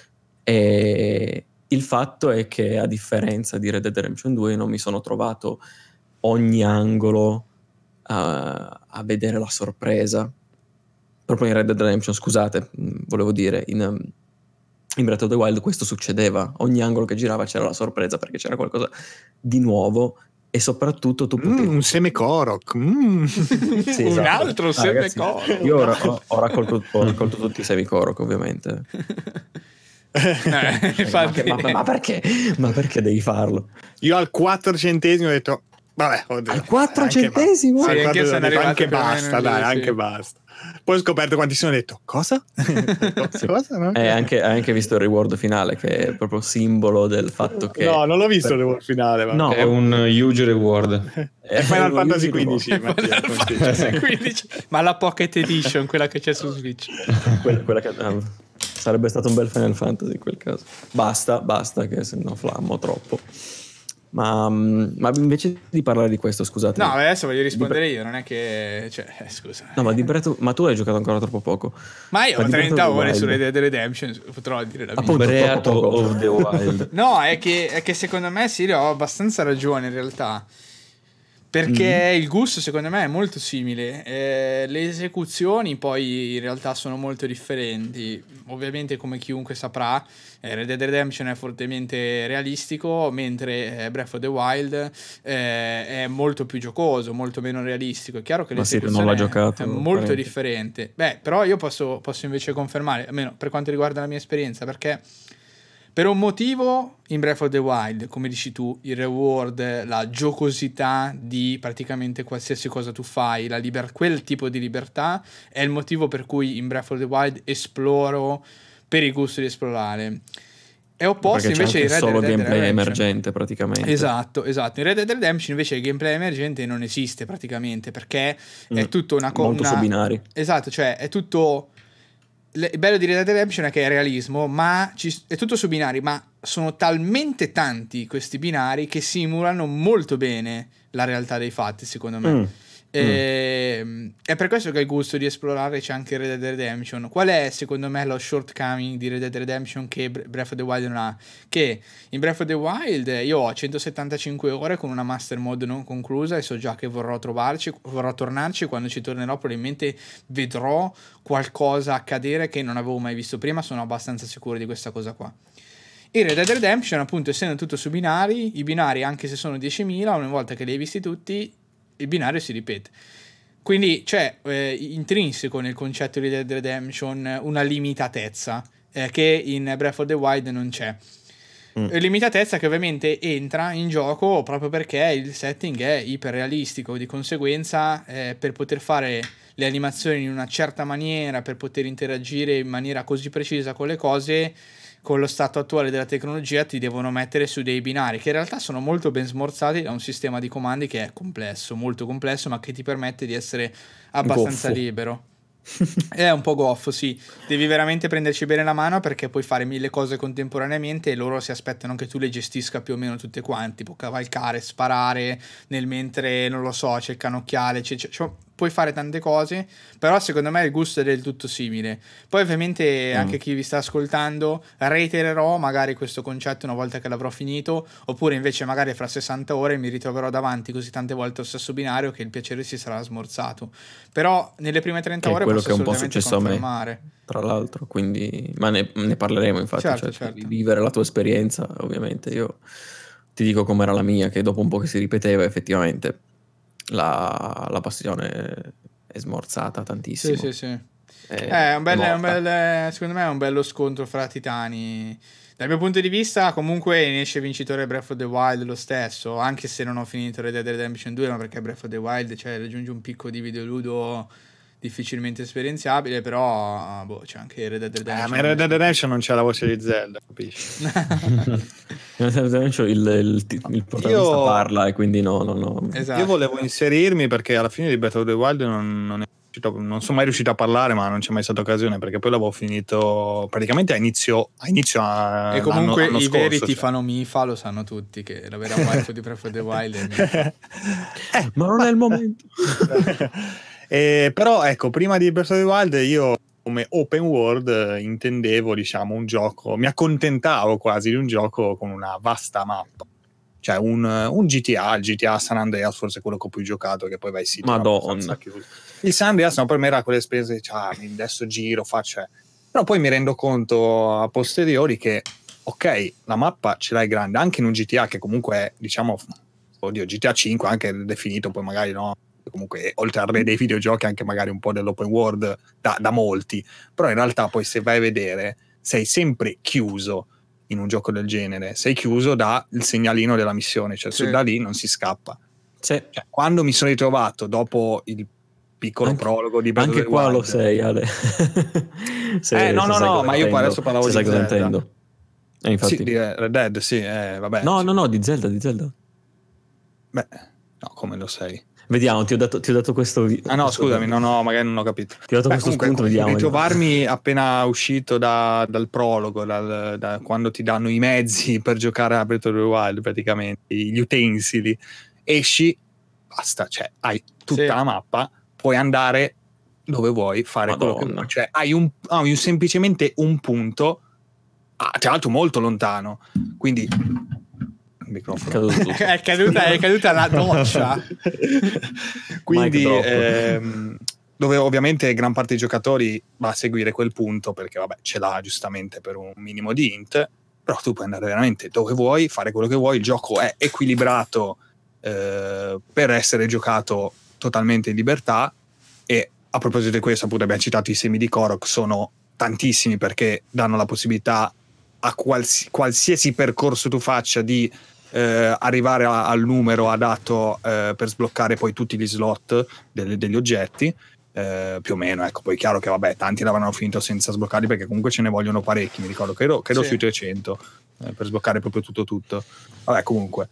E il fatto è che, a differenza di Red Dead Redemption 2, non mi sono trovato ogni angolo a vedere la sorpresa. Proprio in Red Dead Redemption, scusate, volevo dire, in Breath of the Wild questo succedeva. Ogni angolo che girava c'era la sorpresa, perché c'era qualcosa di nuovo. E soprattutto tu potevi... un Semi-Korok. Sì, esatto. Un altro Semi-Korok. Io ho raccolto tutti i Semi-Korok, ovviamente. Ma perché devi farlo? Io al 400° ho detto vabbè, al 400°? Anche basta, anche basta. Poi ho scoperto quanti sono, ho detto cosa? Cosa? No? Hai anche visto il reward finale, che è proprio simbolo del fatto che... No, non l'ho visto il reward finale. Ma... No, è un huge reward. È Final Fantasy XV. Ma la Pocket Edition, quella che c'è su Switch. quella che... sarebbe stato un bel Final Fantasy in quel caso. Basta che se no flammo troppo. Ma invece di parlare di questo, scusate. No, adesso voglio rispondere io, non è che... scusa. No, ma tu hai giocato ancora troppo poco. Ma io ho 30 ore su Red Dead Redemption, potrò dire la mia. Breath of the Wild. No, è che secondo me Sirio ho abbastanza ragione in realtà. Perché il gusto secondo me è molto simile, le esecuzioni poi in realtà sono molto differenti. Ovviamente, come chiunque saprà, Red Dead Redemption è fortemente realistico, mentre Breath of the Wild è molto più giocoso, molto meno realistico. È chiaro che l'esecuzione non l'ha giocato, è molto differente. Però io posso invece confermare, almeno per quanto riguarda la mia esperienza, perché per un motivo in Breath of the Wild, come dici tu, il reward, la giocosità di praticamente qualsiasi cosa tu fai, quel tipo di libertà è il motivo per cui in Breath of the Wild esploro per il gusto di esplorare. È opposto perché invece c'è in Red solo Dead gameplay Redemption. emergente praticamente. Esatto. In Red Dead Redemption invece il gameplay emergente non esiste praticamente, perché è tutto molto su binari. Esatto, cioè è tutto... Il bello di Red Dead Redemption è che è realismo, ma è tutto su binari, ma sono talmente tanti questi binari che simulano molto bene la realtà dei fatti, secondo me. È per questo che il gusto di esplorare c'è anche in Red Dead Redemption. Qual è secondo me lo shortcoming di Red Dead Redemption che Breath of the Wild non ha? Che in Breath of the Wild io ho 175 ore con una master mode non conclusa e so già che vorrò tornarci. Quando ci tornerò probabilmente vedrò qualcosa accadere che non avevo mai visto prima, sono abbastanza sicuro di questa cosa qua. In Red Dead Redemption, appunto, essendo tutto su binari, i binari, anche se sono 10.000, una volta che li hai visti tutti, il binario si ripete. Quindi c'è intrinseco nel concetto di Red Dead Redemption una limitatezza che in Breath of the Wild non c'è. Limitatezza che ovviamente entra in gioco proprio perché il setting è iperrealistico, di conseguenza per poter fare le animazioni in una certa maniera, per poter interagire in maniera così precisa con le cose, con lo stato attuale della tecnologia ti devono mettere su dei binari che in realtà sono molto ben smorzati da un sistema di comandi che è complesso, molto complesso, ma che ti permette di essere abbastanza libero. È un po' goffo, sì, devi veramente prenderci bene la mano perché puoi fare 1000 cose contemporaneamente e loro si aspettano che tu le gestisca più o meno tutte quante, tipo cavalcare, sparare nel mentre, non lo so, c'è il cannocchiale, puoi fare tante cose, però secondo me il gusto è del tutto simile. Poi ovviamente anche chi vi sta ascoltando, reitererò magari questo concetto una volta che l'avrò finito, oppure invece magari fra 60 ore mi ritroverò davanti così tante volte al stesso binario che il piacere si sarà smorzato. Però nelle prime 30 ore quello posso che è un po' assolutamente successo confermare. a me, tra l'altro, quindi ma ne parleremo infatti, Certo. Di vivere la tua esperienza. Ovviamente io ti dico com'era la mia, che dopo un po' che si ripeteva effettivamente la passione è smorzata tantissimo. Sì. È un bel, secondo me è un bello scontro fra titani. Dal mio punto di vista comunque ne esce vincitore Breath of the Wild lo stesso, anche se non ho finito Red Dead Redemption 2, ma perché Breath of the Wild raggiunge un picco di videoludo difficilmente esperienziabile, però c'è anche Red Dead Redemption. Ma Red Dead Redemption non c'è la voce di Zelda, capisci? il protagonista parla e quindi no. Esatto. Io volevo inserirmi perché alla fine di Breath of the Wild non sono mai riuscito a parlare, ma non c'è mai stata occasione perché poi l'avevo finito praticamente a inizio e comunque l'anno i scorso, veri tifano Mifa lo sanno tutti che la vera wife di Breath of the Wild è Mifa. Ma non è il momento. Però ecco, prima di Breath of the Wild io come open world intendevo, diciamo, un gioco, mi accontentavo quasi di un gioco con una vasta mappa, cioè un GTA, il GTA San Andreas, forse quello che ho più giocato, che poi vai sì, Madonna. il San Andreas per me era quell'esperienza di adesso giro, faccio, però poi mi rendo conto a posteriori che ok, la mappa ce l'hai grande anche in un GTA che comunque è, diciamo, GTA 5 anche definito, poi magari no, comunque oltre al re dei videogiochi anche magari un po' dell'open world da molti, però in realtà poi se vai a vedere sei sempre chiuso in un gioco del genere, sei chiuso dal segnalino della missione, cioè Sì. da lì non si scappa. Sì. Cioè, quando mi sono ritrovato dopo il piccolo prologo di Breath of the Anche qua Wild, lo sei, Ale. no, ma io poi adesso parlavo di Zelda. Intendo. Infatti. Sì, di Red Dead, sì, vabbè. No, sì. no, di Zelda. Beh, no, come lo sei? Vediamo, ti ho dato questo. No, scusami, no, magari non ho capito. Ti ho dato questo spunto, vediamo. Ritrovarmi appena uscito dal prologo, da quando ti danno i mezzi per giocare a Breath of the Wild, praticamente, gli utensili, esci, basta, cioè hai tutta la mappa, puoi andare dove vuoi, fare quello che vuoi, cioè hai semplicemente un punto, tra l'altro molto lontano, quindi microfono. È caduta la doccia. Quindi dove ovviamente gran parte dei giocatori va a seguire quel punto perché vabbè ce l'ha giustamente per un minimo di int, però tu puoi andare veramente dove vuoi, fare quello che vuoi, il gioco è equilibrato per essere giocato totalmente in libertà. E a proposito di questo, appunto, abbiamo citato i semi di Korok, sono tantissimi perché danno la possibilità a qualsiasi percorso tu faccia di arrivare al numero adatto per sbloccare poi tutti gli slot degli oggetti, più o meno, ecco. Poi è chiaro che vabbè, tanti l'avranno finito senza sbloccarli perché comunque ce ne vogliono parecchi, mi ricordo che ero sui 300 per sbloccare proprio tutto. Vabbè, comunque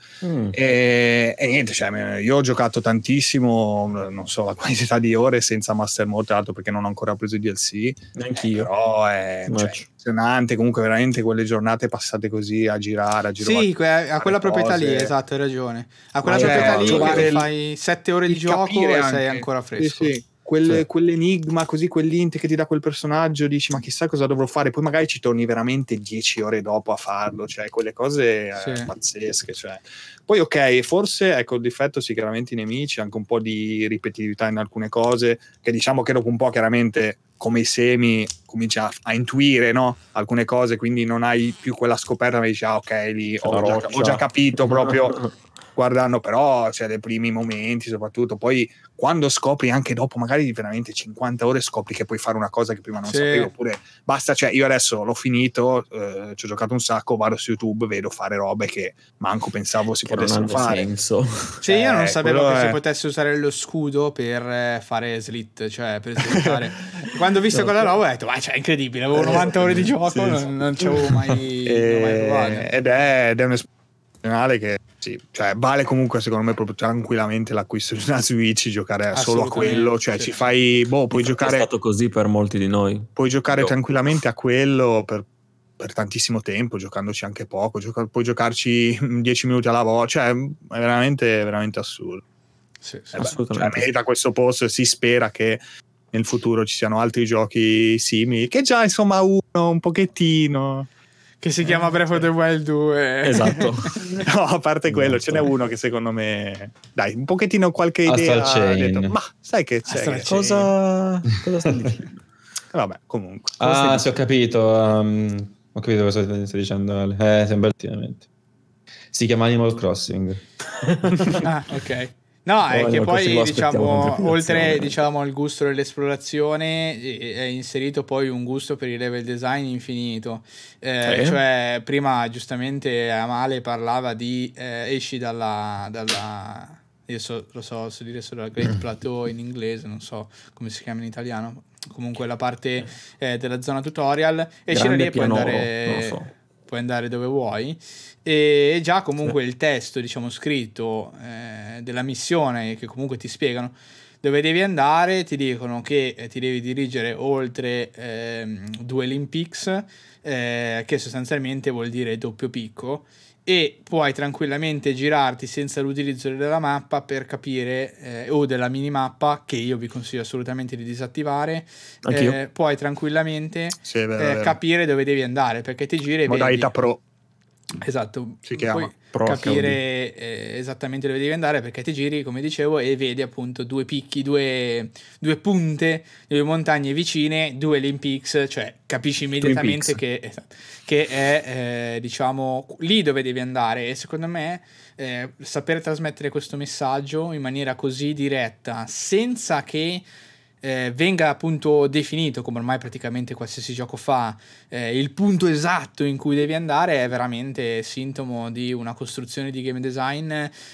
e niente, cioè, io ho giocato tantissimo, non so la quantità di ore senza Master Mode, tra l'altro perché non ho ancora preso i DLC, neanch'io, però è emozionante comunque veramente quelle giornate passate così a girare sì, a quella proprietà lì, esatto, hai ragione, a quella proprietà lì che fai 7 ore di gioco e sei ancora fresco. Sì. Quell'enigma, così quell'int che ti dà quel personaggio, dici ma chissà cosa dovrò fare, poi magari ci torni veramente 10 ore dopo a farlo, cioè quelle cose pazzesche, cioè. Poi ok, forse ecco il difetto sicuramente i nemici, anche un po' di ripetitività in alcune cose, che diciamo che dopo un po' chiaramente come i semi cominci a intuire, no? Alcune cose, quindi non hai più quella scoperta, ma dici ok, lì ho già capito proprio guardando, però c'è dei primi momenti soprattutto, poi quando scopri anche dopo magari veramente 50 ore scopri che puoi fare una cosa che prima non sapevi, oppure basta, cioè io adesso l'ho finito, ci ho giocato un sacco, vado su YouTube, vedo fare robe che manco pensavo si potessero fare. Senso. Cioè io non sapevo che si potesse usare lo scudo per fare slit, cioè per slittare. Quando ho visto quella roba ho detto cioè, è incredibile, avevo 90 ore di gioco, non ci avevo mai provato. Ed è un'esperienza che cioè vale comunque secondo me proprio tranquillamente l'acquisto di una Switch, giocare solo a quello, cioè ci fai puoi giocare, è stato così per molti di noi, puoi giocare tranquillamente a quello per tantissimo tempo, giocandoci anche poco, puoi giocarci 10 minuti alla volta, cioè è veramente veramente assurdo. Sì, assolutamente. Cioè, merita questo posto e si spera che nel futuro ci siano altri giochi simili, che già insomma uno un pochettino che si chiama Breath of the Wild 2. Esatto. No, a parte quello, ce n'è uno che secondo me, dai, un pochettino qualche idea ha detto, ma sai che c'è? Cosa sta dicendo? Vabbè, comunque. Sì, ho capito. Ho capito cosa stai dicendo, Ale. Sembra effettivamente. Si chiama Animal Crossing. Ok. No, è che poi diciamo, oltre diciamo al gusto dell'esplorazione, è inserito poi un gusto per il level design infinito. Cioè, prima giustamente Amale parlava di esci dalla io lo so dire solo la Great Plateau in inglese, non so come si chiama in italiano. Comunque la parte della zona tutorial, esci da lì e puoi andare dove vuoi. E già comunque il testo, diciamo, scritto della missione, che comunque ti spiegano dove devi andare, ti dicono che ti devi dirigere oltre 2 Olympics, che sostanzialmente vuol dire doppio picco, e puoi tranquillamente girarti senza l'utilizzo della mappa per capire, o della minimappa, che io vi consiglio assolutamente di disattivare. Puoi tranquillamente capire dove devi andare, perché ti giri e modalità pro. Esatto, si chiama puoi capire esattamente dove devi andare, perché ti giri, come dicevo, e vedi appunto 2 picchi, due punte, 2 montagne vicine, 2 Olympics, cioè capisci immediatamente che è diciamo lì dove devi andare. E secondo me sapere trasmettere questo messaggio in maniera così diretta, senza che venga appunto definito, come ormai praticamente qualsiasi gioco fa, il punto esatto in cui devi andare, è veramente sintomo di una costruzione di game design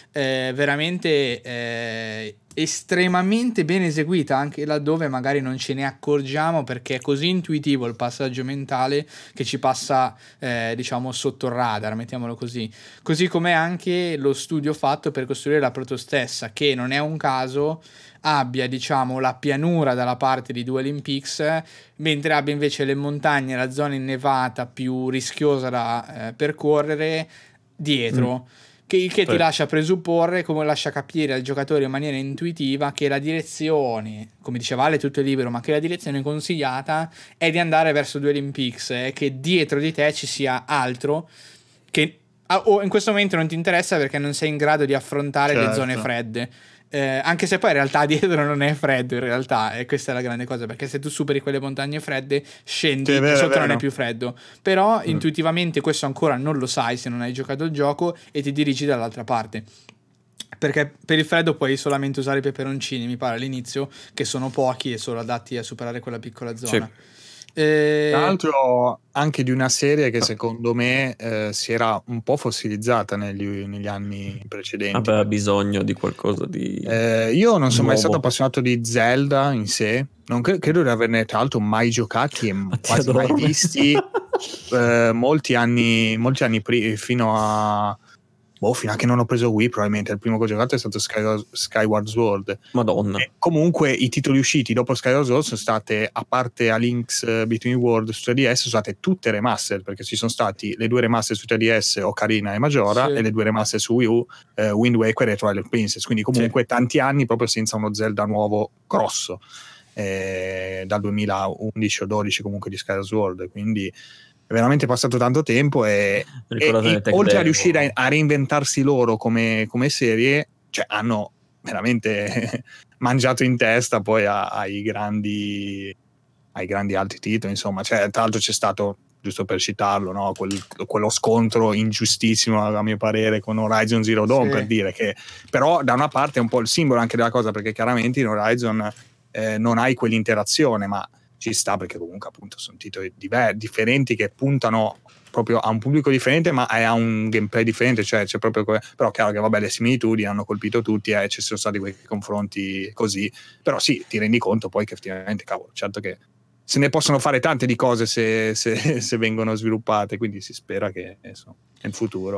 veramente estremamente ben eseguita, anche laddove magari non ce ne accorgiamo, perché è così intuitivo il passaggio mentale che ci passa diciamo sotto il radar, mettiamolo così come anche lo studio fatto per costruire la proto stessa, che non è un caso abbia diciamo la pianura dalla parte di 2 Olympics, mentre abbia invece le montagne, la zona innevata più rischiosa da percorrere dietro, che ti lascia presupporre, come lascia capire al giocatore in maniera intuitiva, che la direzione, come diceva Ale, tutto è libero, ma che la direzione consigliata è di andare verso 2 Olympics, e che dietro di te ci sia altro che in questo momento non ti interessa, perché non sei in grado di affrontare le zone fredde. Anche se poi in realtà dietro non è freddo in realtà, e questa è la grande cosa, perché se tu superi quelle montagne fredde scendi sotto, non è più freddo, però intuitivamente questo ancora non lo sai se non hai giocato il gioco e ti dirigi dall'altra parte, perché per il freddo puoi solamente usare i peperoncini, mi pare all'inizio, che sono pochi e solo adatti a superare quella piccola zona. Tra l'altro anche di una serie che secondo me si era un po' fossilizzata negli anni precedenti. Ha bisogno di qualcosa di io non sono mai stato appassionato di Zelda in sé, non credo di averne tra l'altro mai giocati e quasi mai visti. molti anni fino a che non ho preso Wii, probabilmente il primo che ho giocato è stato Skyward Sword. Madonna. E comunque i titoli usciti dopo Skyward Sword sono state, a parte a Link's Between Worlds su 3DS, sono state tutte remaster, perché ci sono stati le 2 remaster su 3DS, Ocarina e Majora, e le 2 remaster su Wii U, Wind Waker e Twilight Princess, quindi comunque tanti anni proprio senza uno Zelda nuovo grosso, dal 2011 o 12 comunque di Skyward Sword, quindi è veramente passato tanto tempo e oltre a riuscire a reinventarsi loro come serie, cioè hanno veramente mangiato in testa poi ai grandi altri titoli, insomma, cioè, tra l'altro c'è stato, giusto per citarlo, no? quello scontro ingiustissimo a mio parere con Horizon Zero Dawn, per dire che però da una parte è un po' il simbolo anche della cosa, perché chiaramente in Horizon non hai quell'interazione, ma ci sta, perché comunque appunto sono titoli differenti che puntano proprio a un pubblico differente, ma a un gameplay differente, cioè c'è proprio però chiaro che vabbè, le similitudini hanno colpito tutti e ci sono stati quei confronti così, però sì, ti rendi conto poi che effettivamente, cavolo, certo che se ne possono fare tante di cose se vengono sviluppate, quindi si spera che nel futuro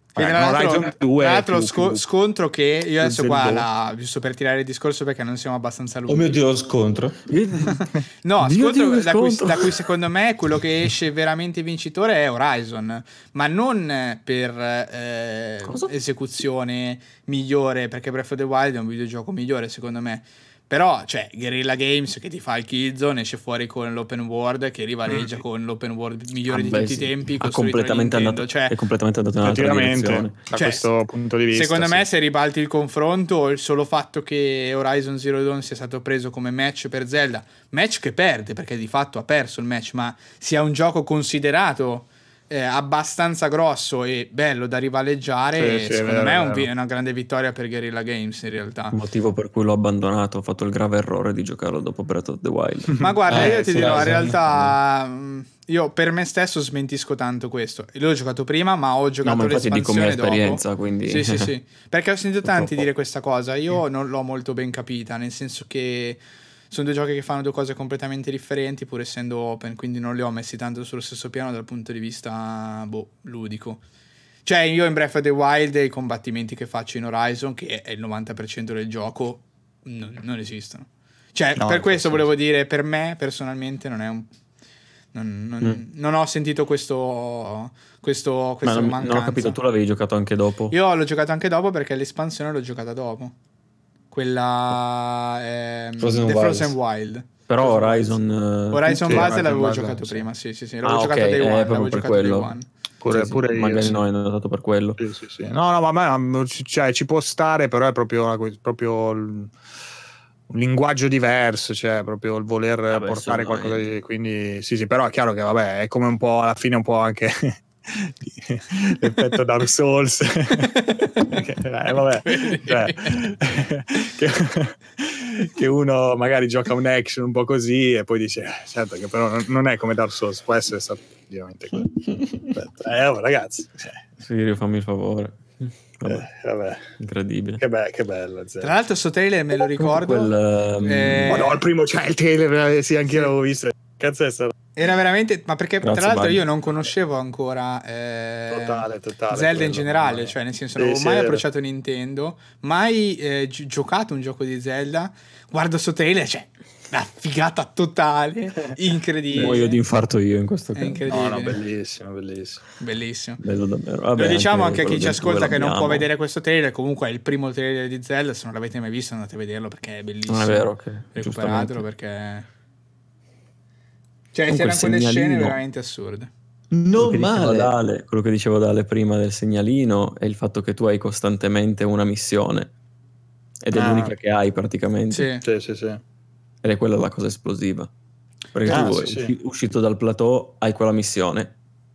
Horizon 2 tra l'altro scontro che io adesso qua giusto per tirare il discorso perché non siamo abbastanza lunghi. Oh mio Dio, scontro. No, scontro da cui secondo me quello che esce veramente vincitore è Horizon, ma non per esecuzione migliore, perché Breath of the Wild è un videogioco migliore secondo me. Però, cioè, Guerrilla Games che ti fa il Killzone esce fuori con l'open world che rivaleggia con l'open world migliore di tutti i tempi. È completamente andato in un'altra direzione. Da questo punto di vista. Secondo me, se ribalti il confronto, il solo fatto che Horizon Zero Dawn sia stato preso come match per Zelda, match che perde perché di fatto ha perso il match, ma sia un gioco considerato abbastanza grosso e bello da rivaleggiare, secondo me è una grande vittoria per Guerrilla Games in realtà. Il motivo per cui l'ho abbandonato, ho fatto il grave errore di giocarlo dopo Breath of the Wild. Ma guarda, io ti dirò, in realtà io per me stesso smentisco tanto questo. L'ho giocato prima, ma ho giocato l'espansione dopo. Esperienza, quindi. Sì. Perché ho sentito tanti dire questa cosa, io non l'ho molto ben capita, nel senso che sono due giochi che fanno due cose completamente differenti pur essendo open, quindi non li ho messi tanto sullo stesso piano dal punto di vista ludico. Cioè io in Breath of the Wild i combattimenti che faccio in Horizon, che è il 90% del gioco, non esistono. Cioè per questo volevo dire, per me personalmente non è un... Non ho sentito questo mancanza. Non ho capito, tu l'avevi giocato anche dopo? Io l'ho giocato anche dopo perché l'espansione l'ho giocata dopo. Quella Frozen Wild. Però Horizon Base l'avevo giocato prima. Sì. L'avevo giocato Day One. Proprio per quello. Pure magari no, è andato per quello. Sì. No, ma cioè, ci può stare, però è proprio un linguaggio diverso, cioè proprio il voler portare qualcosa di... Quindi sì, però è chiaro che vabbè, è come un po' alla fine un po' anche l'effetto Dark Souls. Vabbè, cioè, che uno magari gioca un action un po' così e poi dice certo che però non è come Dark Souls, può essere stato ovviamente ragazzi, Sirio, fammi il favore. Vabbè. Incredibile. Che bello. Tra l'altro questo trailer me lo ricordo. No, il primo il trailer, sì, anch'io l'avevo visto. Cazzo è stato. Era veramente, ma perché tra l'altro io non conoscevo ancora totale Zelda in generale, cioè nel senso non avevo mai approcciato Nintendo, mai giocato un gioco di Zelda. Guardo sto trailer, cioè una figata totale, incredibile. Muoio di infarto io in questo caso. Incredibile. No, bellissimo. Bello davvero. Vabbè, lo diciamo anche a chi ci ascolta che non può vedere questo trailer, comunque è il primo trailer di Zelda, se non l'avete mai visto andate a vederlo perché è bellissimo. Non è vero, recuperatelo perché cioè c'erano quelle scene veramente assurde. Non male. Quello che dicevo Dale prima del segnalino è il fatto che tu hai costantemente una missione ed è l'unica che hai praticamente. Sì. Ed è quella la cosa esplosiva, perché tu uscito dal plateau hai quella missione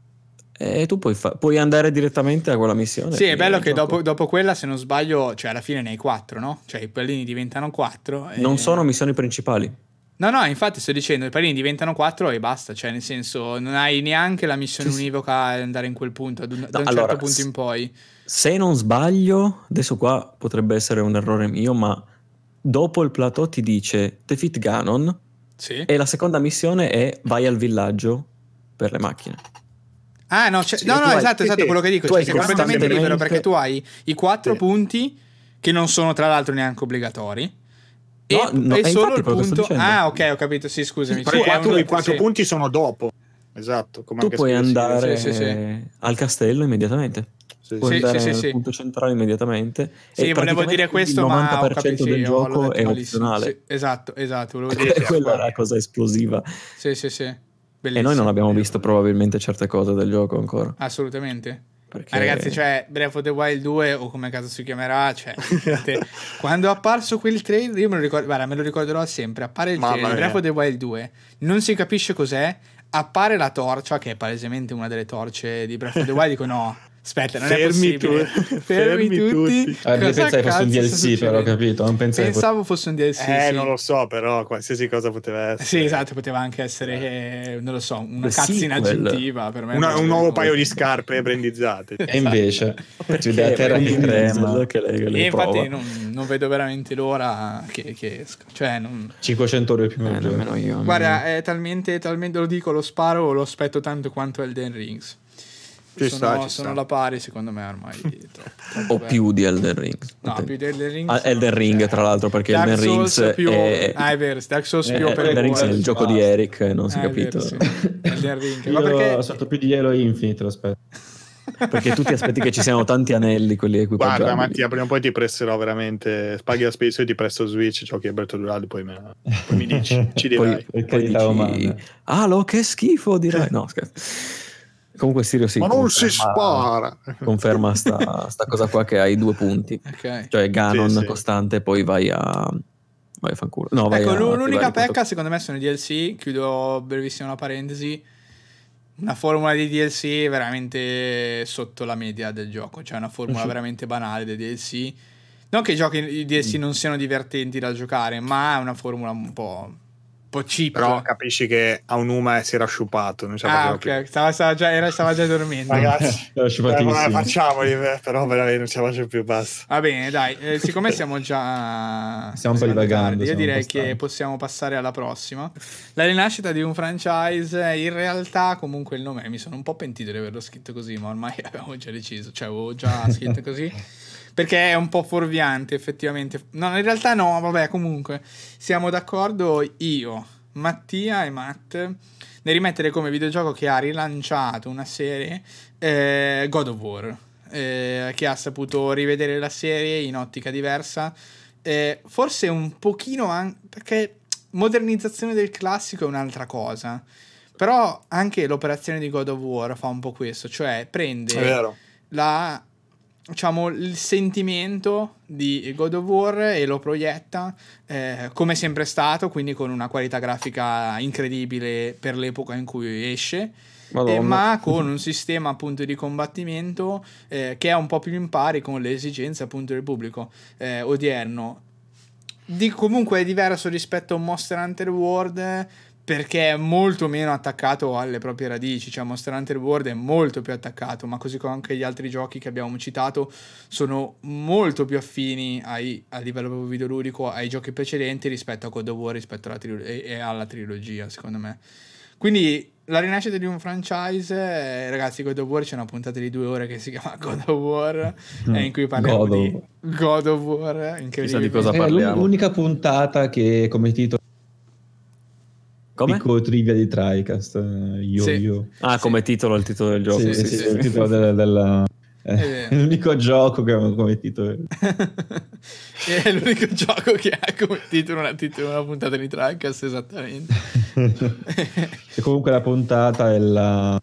e tu puoi andare direttamente a quella missione. Sì, è bello che dopo quella, se non sbaglio, cioè alla fine ne hai 4, no? Cioè i pallini diventano 4 non sono missioni principali. No, infatti sto dicendo, i pallini diventano 4 e basta, cioè nel senso non hai neanche la missione univoca ad andare in quel punto, da un certo punto in poi. Se non sbaglio, adesso qua potrebbe essere un errore mio, ma dopo il plateau ti dice Defeat Ganon e la seconda missione è vai al villaggio per le macchine. Ah no, esatto, quello che dico, sei completamente libero perché tu hai i 4 punti che non sono tra l'altro neanche obbligatori. No, è solo il punto. Ah, ok, ho capito. Sì, scusami. I 4 punti sono dopo. Esatto. Come tu puoi andare al castello immediatamente. Puoi andare al punto centrale immediatamente. Sì, volevo dire questo, ma il 90% del gioco è opzionale. Sì, esatto. Volevo dire quella è la cosa esplosiva. Sì. Bellissimo. E noi non abbiamo visto probabilmente certe cose del gioco ancora. Assolutamente. Ma ragazzi, cioè Breath of the Wild 2 o come caso si chiamerà, cioè quando è apparso quel trailer, io me lo ricorderò sempre, appare il trailer Breath of the Wild 2, non si capisce cos'è, appare la torcia che è palesemente una delle torce di Breath of the Wild, dico no, aspetta, non è possibile. Fermi tutti. Pensai fosse un DLC, però, capito? Pensavo fosse un DLC. Non lo so, però qualsiasi cosa poteva essere. Sì, esatto, poteva anche essere, non lo so, una cazzina aggiuntiva per me. Un nuovo paio di scarpe brandizzate. E invece, terra di crema che lei infatti non vedo veramente l'ora che esca. Cioè, 500 ore più nemmeno io. Guarda, è talmente lo dico, lo sparo, lo aspetto tanto quanto Elden Rings. sono alla pari, secondo me ormai troppo o più di Elden Ring. No, più di Elden Ring. Elden Ring, tra l'altro, perché Dark Elden Ring è vero, Dark Souls più Elden Ring è il gioco di Eric, non si è capito. Vero, sì. Elden Ring. Ma perché ho fatto più di Halo Infinite, lo aspetto. Perché tu ti aspetti che ci siano tanti anelli, quelli equipaggiabili. Guarda Mattia, prima o poi ti presterò veramente, paghi la spesa, io ti presto Switch, giochi a Breath of the Wild, poi mi dici, ci dirai. Poi dici, che schifo, dirai. No, scherzo. Comunque Sirio sì, ma non si spara. Conferma sta cosa qua, che hai 2 punti. Okay. Cioè Ganon costante, poi vai a fanculo. No, vai l'unica pecca secondo me sono i DLC. Chiudo brevissima una parentesi. Una formula di DLC veramente sotto la media del gioco, cioè una formula veramente banale dei DLC. Non che i DLC non siano divertenti da giocare, ma è una formula un po' cheap. Però capisci che a Unuma si era sciupato. Non ok, stava già dormendo. Ragazzi, facciamoli, però veramente non ce la faccio più, basta. Va bene, dai, siccome stiamo un po' divagando, io direi che possiamo passare alla prossima. La rinascita di un franchise. In realtà comunque il nome, mi sono un po' pentito di averlo scritto così, ma ormai avevo già deciso, cioè avevo già scritto così. Perché è un po' fuorviante effettivamente. No, in realtà no, vabbè, comunque siamo d'accordo io, Mattia e Matt nel rimettere come videogioco che ha rilanciato una serie God of War, che ha saputo rivedere la serie in ottica diversa, forse un pochino perché modernizzazione del classico è un'altra cosa, però anche l'operazione di God of War fa un po' questo, cioè prende il sentimento di God of War e lo proietta come è sempre stato, quindi con una qualità grafica incredibile per l'epoca in cui esce, ma con un sistema appunto di combattimento che è un po' più in pari con le esigenze appunto del pubblico odierno. Comunque è diverso rispetto a Monster Hunter World, perché è molto meno attaccato alle proprie radici, cioè Monster Hunter World è molto più attaccato, ma così come anche gli altri giochi che abbiamo citato sono molto più affini a livello proprio videoludico ai giochi precedenti rispetto a God of War, rispetto alla trilogia, secondo me. Quindi la rinascita di un franchise, ragazzi, God of War c'è una puntata di 2 ore che si chiama God of War, in cui parliamo di God of War, incredibile. Di cosa parliamo? L'unica puntata che come titolo piccolo trivia di TriCast, io. Come titolo, il titolo del gioco. Sì, il titolo della è l'unico gioco che ha come titolo. È l'unico gioco che ha come titolo una puntata di TriCast, esattamente. E comunque la puntata è la...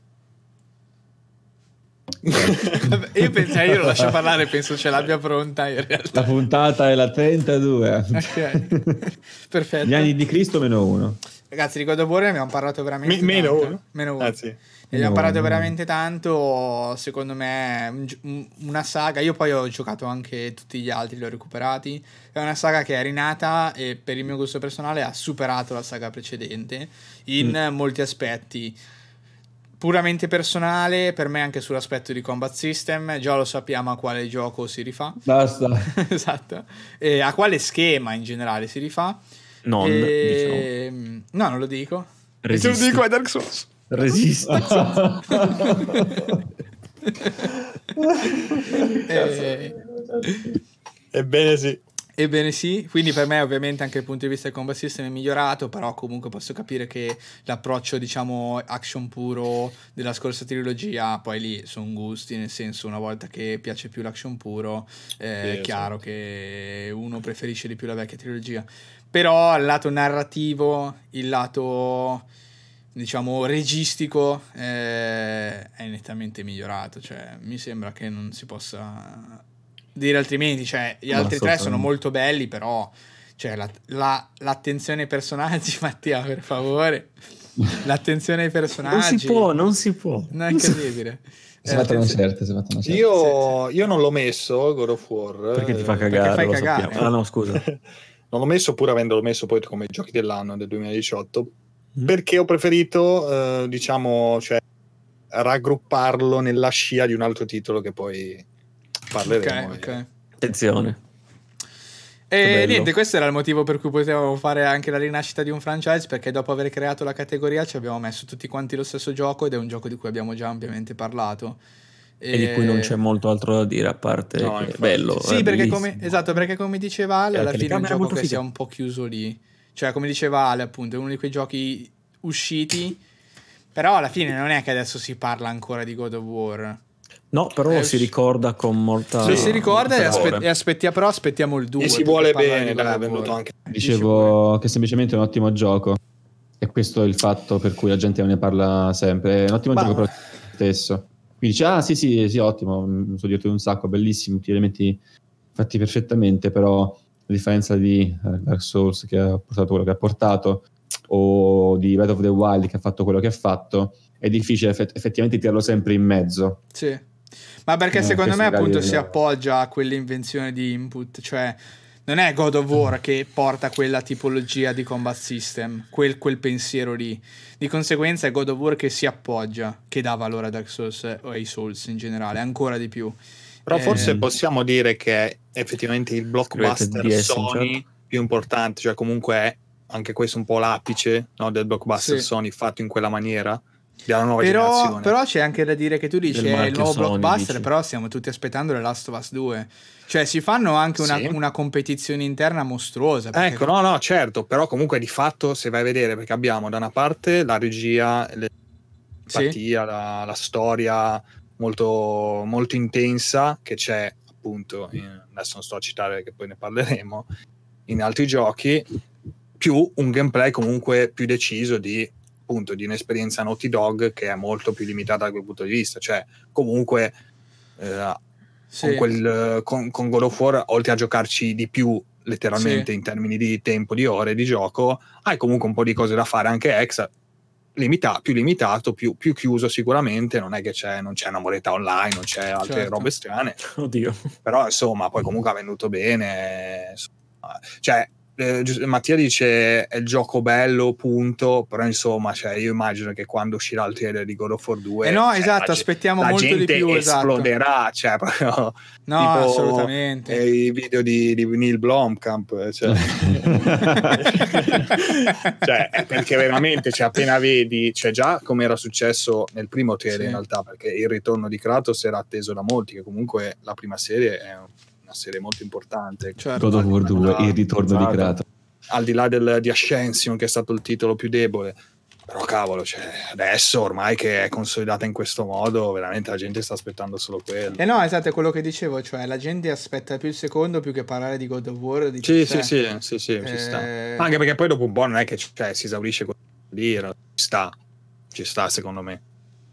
io lo lascio parlare, penso ce l'abbia pronta in realtà. La puntata è la 32. Ok, perfetto. Gli anni di Cristo -1. Ragazzi, di God of War ne abbiamo parlato veramente tanto. Meno uno. Anzi, ne abbiamo parlato veramente tanto. Secondo me una saga. Io poi ho giocato anche tutti gli altri, li ho recuperati. È una saga che è rinata e per il mio gusto personale ha superato la saga precedente in molti aspetti. Puramente personale, per me anche sull'aspetto di combat system, già lo sappiamo a quale gioco si rifà. Basta. Esatto. E a quale schema in generale si rifà. Diciamo. No, non lo dico. Resisti. Se lo dico è Dark Souls. Resisti. Ebbene sì. Ebbene sì, quindi per me ovviamente anche dal punto di vista del combat system è migliorato, però comunque posso capire che l'approccio, diciamo, action puro della scorsa trilogia, poi lì sono gusti, nel senso, una volta che piace più l'action puro è chiaro che uno preferisce di più la vecchia trilogia, però il lato narrativo, il lato, diciamo, registico è nettamente migliorato, cioè mi sembra che non si possa dire altrimenti, cioè gli altri tre sono molto belli, però cioè l'attenzione ai personaggi, Mattia, per favore, l'attenzione ai personaggi non si può non è incredibile. Si fatto certe. Io non l'ho messo God of War perché ti fa cagare, lo sappiamo. No, scusa. Non l'ho messo, pur avendolo messo poi come giochi dell'anno del 2018, perché ho preferito diciamo, cioè raggrupparlo nella scia di un altro titolo che poi parleremo. Ok. Attenzione. E niente, questo era il motivo per cui potevamo fare anche la rinascita di un franchise, perché dopo aver creato la categoria ci abbiamo messo tutti quanti lo stesso gioco, ed è un gioco di cui abbiamo già ampiamente parlato. E di cui non c'è molto altro da dire, a parte che è bello. Sì, perché come diceva Ale, alla fine è un gioco che sia un po' chiuso lì. Cioè, come diceva Ale, appunto, è uno di quei giochi usciti, però alla fine non è che adesso si parla ancora di God of War. No, però si ricorda con molta... si ricorda e aspettiamo il 2. E si vuole bene, è venuto anche. Dicevo che semplicemente è un ottimo gioco, e questo è il fatto per cui la gente non ne parla sempre. È un ottimo gioco per te stesso. Quindi dice, sì, ottimo, mi sono divertito un sacco, bellissimo, tutti gli elementi fatti perfettamente, però a differenza di Dark Souls, che ha portato quello che ha portato, o di Breath of the Wild, che ha fatto quello che ha fatto, è difficile effettivamente tirarlo sempre in mezzo. Sì, ma perché secondo me appunto si appoggia a quell'invenzione di input, cioè non è God of War che porta quella tipologia di combat system, quel pensiero lì. Di conseguenza è God of War che si appoggia, che dà valore a Dark Souls o ai Souls in generale, ancora di più. Però forse possiamo dire che è effettivamente il blockbuster Sony più importante, cioè comunque è anche questo un po' l'apice, no, del blockbuster Sony fatto in quella maniera. Della nuova generazione. Però c'è anche da dire che tu dici è il nuovo Sony, blockbuster, però stiamo tutti aspettando The Last of Us 2. Cioè si fanno anche una competizione interna mostruosa. Ecco, no, certo, però comunque di fatto se vai a vedere, perché abbiamo da una parte la regia, l'empatia, la storia molto, molto intensa che c'è appunto, adesso non sto a citare perché poi ne parleremo, in altri giochi, più un gameplay comunque più deciso di un'esperienza Naughty Dog che è molto più limitata da quel punto di vista, cioè comunque con God of War, oltre a giocarci di più letteralmente in termini di tempo, di ore di gioco, hai comunque un po' di cose da fare anche extra, più limitato, più chiuso sicuramente, non è che non c'è una moneta online, non c'è altre robe strane. Oddio. Però insomma poi comunque ha venuto bene, cioè Mattia dice è il gioco bello, punto, però insomma, cioè, io immagino che quando uscirà il trailer di God of War 2 aspettiamo molto di più, esploderà, cioè proprio no, tipo assolutamente i video di Neil Blomkamp, cioè. Cioè, perché veramente, cioè, appena vedi, cioè già come era successo nel primo trailer in realtà, perché il ritorno di Kratos era atteso da molti, che comunque la prima serie è serie molto importante, God of War 2, il ritorno di Kratos, al di là di Ascension, che è stato il titolo più debole, però cavolo, cioè, adesso ormai che è consolidata in questo modo, veramente la gente sta aspettando solo quello. No, esatto, è quello che dicevo, cioè la gente aspetta più il secondo più che parlare di God of War. Sì, ci sta, anche perché poi dopo un po' non è che si esaurisce quello di dire, ci sta secondo me.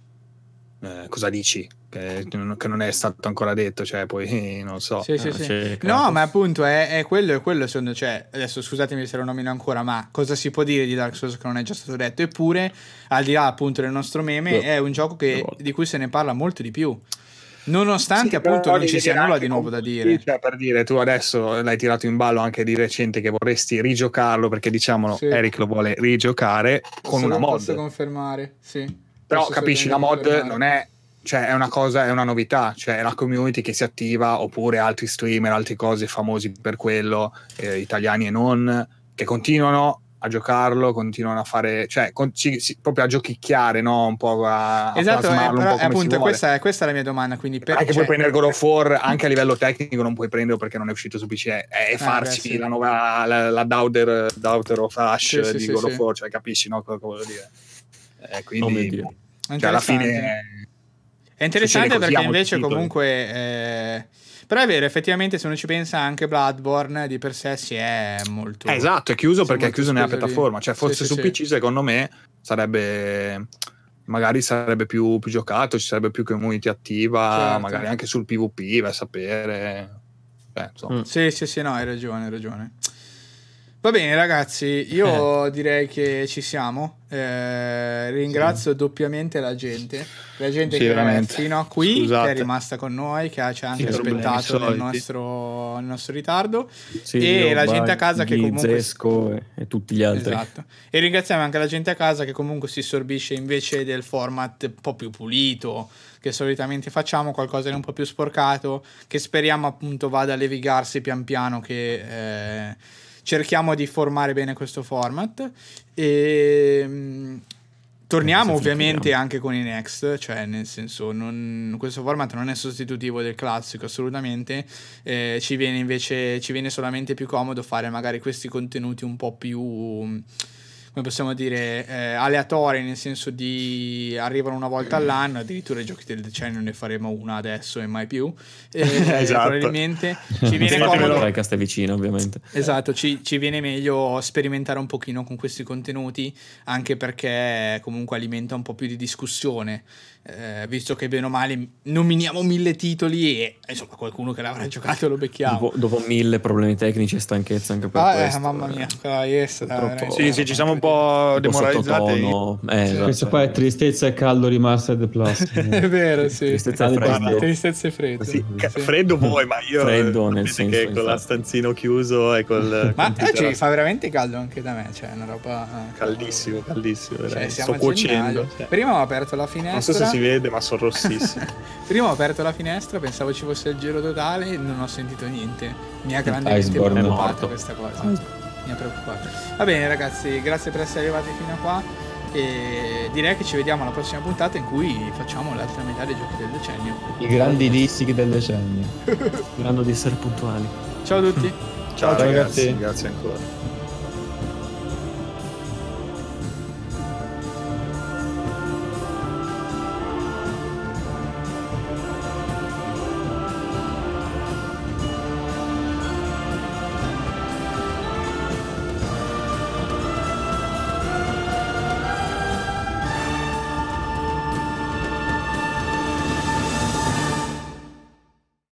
Cosa dici? Che non è stato ancora detto, cioè poi non so. No, ma appunto è quello secondo, cioè, adesso scusatemi se lo nomino ancora, ma cosa si può dire di Dark Souls che non è già stato detto? Eppure, al di là appunto del nostro meme, è un gioco di cui se ne parla molto di più, nonostante appunto non ci sia nulla di nuovo da dire. Cioè, per dire, tu adesso l'hai tirato in ballo anche di recente che vorresti rigiocarlo, perché diciamolo, Eric lo vuole rigiocare con una mod. Posso confermare, sì. Però capisci, la mod non è, cioè è una cosa, è una novità, cioè è la community che si attiva, oppure altri streamer, altre cose famosi per quello, italiani e non, che continuano a giocarlo, continuano a fare, cioè proprio a giochicchiare, no? Un po' a plasmarlo, però, un po' appunto questa è la mia domanda, quindi anche puoi prendere God of War, anche a livello tecnico non puoi prenderlo perché non è uscito su PC, è farci la nuova la Daughter of Ash di God of War, cioè capisci, no? Cosa voglio dire? Quindi cioè, alla fine è interessante perché invece comunque però è vero, effettivamente se uno ci pensa anche Bloodborne di per sé si è molto esatto, è chiuso perché è chiuso nella piattaforma, cioè forse su PC secondo me sarebbe più giocato, ci sarebbe più community attiva, magari anche sul PvP, vai a sapere, sì, no, hai ragione. Va bene ragazzi, io direi che ci siamo. Ringrazio doppiamente la gente che è fino a qui, che è rimasta con noi, che ci ha anche aspettato nel nostro ritardo, e la gente a casa che comunque Zesco e tutti gli altri. Esatto. E ringraziamo anche la gente a casa che comunque si sorbisce invece del format un po' più pulito che solitamente facciamo, qualcosa di un po' più sporcato, che speriamo appunto vada a levigarsi pian piano, che cerchiamo di formare bene questo format e torniamo ovviamente anche con i next, cioè nel senso questo format non è sostitutivo del classico assolutamente, ci viene solamente più comodo fare magari questi contenuti un po' più, come possiamo dire, aleatori, nel senso di arrivano una volta all'anno, addirittura i giochi del decennio ne faremo una adesso e mai più, esatto. Probabilmente ci viene comodo, è vicino ovviamente, esatto, ci viene meglio sperimentare un pochino con questi contenuti, anche perché comunque alimenta un po' più di discussione, visto che bene o male nominiamo 1000 titoli e insomma qualcuno che l'avrà giocato lo becchiamo dopo 1000 problemi tecnici e stanchezza anche per questo. Mamma mia, sì, ci siamo un po' demoralizzati. Esatto. Questo qua è Tristezza e Caldo Remastered Plus. È vero, sì. Tristezza e freddo. Sì, freddo voi, ma io freddo nel senso che con la stanzino chiuso e col ma ci fa veramente caldo anche da me, cioè è una roba caldissimo, cioè, sto cuocendo. Prima ho aperto la finestra, non so se si vede, ma sono rossissimo. Prima ho aperto la finestra, pensavo ci fosse il giro totale e non ho sentito niente. Mi ha grandemente preoccupato questa cosa. Mi ha preoccupato. Va bene ragazzi, grazie per essere arrivati fino a qua e direi che ci vediamo alla prossima puntata in cui facciamo l'altra metà dei giochi del decennio. I grandi dischi del decennio. Sperando di essere puntuali. Ciao a tutti. Ciao ragazzi, grazie ancora.